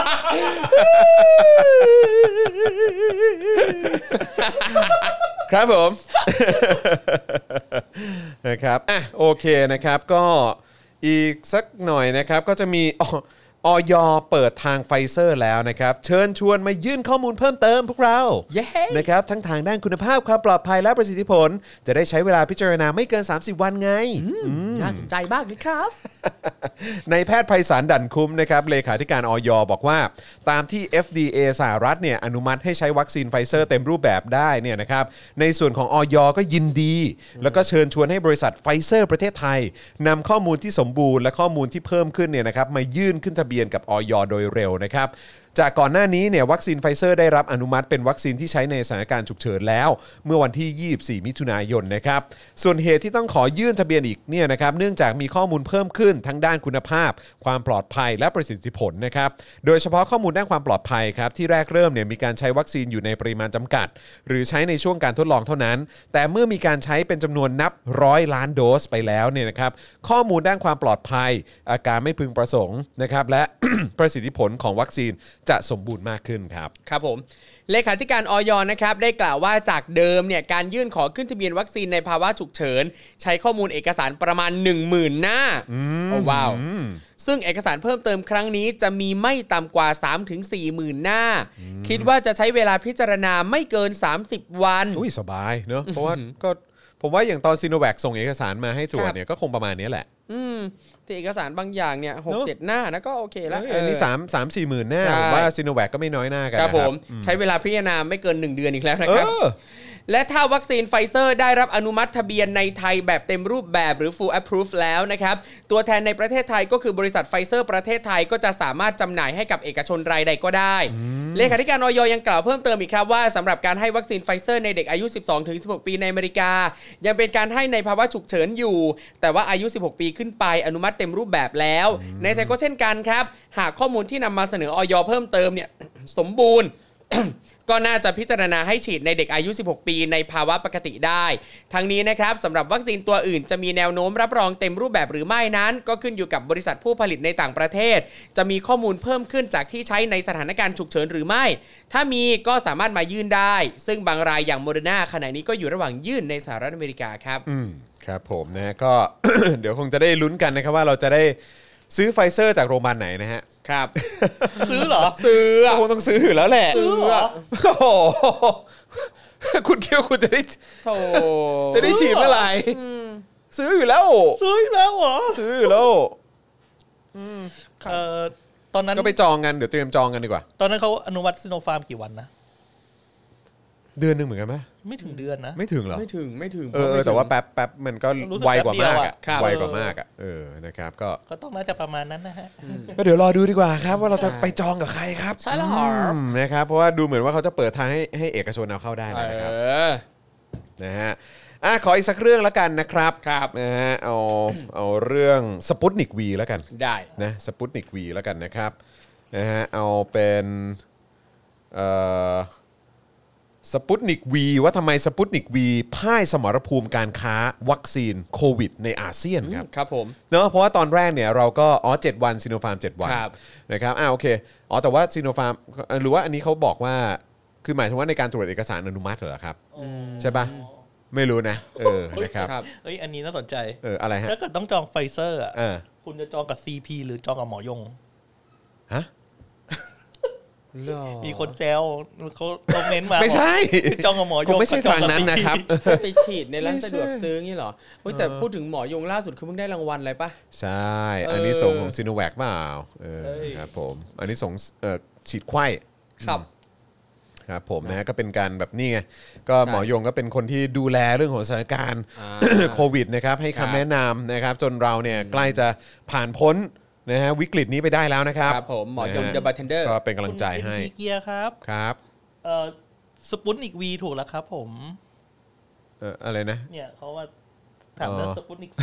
ครับผมนะครับโอเคนะครับก็อีกสักหน่อยนะครับก็จะมีอย.เปิดทางไฟเซอร์แล้วนะครับเชิญชวนมายื่นข้อมูลเพิ่มเติมพวกเรานะครับทั้งทางด้านคุณภาพความปลอดภัยและประสิทธิผลจะได้ใช้เวลาพิจารณาไม่เกิน30วันไงน่าสนใจมากเลยครับในแพทย์ไพศาลดั่นคุ้มนะครับเลขาธิการอย.บอกว่าตามที่ FDA สหรัฐเนี่ยอนุมัติให้ใช้วัคซีนไฟเซอร์เต็มรูปแบบได้เนี่ยนะครับในส่วนของอย.ก็ยินดีแล้วก็เชิญชวนให้บริษัทไฟเซอร์ประเทศไทยนำข้อมูลที่สมบูรณ์และข้อมูลที่เพิ่มขึ้นเนี่ยนะครับมายื่นขึ้นทะเบียนกับอย.โดยเร็วนะครับจากก่อนหน้านี้เนี่ยวัคซีนไฟเซอร์ได้รับอนุมัติเป็นวัคซีนที่ใช้ในสถานการณ์ฉุกเฉินแล้วเมื่อวันที่24มิถุนายนนะครับส่วนเหตุที่ต้องขอยื่นทะเบียนอีกเนี่ยนะครับเนื่องจากมีข้อมูลเพิ่มขึ้นทั้งด้านคุณภาพความปลอดภัยและประสิทธิผลนะครับโดยเฉพาะข้อมูลด้านความปลอดภัยครับที่แรกเริ่มเนี่ยมีการใช้วัคซีนอยู่ในปริมาณจำกัดหรือใช้ในช่วงการทดลองเท่านั้นแต่เมื่อมีการใช้เป็นจำนวนนับ100 ล้านโดสไปแล้วเนี่ยนะครับข้อมูลด้านความปลอดภัยอาการไม่พึงประสงค์นะครับและ ประสิทธิผลของวัคซีนจะสมบูรณ์มากขึ้นครับครับผมเลขาธิการอย.นะครับได้กล่าวว่าจากเดิมเนี่ยการยื่นขอขึ้นทะเบียนวัคซีนในภาวะฉุกเฉินใช้ข้อมูลเอกสารประมาณ 10,000 หน้าโอ้ว้าวซึ่งเอกสารเพิ่มเติมครั้งนี้จะมีไม่ต่ำกว่า 3-40,000 หน้าคิดว่าจะใช้เวลาพิจารณาไม่เกิน30 วันอุ้ยสบายเนอะเพราะว่าก็ผมว่าอย่างตอนซีโนแวคส่งเอกสารมาให้ตรวจเนี่ยก็คงประมาณนี้แหละแต่เอกสารบางอย่างเนี่ย 6-7 หน้านะก็โอเคแล้วอันนี้3-4 หมื่นหน้าผมว่าซีโนแวคก็ไม่น้อยหน้ากันครับผมใช้เวลาพิจารณาไม่เกิน1 เดือนอีกแล้วนะครับและถ้าวัคซีนไฟเซอร์ได้รับอนุมัติทะเบียนในไทยแบบเต็มรูปแบบหรือ full approve แล้วนะครับตัวแทนในประเทศไทยก็คือบริษัทไฟเซอร์ประเทศไทยก็จะสามารถจำหน่ายให้กับเอกชนรายใดก็ได้เลขาธิการอย.ยังกล่าวเพิ่มเติมอีกครับว่าสำหรับการให้วัคซีนไฟเซอร์ในเด็กอายุ 12-16 ปีในอเมริกายังเป็นการให้ในภาวะฉุกเฉินอยู่แต่ว่าอายุ 16 ปีขึ้นไปอนุมัติเต็มรูปแบบแล้วในไทยก็เช่นกันครับหากข้อมูลที่นำมาเสนออย.เพิ่มเติมเนี่ยสมบูรณ์ ก็น่าจะพิจารณาให้ฉีดในเด็กอายุ 16 ปีในภาวะปกติได้ทั้งนี้นะครับสำหรับวัคซีนตัวอื่นจะมีแนวโน้มรับรองเต็มรูปแบบหรือไม่นั้นก็ขึ้นอยู่กับบริษัทผู้ผลิตในต่างประเทศจะมีข้อมูลเพิ่มขึ้นจากที่ใช้ในสถานการณ์ฉุกเฉินหรือไม่ถ้ามีก็สามารถมายื่นได้ซึ่งบางรายอย่างโมเดอร์นาขณะนี้ก็อยู่ระหว่างยื่นในสหรัฐอเมริกาครับครับผมนะก็ เดี๋ยวคงจะได้ลุ้นกันนะครับว่าเราจะได้ซื้อไฟเซอร์จากโรงพยาบาลไหนนะฮะครับซื้อเหรอซื้อคงต้องซื้ออยู่แล้วแหละซื้อเหรอโอ้โหคุณคิดว่าคุณจะได้ฉีดเมื่อไหร่ซื้ออยู่แล้วซื้ออยู่แล้วเหรอซื้ออยู่แล้วตอนนั้นก็ไปจองกันเดี๋ยวเตรียมจองกันดีกว่าตอนนั้นเขาอนุมัติซิโนฟาร์มกี่วันนะเดือนนึงเหมือนกันไหมไม่ถึงเดือนนะไม่ถึงเหรอไม่ถึงแต่ว่าแป๊บมันก็ไวกว่ามากไวกว่ามากนะครับก็ต้องน่าจะประมาณนั้นนะฮะก็เดี๋ยวรอดูดีกว่าครับว่าเราจะไปจองกับใครครับใช่แล้วนะครับเพราะว่าดูเหมือนว่าเขาจะเปิดทางให้เอกชนเอาเข้าได้นะครับนะฮะขออีกสักเรื่องแล้วกันนะครับนะฮะเอาเรื่องสปุตนิกวีแล้วกันได้นะสปุตนิกวีแล้วกันนะครับนะฮะเอาเป็นสปุตนิกวีว่าทำไมสปุตนิกวีพ่ายสมรภูมิการค้าวัคซีนโควิดในอาเซียนครับผมเนาะเพราะว่าตอนแรกเนี่ยเราก็7 วันซิโนฟาร์ม7 วันนะครับโอเคแต่ว่าซิโนฟาร์มหรือว่าอันนี้เขาบอกว่าคือหมายถึงว่าในการตรวจเอกสารอนุมัติเหรอครับใช่ปะไม่รู้นะนะครับอันนี้น่าสนใจอะไรฮะถ้าเกิดต้องจองไฟเซอร์คุณจะจองกับ CP หรือจองกับหมอยงฮะมีคนแซวเขาคอมเมนต์มาไม่ใช่จองกับหมอยงไม่ใช่ทางนั้นนะครับไปฉีดในร้านสะดวกซื้องี้เหรอแต่พูดถึงหมอยงล่าสุดคือเพิ่งได้รางวัลอะไรปะใช่อันนี้ส่งของซิโนแวคเปล่าครับผมอันนี้ส่งฉีดไข้ครับผมนะก็เป็นการแบบนี่ไงก็หมอยงก็เป็นคนที่ดูแลเรื่องของสถานการณ์โควิดนะครับให้คำแนะนำนะครับจนเราเนี่ยใกล้จะผ่านพ้นนะฮะวิกฤตนี้ไปได้แล้วนะครับครับผมหมอยงเดอะบาร์เทนเดอร์ก็เป็นกำลังใจให้เกียร์ครับสปุตนิกวีถูกแล้วครับผมอะไรนะเนี่ยเขาว่าถามเรื่องสปุตนิก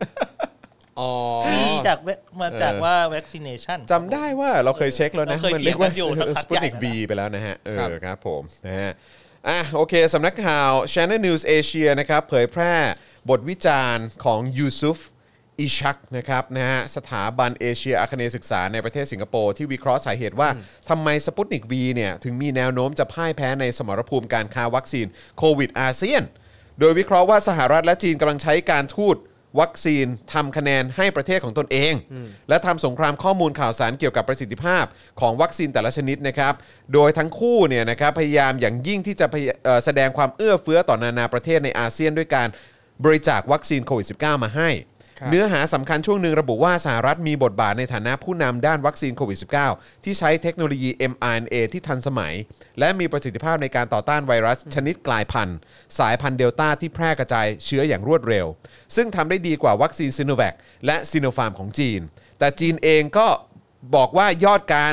วีมาจากว่า vaccination จำได้ว่าเราเคยเช็คแล้วนะมันเรียกว่าสปุตนิกวีไปแล้วนะฮะครับผมนะฮะโอเคสำนักข่าว Channel News Asia นะครับเผยแพร่บทวิจารณ์ของยูซุฟอิชักนะครับนะฮะสถาบันเอเชียอาคเนย์ศึกษาในประเทศสิงคโปร์ที่วิเคราะห์สาเหตุว่าทำไมสปุตนิก V เนี่ยถึงมีแนวโน้มจะพ่ายแพ้ในสมรภูมิการค้าวัคซีนโควิดอาเซียนโดยวิเคราะห์ว่าสหรัฐและจีนกำลังใช้การทูตวัคซีนทำคะแนนให้ประเทศของตนเองและทำสงครามข้อมูลข่าวสารเกี่ยวกับประสิทธิภาพของวัคซีนแต่ละชนิดนะครับโดยทั้งคู่เนี่ยนะครับพยายามอย่างยิ่งที่จะแสดงความเอื้อเฟื้อต่อนานาประเทศในอาเซียนด้วยการบริจาควัคซีนโควิด -19 มาให้เนื้อหาสำคัญช่วงหนึ่งระบุว่าสหรัฐมีบทบาทในฐานะผู้นำด้านวัคซีนโควิด -19 ที่ใช้เทคโนโลยี mRNA ที่ทันสมัยและมีประสิทธิภาพในการต่อต้านไวรัสชนิดกลายพันธุ์สายพันธุ์เดลต้าที่แพร่กระจายเชื้ออย่างรวดเร็วซึ่งทำได้ดีกว่าวัคซีนซิโนแวคและซิโนฟาร์มของจีนแต่จีนเองก็บอกว่ายอดการ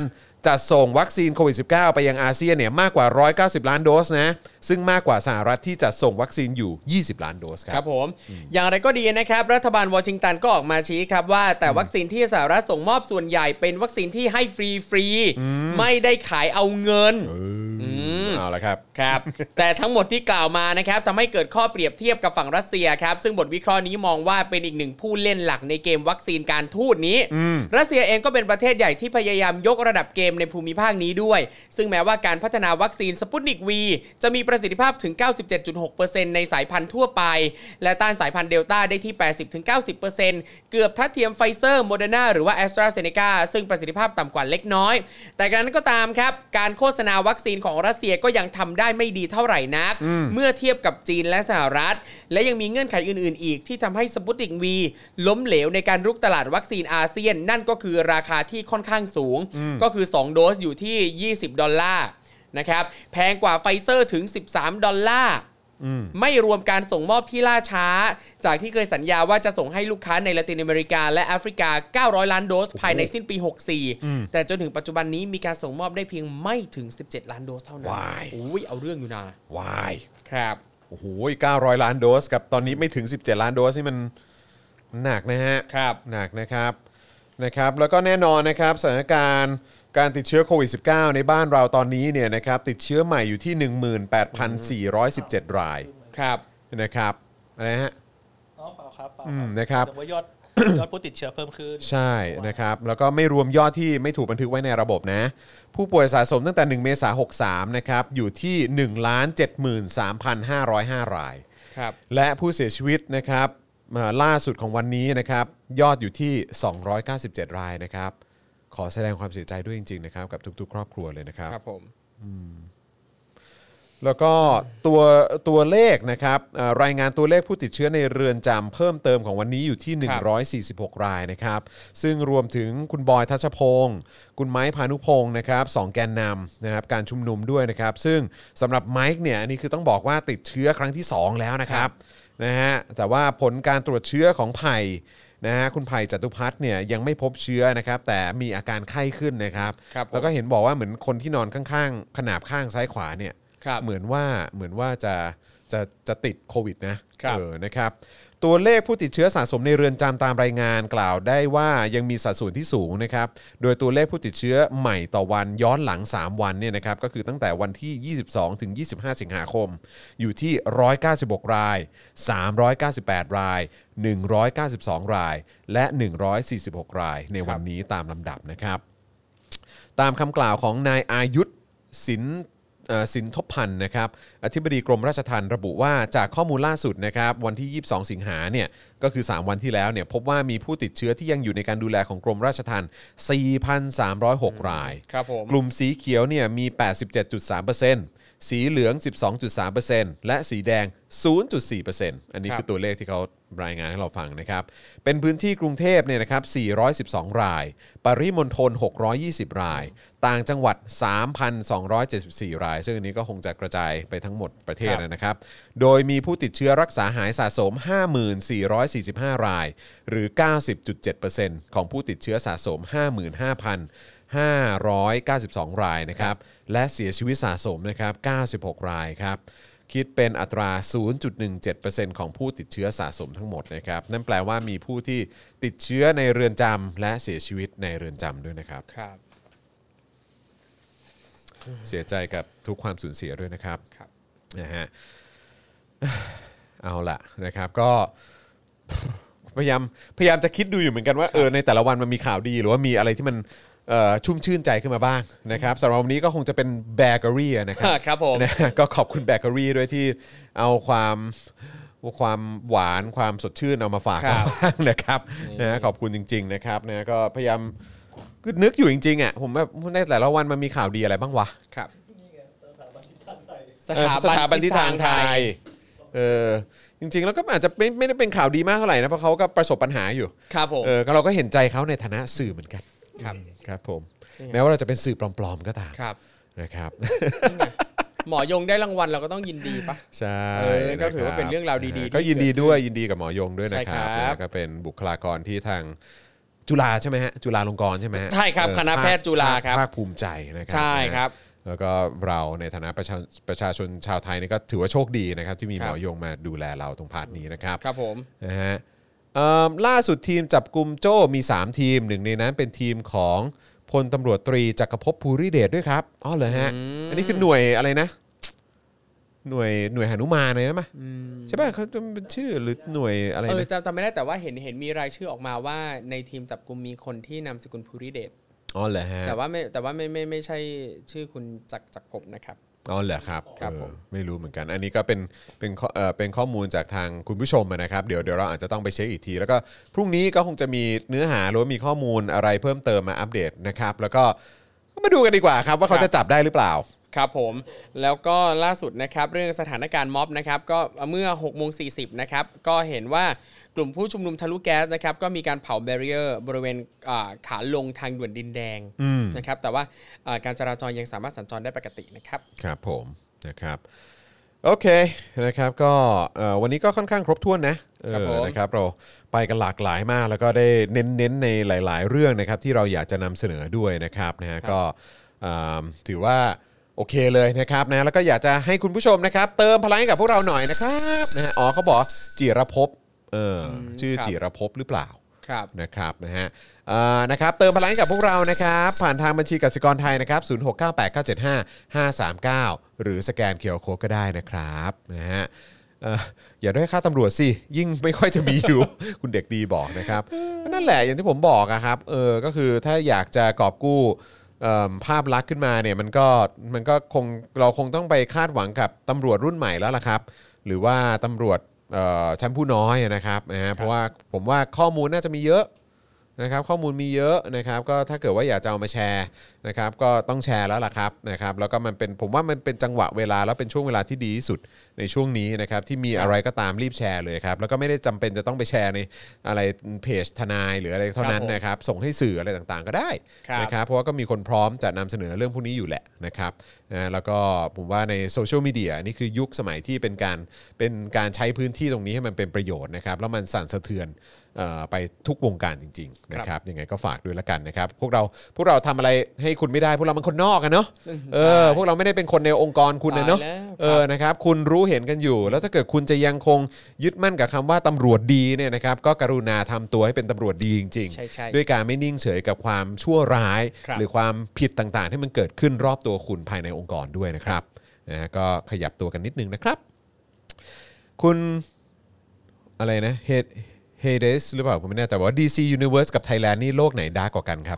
จัดส่งวัคซีนโควิด -19 ไปยังอาเซียนเนี่ยมากกว่า190ล้านโดสนะซึ่งมากกว่าสหรัฐที่จัดส่งวัคซีนอยู่20ล้านโดสครับครับผมอย่างไรก็ดีนะครับรัฐบาลวอชิงตันก็ออกมาชี้ครับว่าแต่วัคซีนที่สหรัฐส่งมอบส่วนใหญ่เป็นวัคซีนที่ให้ฟรีไม่ได้ขายเอาเงินเอาละครับครับแต่ทั้งหมดที่กล่าวมานะครับทำให้เกิดข้อเปรียบเทียบกับฝั่งรัสเซียครับซึ่งบทวิเคราะห์นี้มองว่าเป็นอีกหนึ่งผู้เล่นหลักในเกมวัคซีนการทูตนี้รัสเซียเองก็เป็นประเทศใหญ่ที่พยายามยกระดับเกมในภูมิภาคนี้ด้วยซึ่งแม้ว่าการพัฒนาวัคซีนสปุตนิก V จะมีประสิทธิภาพถึง 97.6% ในสายพันธุ์ทั่วไปและต้านสายพันธุ์เดลต้าได้ที่ 80-90% เกือบทัดเทียมไฟเซอร์โมเดอร์นาหรือว่าแอสตราเซเนกาซึ่งประสิทธิภาพต่ำกว่าเล็กน้อยแต่กระนั้นก็ตามครับการโฆษณาวัคซีนของรัสเซียก็ยังทำได้ไม่ดีเท่าไหร่นักเมื่อเทียบกับจีนและสหรัฐและยังมีเงื่อนไขอื่นๆอีกที่ทำให้สปุตนิก V ล้มเหลวในการรุกตลาดวัคซีนอาเซียนนั่นก็คือราคาที่ค่อนข้างสูงก็คือ2โดสอยู่ที่$20นะครับแพงกว่าไฟเซอร์ถึง$13ไม่รวมการส่งมอบที่ล่าช้าจากที่เคยสัญญาว่าจะส่งให้ลูกค้าในละตินอเมริกาและแอฟริกา900ล้านโดสภายในสิ้นปี64แต่จนถึงปัจจุบันนี้มีการส่งมอบได้เพียงไม่ถึง17ล้านโดสเท่านั้นอุ้ยเอาเรื่องอยู่นะครับโอ้โห900ล้านโดสกับตอนนี้ไม่ถึง17ล้านโดสนี่มันหนักนะฮะครับหนักนะครับแล้วก็แน่นอนนะครับสถานการณ์การติดเชื้อโควิด -19 ในบ้านเราตอนนี้เนี่ยนะครับติดเชื้อใหม่อยู่ที่ 18,417 รายครับนะครับอะไรฮะเปล่าครับนะครับแต่ว่ายอดผู้ติดเชื้อเพิ่มขึ้นใช่นะครับแล้วก็ไม่รวมยอดที่ไม่ถูกบันทึกไว้ในระบบนะผู้ป่วยสะสมตั้งแต่1เมษายน63นะครับอยู่ที่ 1,73,505 รายครับและผู้เสียชีวิตนะครับล่าสุดของวันนี้นะครับยอดอยู่ที่297รายนะครับขอแสดงความเสียใจด้วยจริงๆนะครับกับทุกๆครอบครัวเลยนะครับครับผมแล้วก็ตัวเลขนะครับรายงานตัวเลขผู้ติดเชื้อในเรือนจำเพิ่มเติมของวันนี้อยู่ที่146รายนะครับซึ่งรวมถึงคุณบอยทัชพงศ์คุณไมค์พานุพงศ์นะครับ2แกนนำนะครับการชุมนุมด้วยนะครับซึ่งสำหรับไมค์เนี่ยอันนี้คือต้องบอกว่าติดเชื้อครั้งที่2แล้วนะครับนะฮะแต่ว่าผลการตรวจเชื้อของไผ่นะฮะคุณไผ่จตุพัฒน์เนี่ยยังไม่พบเชื้อนะครับแต่มีอาการไข้ขึ้นนะครับแล้วก็เห็นบอกว่าเหมือนคนที่นอนข้างๆขนาบข้างซ้ายขวาเนี่ยเหมือนว่าจะติดโควิดนะนะครับตัวเลขผู้ติดเชื้อสะสมในเรือนจำตามรายงานกล่าวได้ว่ายังมีสัดส่วนที่สูงนะครับโดยตัวเลขผู้ติดเชื้อใหม่ต่อวันย้อนหลัง3วันเนี่ยนะครับก็คือตั้งแต่วันที่22ถึง25สิงหาคมอยู่ที่196ราย398ราย192รายและ146รายในวันนี้ตามลำดับนะครับตามคำกล่าวของนายอายุธสินทบพันธ์นะครับอธิบดีกรมราชทัณฑ์ระบุว่าจากข้อมูลล่าสุดนะครับวันที่22สิงหาเนี่ยก็คือ3วันที่แล้วเนี่ยพบว่ามีผู้ติดเชื้อที่ยังอยู่ในการดูแลของกรมราชทัณฑ์ 4,306 รายกลุ่มสีเขียวเนี่ยมี 87.3%สีเหลือง 12.3% และสีแดง 0.4% อันนี้คือตัวเลขที่เขารายงานให้เราฟังนะครับเป็นพื้นที่กรุงเทพเนี่ยนะครับ412รายปริมณฑล620รายต่างจังหวัด 3,274 รายซึ่งอันนี้ก็คงจะกระจายไปทั้งหมดประเทศนะครับโดยมีผู้ติดเชื้อรักษาหายสะสม 54,445 รายหรือ 90.7% ของผู้ติดเชื้อสะสม 55,592 รายนะครับและเสียชีวิตสะสมนะครับ96รายครับคิดเป็นอัตรา 0.17% ของผู้ติดเชื้อสะสมทั้งหมดนะครับนั่นแปลว่ามีผู้ที่ติดเชื้อในเรือนจำและเสียชีวิตในเรือนจำด้วยนะครับเสียใจกับทุกความสูญเสียด้วยนะครับนะฮะเอาล่ะนะครับก็พยายามจะคิดดูอยู่เหมือนกันว่าในแต่ละวันมันมีข่าวดีหรือว่ามีอะไรที่มันชุ่มชื่นใจขึ้นมาบ้างนะครับสำหรับวันนี้ก็คงจะเป็นแบเกอรี่นะครับครับผมนะก็ขอบคุณแบเกอรี่ด้วยที่เอาความหวานความสดชื่นเอามาฝากกันนะครับนะขอบคุณจริงๆนะครับนะก็พยายามนึกอยู่จริงๆอ่ะผมแบบในแต่ละวันมันมีข่าวดีอะไรบ้างวะครับสถาบันทิศทางไทยจริงๆแล้วก็อาจจะไม่ได้เป็นข่าวดีมากเท่าไหร่นะเพราะเขาก็ประสบปัญหาอยู่ครับผมเราก็เห็นใจเขาในฐานะสื่อเหมือนกันครับผมแม้ว่าเราจะเป็นสื่อปลอมๆก็ตามนะครับหมอยงได้รางวัลเราก็ต้องยินดีปะใช่ก็ถือว่าเป็นเรื่องราวดีๆก็ยินดีด้วยยินดีกับหมอยงด้วยนะครับก็เป็นบุคลากรที่ทางจุฬาใช่ไหมฮะจุฬาลงกรณ์ใช่ไหมฮะใช่ครับคณะแพทย์จุฬาครับภาคภูมิใจนะครัใช่ครับแล้วก็เราในฐานะประชาชนชาวไทยนี่ก็ถือว่าโชคดีนะครับที่มีหมอยงมาดูแลเราตรงพาร์ทนี้นะครับครับผมนะฮะล่าสุดทีมจับกุมโจ้มี3ทีมหนึ่งในนั้นเป็นทีมของพลตำรวจตรีจักรภพภูริเดชด้วยครับอ๋อเหรอฮะอันนี้คือหน่วยอะไรนะหน่วยหนุมานเลยนะมั้ยใช่ป่ะเขาจะเป็นชื่อหรือหน่วยอะไรนะจำไม่ได้แต่ว่าเห็นมีรายชื่อออกมาว่าในทีมจับกุมมีคนที่นามสกุลภูริเดชอ๋อเหรอฮะแต่ว่าไม่ใช่ชื่อคุณจักรภพนะครับอ๋อเหรอครับครับผมไม่รู้เหมือนกันอันนี้ก็เป็นข้อมูลจากทางคุณผู้ชมนะครับเดี๋ยวเราอาจจะต้องไปเช็คอีกทีแล้วก็พรุ่งนี้ก็คงจะมีเนื้อหาหรือว่ามีข้อมูลอะไรเพิ่มเติมมาอัปเดตนะครับแล้วก็มาดูกันดีกว่าครับว่าเขาจะจับได้หรือเปล่าครับผมแล้วก็ล่าสุดนะครับเรื่องสถานการณ์ม็อบนะครับก็เมื่อ 6:40 นะครับก็เห็นว่ากลุ่มผู้ชุมนุมทะลุแก๊สนะครับก็มีการเผาแบรีเออร์บริเวณขาลงทางด่วนดินแดงนะครับแต่ว่าการจราจรยังสามารถสัญจรได้ปกตินะครับครับผมนะครับโอเคนะครับก็วันนี้ก็ค่อนข้างครบถ้วนนะนะครับเราไปกันหลากหลายมากแล้วก็ได้เน้นในหลายๆเรื่องนะครับที่เราอยากจะนำเสนอด้วยนะครับนะฮะก็ถือว่าโอเคเลยนะครับนะแล้วก็อยากจะให้คุณผู้ชมนะครับเติมพลังให้กับพวกเราหน่อยนะครับนะฮะอ๋อเขาบอกจิรภพชื่อจิรภพหรือเปล่านะครับนะฮะนะครับเติมพลังให้กับพวกเรานะครับผ่านทางบัญชีกสิกรไทยนะครับ0698975539หรือสแกนเคอร์โค้ดก็ได้นะครับนะฮะอย่าด้วยค่าตำรวจสิยิ่งไม่ค่อยจะมีอยู่ คุณเด็กดีบอกนะครับนั่นแหละอย่างที่ผมบอกอะครับก็คือถ้าอยากจะกอบกู้ภาพลักษณ์ขึ้นมาเนี่ยมันก็คงเราคงต้องไปคาดหวังกับตำรวจรุ่นใหม่แล้วล่ะครับหรือว่าตำรวจชั้นผู้น้อยนะครับนะฮะเพราะว่าผมว่าข้อมูลน่าจะมีเยอะนะครับข้อมูลมีเยอะนะครับก็ถ้าเกิดว่าอยากจะเอามาแชร์นะครับก็ต้องแชร์แล้วล่ะครับนะครับแล้วก็ผมว่ามันเป็นจังหวะเวลาแล้วเป็นช่วงเวลาที่ดีที่สุดในช่วงนี้นะครับที่มีอะไรก็ตามรีบแชร์เลยครับแล้วก็ไม่ได้จำเป็นจะต้องไปแชร์ในอะไรเพจทนายหรืออะไรเท่านั้นนะครับส่งให้สื่ออะไรต่างๆก็ได้นะครับเพราะว่าก็มีคนพร้อมจะนำเสนอเรื่องพวกนี้อยู่แหละนะครับแล้วก็ผมว่าในโซเชียลมีเดียนี่คือยุคสมัยที่เป็นการใช้พื้นที่ตรงนี้ให้มันเป็นประโยชน์นะครับแล้วมันสั่นสะเทือนไปทุกวงการจริงๆนะครับยังไงก็ฝากด้วยละกันนะครับพวกเราทำอะไรให้คุณไม่ได้พวกเรามันคนนอกกันเนาะพวกเราไม่ได้เป็นคนในองค์กรคุณนะเนาะนะครับคุณรู้เห็นกันอยู่แล้วถ้าเกิดคุณจะยังคงยึดมั่นกับคำว่าตำรวจดีเนี่ยนะครับก็กรุณาทำตัวให้เป็นตำรวจดีจริงๆด้วยการไม่นิ่งเฉยกับความชั่วร้ายหรือความผิดต่างๆที่มันเกิดขึ้นรอบตัวคุณภายในองค์กรด้วยนะครับนะก็ขยับตัวกันนิดนึงนะครับคุณอะไรนะเฮเดสหรือเปล่าผมไม่แน่ใจว่า DC Universe กับ Thailand นี่โลกไหนดาร์กกว่ากันครับ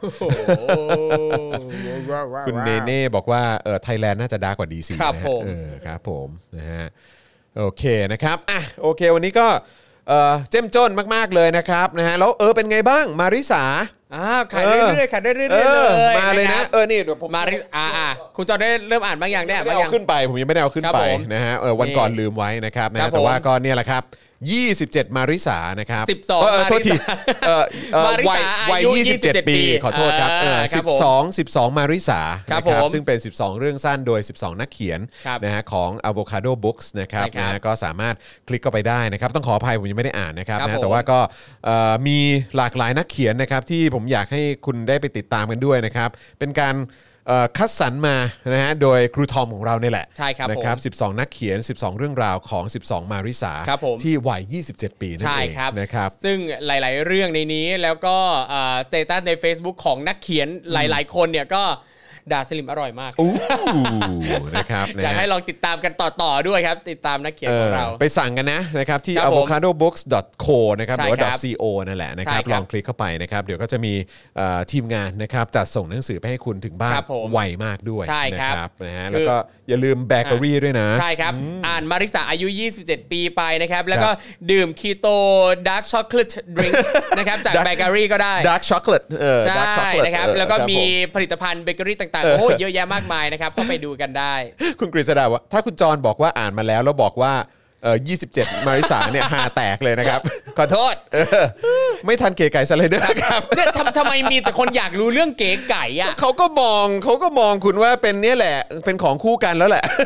คุณเนเน่บอกว่าThailand น่าจะดาร์กกว่า DC ครับผมครับผมนะฮะโอเคนะครับโอเควันนี้ก็เจ้มจนมากๆเลยนะครับนะฮะแล้วเป็นไงบ้างมาริสาขายเรื่อยๆขายเรื่อยๆเลยมาเลยนะนี่เดี๋ยวผมมาริคุณจอได้เริ่มอ่านบางอย่างได้ไม่เอาขึ้นไปผมยังไม่ได้เอาขึ้นไปนะฮะวันก่อนลืมไว้นะครับนะแต่ว่าก็เนี่ยแหละครับ27มาริสานะครับ 12 โทษทีวัย27ปีขอโทษครับ12มาริสานะครับซึ่งเป็น12เรื่องสั้นโดย12นักเขียนนะฮะของ Avocado Books นะครับนะก็สามารถคลิกเข้าไปได้นะครับต้องขออภัยผมยังไม่ได้อ่านนะครับนะแต่ว่าก็มีหลากหลายนักเขียนนะครับที่ผมอยากให้คุณได้ไปติดตามกันด้วยนะครับเป็นการคัดสรรมานะฮะโดยครูทอมของเราเนี่ยแหละใช่ครับนะครับ12นักเขียน12เรื่องราวของ12มาริสาที่วัย27ปีนั่นเองนะครับซึ่งหลายๆเรื่องในนี้แล้วก็สเตตัสใน Facebook ของนักเขียนหลายๆคนเนี่ยก็ด่าสลิมอร่อยมากนะครับอยากให้ลองติดตามกันต่อด้วยครับติดตามนักเขียนของเราไปสั่งกันนะครับที่ avocadobooks.co นะครับหรือว่า .co นั่นแหละนะครับลองคลิกเข้าไปนะครับเดี๋ยวก็จะมีทีมงานนะครับจัดส่งหนังสือไปให้คุณถึงบ้านไวมากด้วยนะครับนะฮะแล้วก็อย่าลืมเบเกอรี่ด้วยนะใช่ครับอ่านมาริสาอายุ27ปีไปนะครับแล้วก็ดื่มคีโตดาร์กช็อกโกแลตดริงก์นะครับจากเบเกอรี่ก็ได้ดาร์กช็อกโกแลตใช่นะครับแล้วก็มีผลิตภัณฑ์เบเกอรี่ต่างๆโอ้เยอะแยะมากมายนะครับเข้าไปดูกันได้คุณกฤษดาว่าถ้าคุณจรบอกว่าอ่านมาแล้วบอกว่า27มาริสาเนี่ยหาแตกเลยนะครับขอโทษไม่ทันเก๋ไก่สไลเดอร์ครับเนี่ยทำไมมีแต่คนอยากรู้เรื่องเก๋ไก่อ่ะเขาก็มองคุณว่าเป็นเนี่ยแหละเป็นของคู่กันแล้วแหละ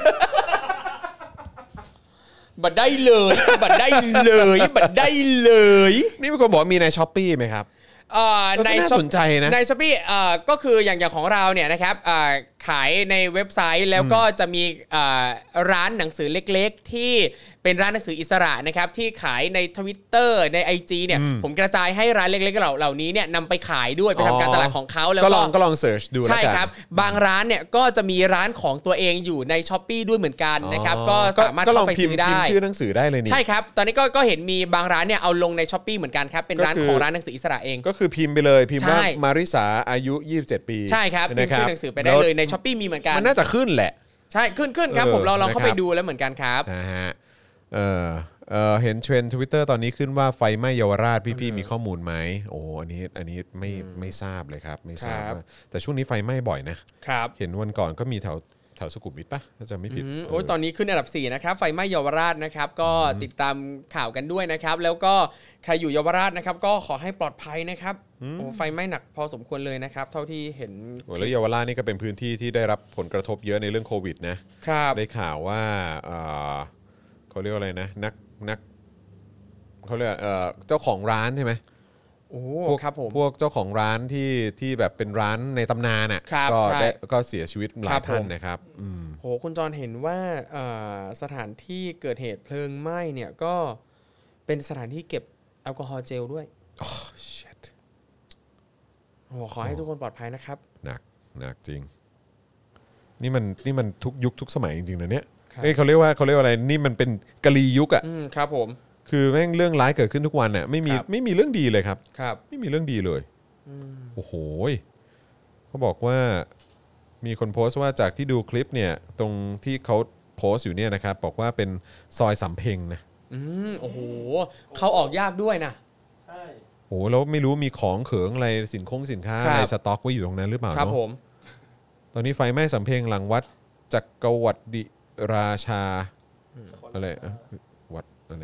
บัตรได้เลยบัตรได้เลยนี่มีคนบอกมีใน Shopee ไหมครับในน่าสนใจนะใน Shopee ก็คืออย่างของเราเนี่ยนะครับขายในเว็บไซต์แล้วก็จะมีร้านหนังสือเล็กๆที่เป็นร้านหนังสืออิสระนะครับที่ขายใน Twitter ใน IG เนี่ยผมกระจายให้ร้านเล็กๆเหล่านี้เนี่ยนำไปขายด้วยไปทำการตลาดของเขาแล้วก็ลองเสิร์ชดูแล้วกันใช่ครับบางร้านเนี่ยก็จะมีร้านของตัวเองอยู่ใน Shopee ด้วยเหมือนกันนะครับก็สามารถเข้าไปซื้อได้พิมพ์ชื่อหนังสือได้เลยนี่ใช่ครับตอนนี้ก็เห็นมีบางร้านเนี่ยเอาลงใน Shopee เหมือนกันครับเป็นร้านของร้านหนังสืออิสระเองก็คือพิมพ์ไปเลยพิมพ์ว่ามาริสาอายุ27ปีใช่ครับพิมพ์ชื่อหนังสือไปได้เลยใน Shopee มีเหมือนกันมันน่าจะขึ้นแหละใช่ขึ้นครับผมเราเข้าไปดูแล้วเหมือนกันครับนะฮะเห็นเทรนด์ Twitter ตอนนี้ขึ้นว่าไฟไหม้เยาวราชพี่ๆมีข้อมูลไหมโอ้อันนี้ไม่ทราบเลยครับไม่ทราบแต่ช่วงนี้ไฟไหม้บ่อยนะครับเห็นวันก่อนก็มีแถวสุขุมวิทป่ะถ้าจำไม่ผิดโอ้ยตอนนี้ขึ้นอันดับ4นะครับไฟไหม้เยาวราชนะครับก็ติดตามข่าวกันด้วยนะครับแล้วก็ใครอยู่เยาวราชนะครับก็ขอให้ปลอดภัยนะครับโอ้ไฟไหม้หนักพอสมควรเลยนะครับเท่าที่เห็นแล้วเยาวราชนี่ก็เป็นพื้นที่ที่ได้รับผลกระทบเยอะในเรื่องโควิดนะครับได้ข่าวว่าเขาเรียกว่าอะไรนะนักเขาเรียกเจ้าของร้านใช่ไหมโอ้ครับผมพวกเจ้าของร้านที่แบบเป็นร้านในตำนานอ่ะก็เสียชีวิตหลายท่านนะครับโหคุณจรเห็นว่าสถานที่เกิดเหตุเพลิงไหม้เนี่ยก็เป็นสถานที่เก็บแอลกอฮอล์เจลด้วยโอ้ shit โอ้ขอให้ทุกคนปลอดภัยนะครับหนักจริงนี่มันทุกยุคทุกสมัยจริงๆนะเนี่ยเขาเรียกว่าอะไรนี่มันเป็นกะลียุคอ่ะครับผมคือแม่งเรื่องร้ายเกิดขึ้นทุกวันน่ะไม่มีเรื่องดีเลยครับไม่มีเรื่องดีเลยโอ้โหเขาบอกว่ามีคนโพสต์ว่าจากที่ดูคลิปเนี่ยตรงที่เขาโพสต์อยู่เนี่ยนะครับบอกว่าเป็นซอยสำเพ็งนะโอ้โหเขาออกยากด้วยนะใช่โอ้แล้วไม่รู้มีของเขิงอะไรสินค้าอะไรสต็อกไว้อยู่ตรงนั้นหรือเปล่าครับผมตอนนี้ไฟไหม้สำเพ็งหลังวัดจักรวรรดิราชาอะไรวัดอะไร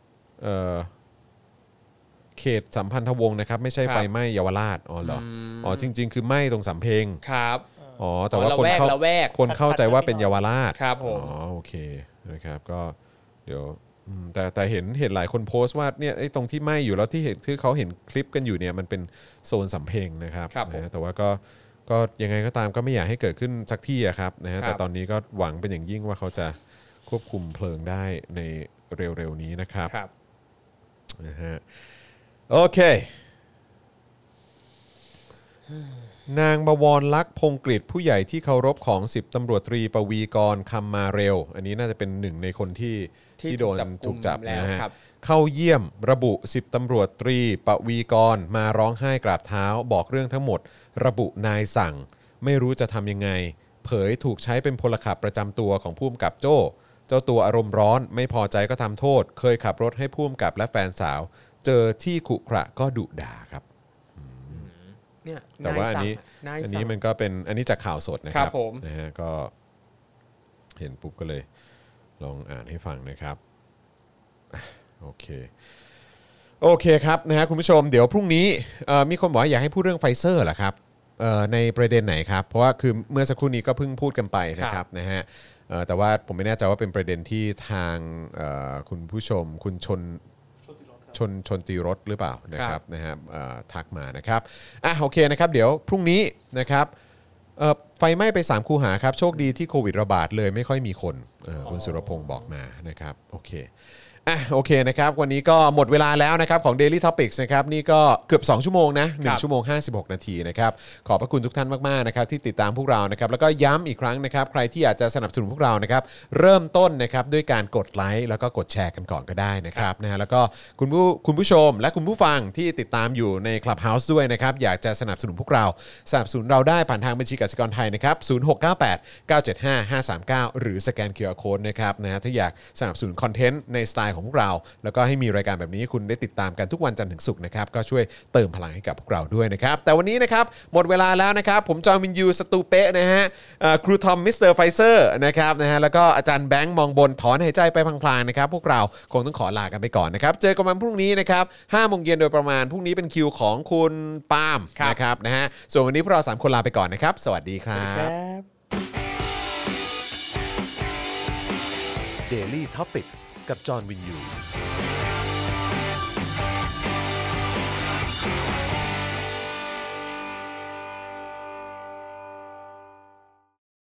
เขตสัมพันธวงศ์นะครับไม่ใช่ไฟไหม้เยาวราชอ๋อเหรอจริงๆคือไหม้ตรงสำเพ็งครับแต่ว่าคนเข้าใจว่าเป็นเยาวราชครับผมโอเคนะครับก็เดี๋ยวแต่เห็นหลายคนโพสต์ว่าเนี่ยไอ้ตรงที่ไหม้อยู่แล้วที่เขาเห็นคลิปกันอยู่เนี่ยมันเป็นโซนสำเพ็งนะครับนะแต่ว่าก็ยังไงก็ตามก็ไม่อยากให้เกิดขึ้นสักที่ครับนะฮะแต่ตอนนี้ก็หวังเป็นอย่างยิ่งว่าเขาจะควบคุมเพลิงได้ในเร็วๆนี้นะครับนะฮะโอเคนางบวรลักษณ์พงกฤษผู้ใหญ่ที่เคารพของ10ตำรวจตรีปวีกรคำมาเร็วอันนี้น่าจะเป็นหนึ่งในคนที่โดนถูกจับนะฮะเข้าเยี่ยมระบุ10ตำรวจตรีปวีกรมาร้องไห้กราบเท้าบอกเรื่องทั้งหมดระบุนายสั่งไม่รู้จะทำยังไงเผยถูกใช้เป็นพลขับประจำตัวของผู้กำกับโจ้เจ้าตัวอารมณ์ร้อนไม่พอใจก็ทำโทษเคยขับรถให้ผู้กำกับและแฟนสาวเจอที่ขุขระก็ดุด่าครับแต่ว่าอันนี้มันก็เป็นอันนี้จากข่าวสดนะครับนะฮะก็เห็นปุ๊บก็เลยลองอ่านให้ฟังนะครับโอเคครับนะฮะคุณผู้ชมเดี๋ยวพรุ่งนี้มีคนบอกว่าอยากให้พูดเรื่องไฟเซอร์เหรอครับในประเด็นไหนครับเพราะว่าคือเมื่อสักครู่นี้ก็เพิ่งพูดกันไปนะครับนะฮะแต่ว่าผมไม่แน่ใจว่าเป็นประเด็นที่ทางคุณผู้ชมคุณชนตีรถหรือเปล่านะครับนะฮะทักมานะครับโอเคนะครับเดี๋ยวพรุ่งนี้นะครับไฟไหม้ไป3คูหาครับโชคดีที่โควิดระบาดเลยไม่ค่อยมีคนคุณสุรพงศ์บอกมานะครับโอเคนะครับวันนี้ก็หมดเวลาแล้วนะครับของ Daily Topics นะครับนี่ก็เกือบ2ชั่วโมงนะ1ชั่วโมง56นาทีนะครับขอบพระคุณทุกท่านมากๆนะครับที่ติดตามพวกเรานะครับแล้วก็ย้ำอีกครั้งนะครับใครที่อยากจะสนับสนุนพวกเรานะครับเริ่มต้นนะครับด้วยการกดไลค์แล้วก็กดแชร์กันก่อนก็ได้นะครับนะฮะแล้วก็คุณผู้ชมและคุณผู้ฟังที่ติดตามอยู่ใน Clubhouse ด้วยนะครับอยากจะสนับสนุนพวกเราสนับสนุนเราได้ผ่านทางบัญชีกสิกรไทยนะครับ0698975539หรือสแกน QR Code นะครับนะฮะถ้าอยากสนับสนุนคอนเทนต์ในสไตล์ของพวกเราแล้วก็ให้มีรายการแบบนี้คุณได้ติดตามกันทุกวันจันทร์ถึงศุกร์นะครับก็ช่วยเติมพลังให้กับพวกเราด้วยนะครับแต่วันนี้นะครับหมดเวลาแล้วนะครับผมจอห์นวินยูสตูเปะนะฮะครูทอมมิสเตอร์ไฟเซอร์นะครับนะฮะแล้วก็อาจารย์แบงค์มองบนถอนหายใจไปพลางๆนะครับพวกเราคงต้องขอลากันไปก่อนนะครับเจอกันวันพรุ่งนี้นะครับ 5:00 นโดยประมาณพรุ่งนี้เป็นคิวของคุณปาล์มนะครับนะฮะส่วนวันนี้พวกเรา3คนลาไปก่อนนะครับสวัสดีครับ Daily Topics กับจอห์นวินยู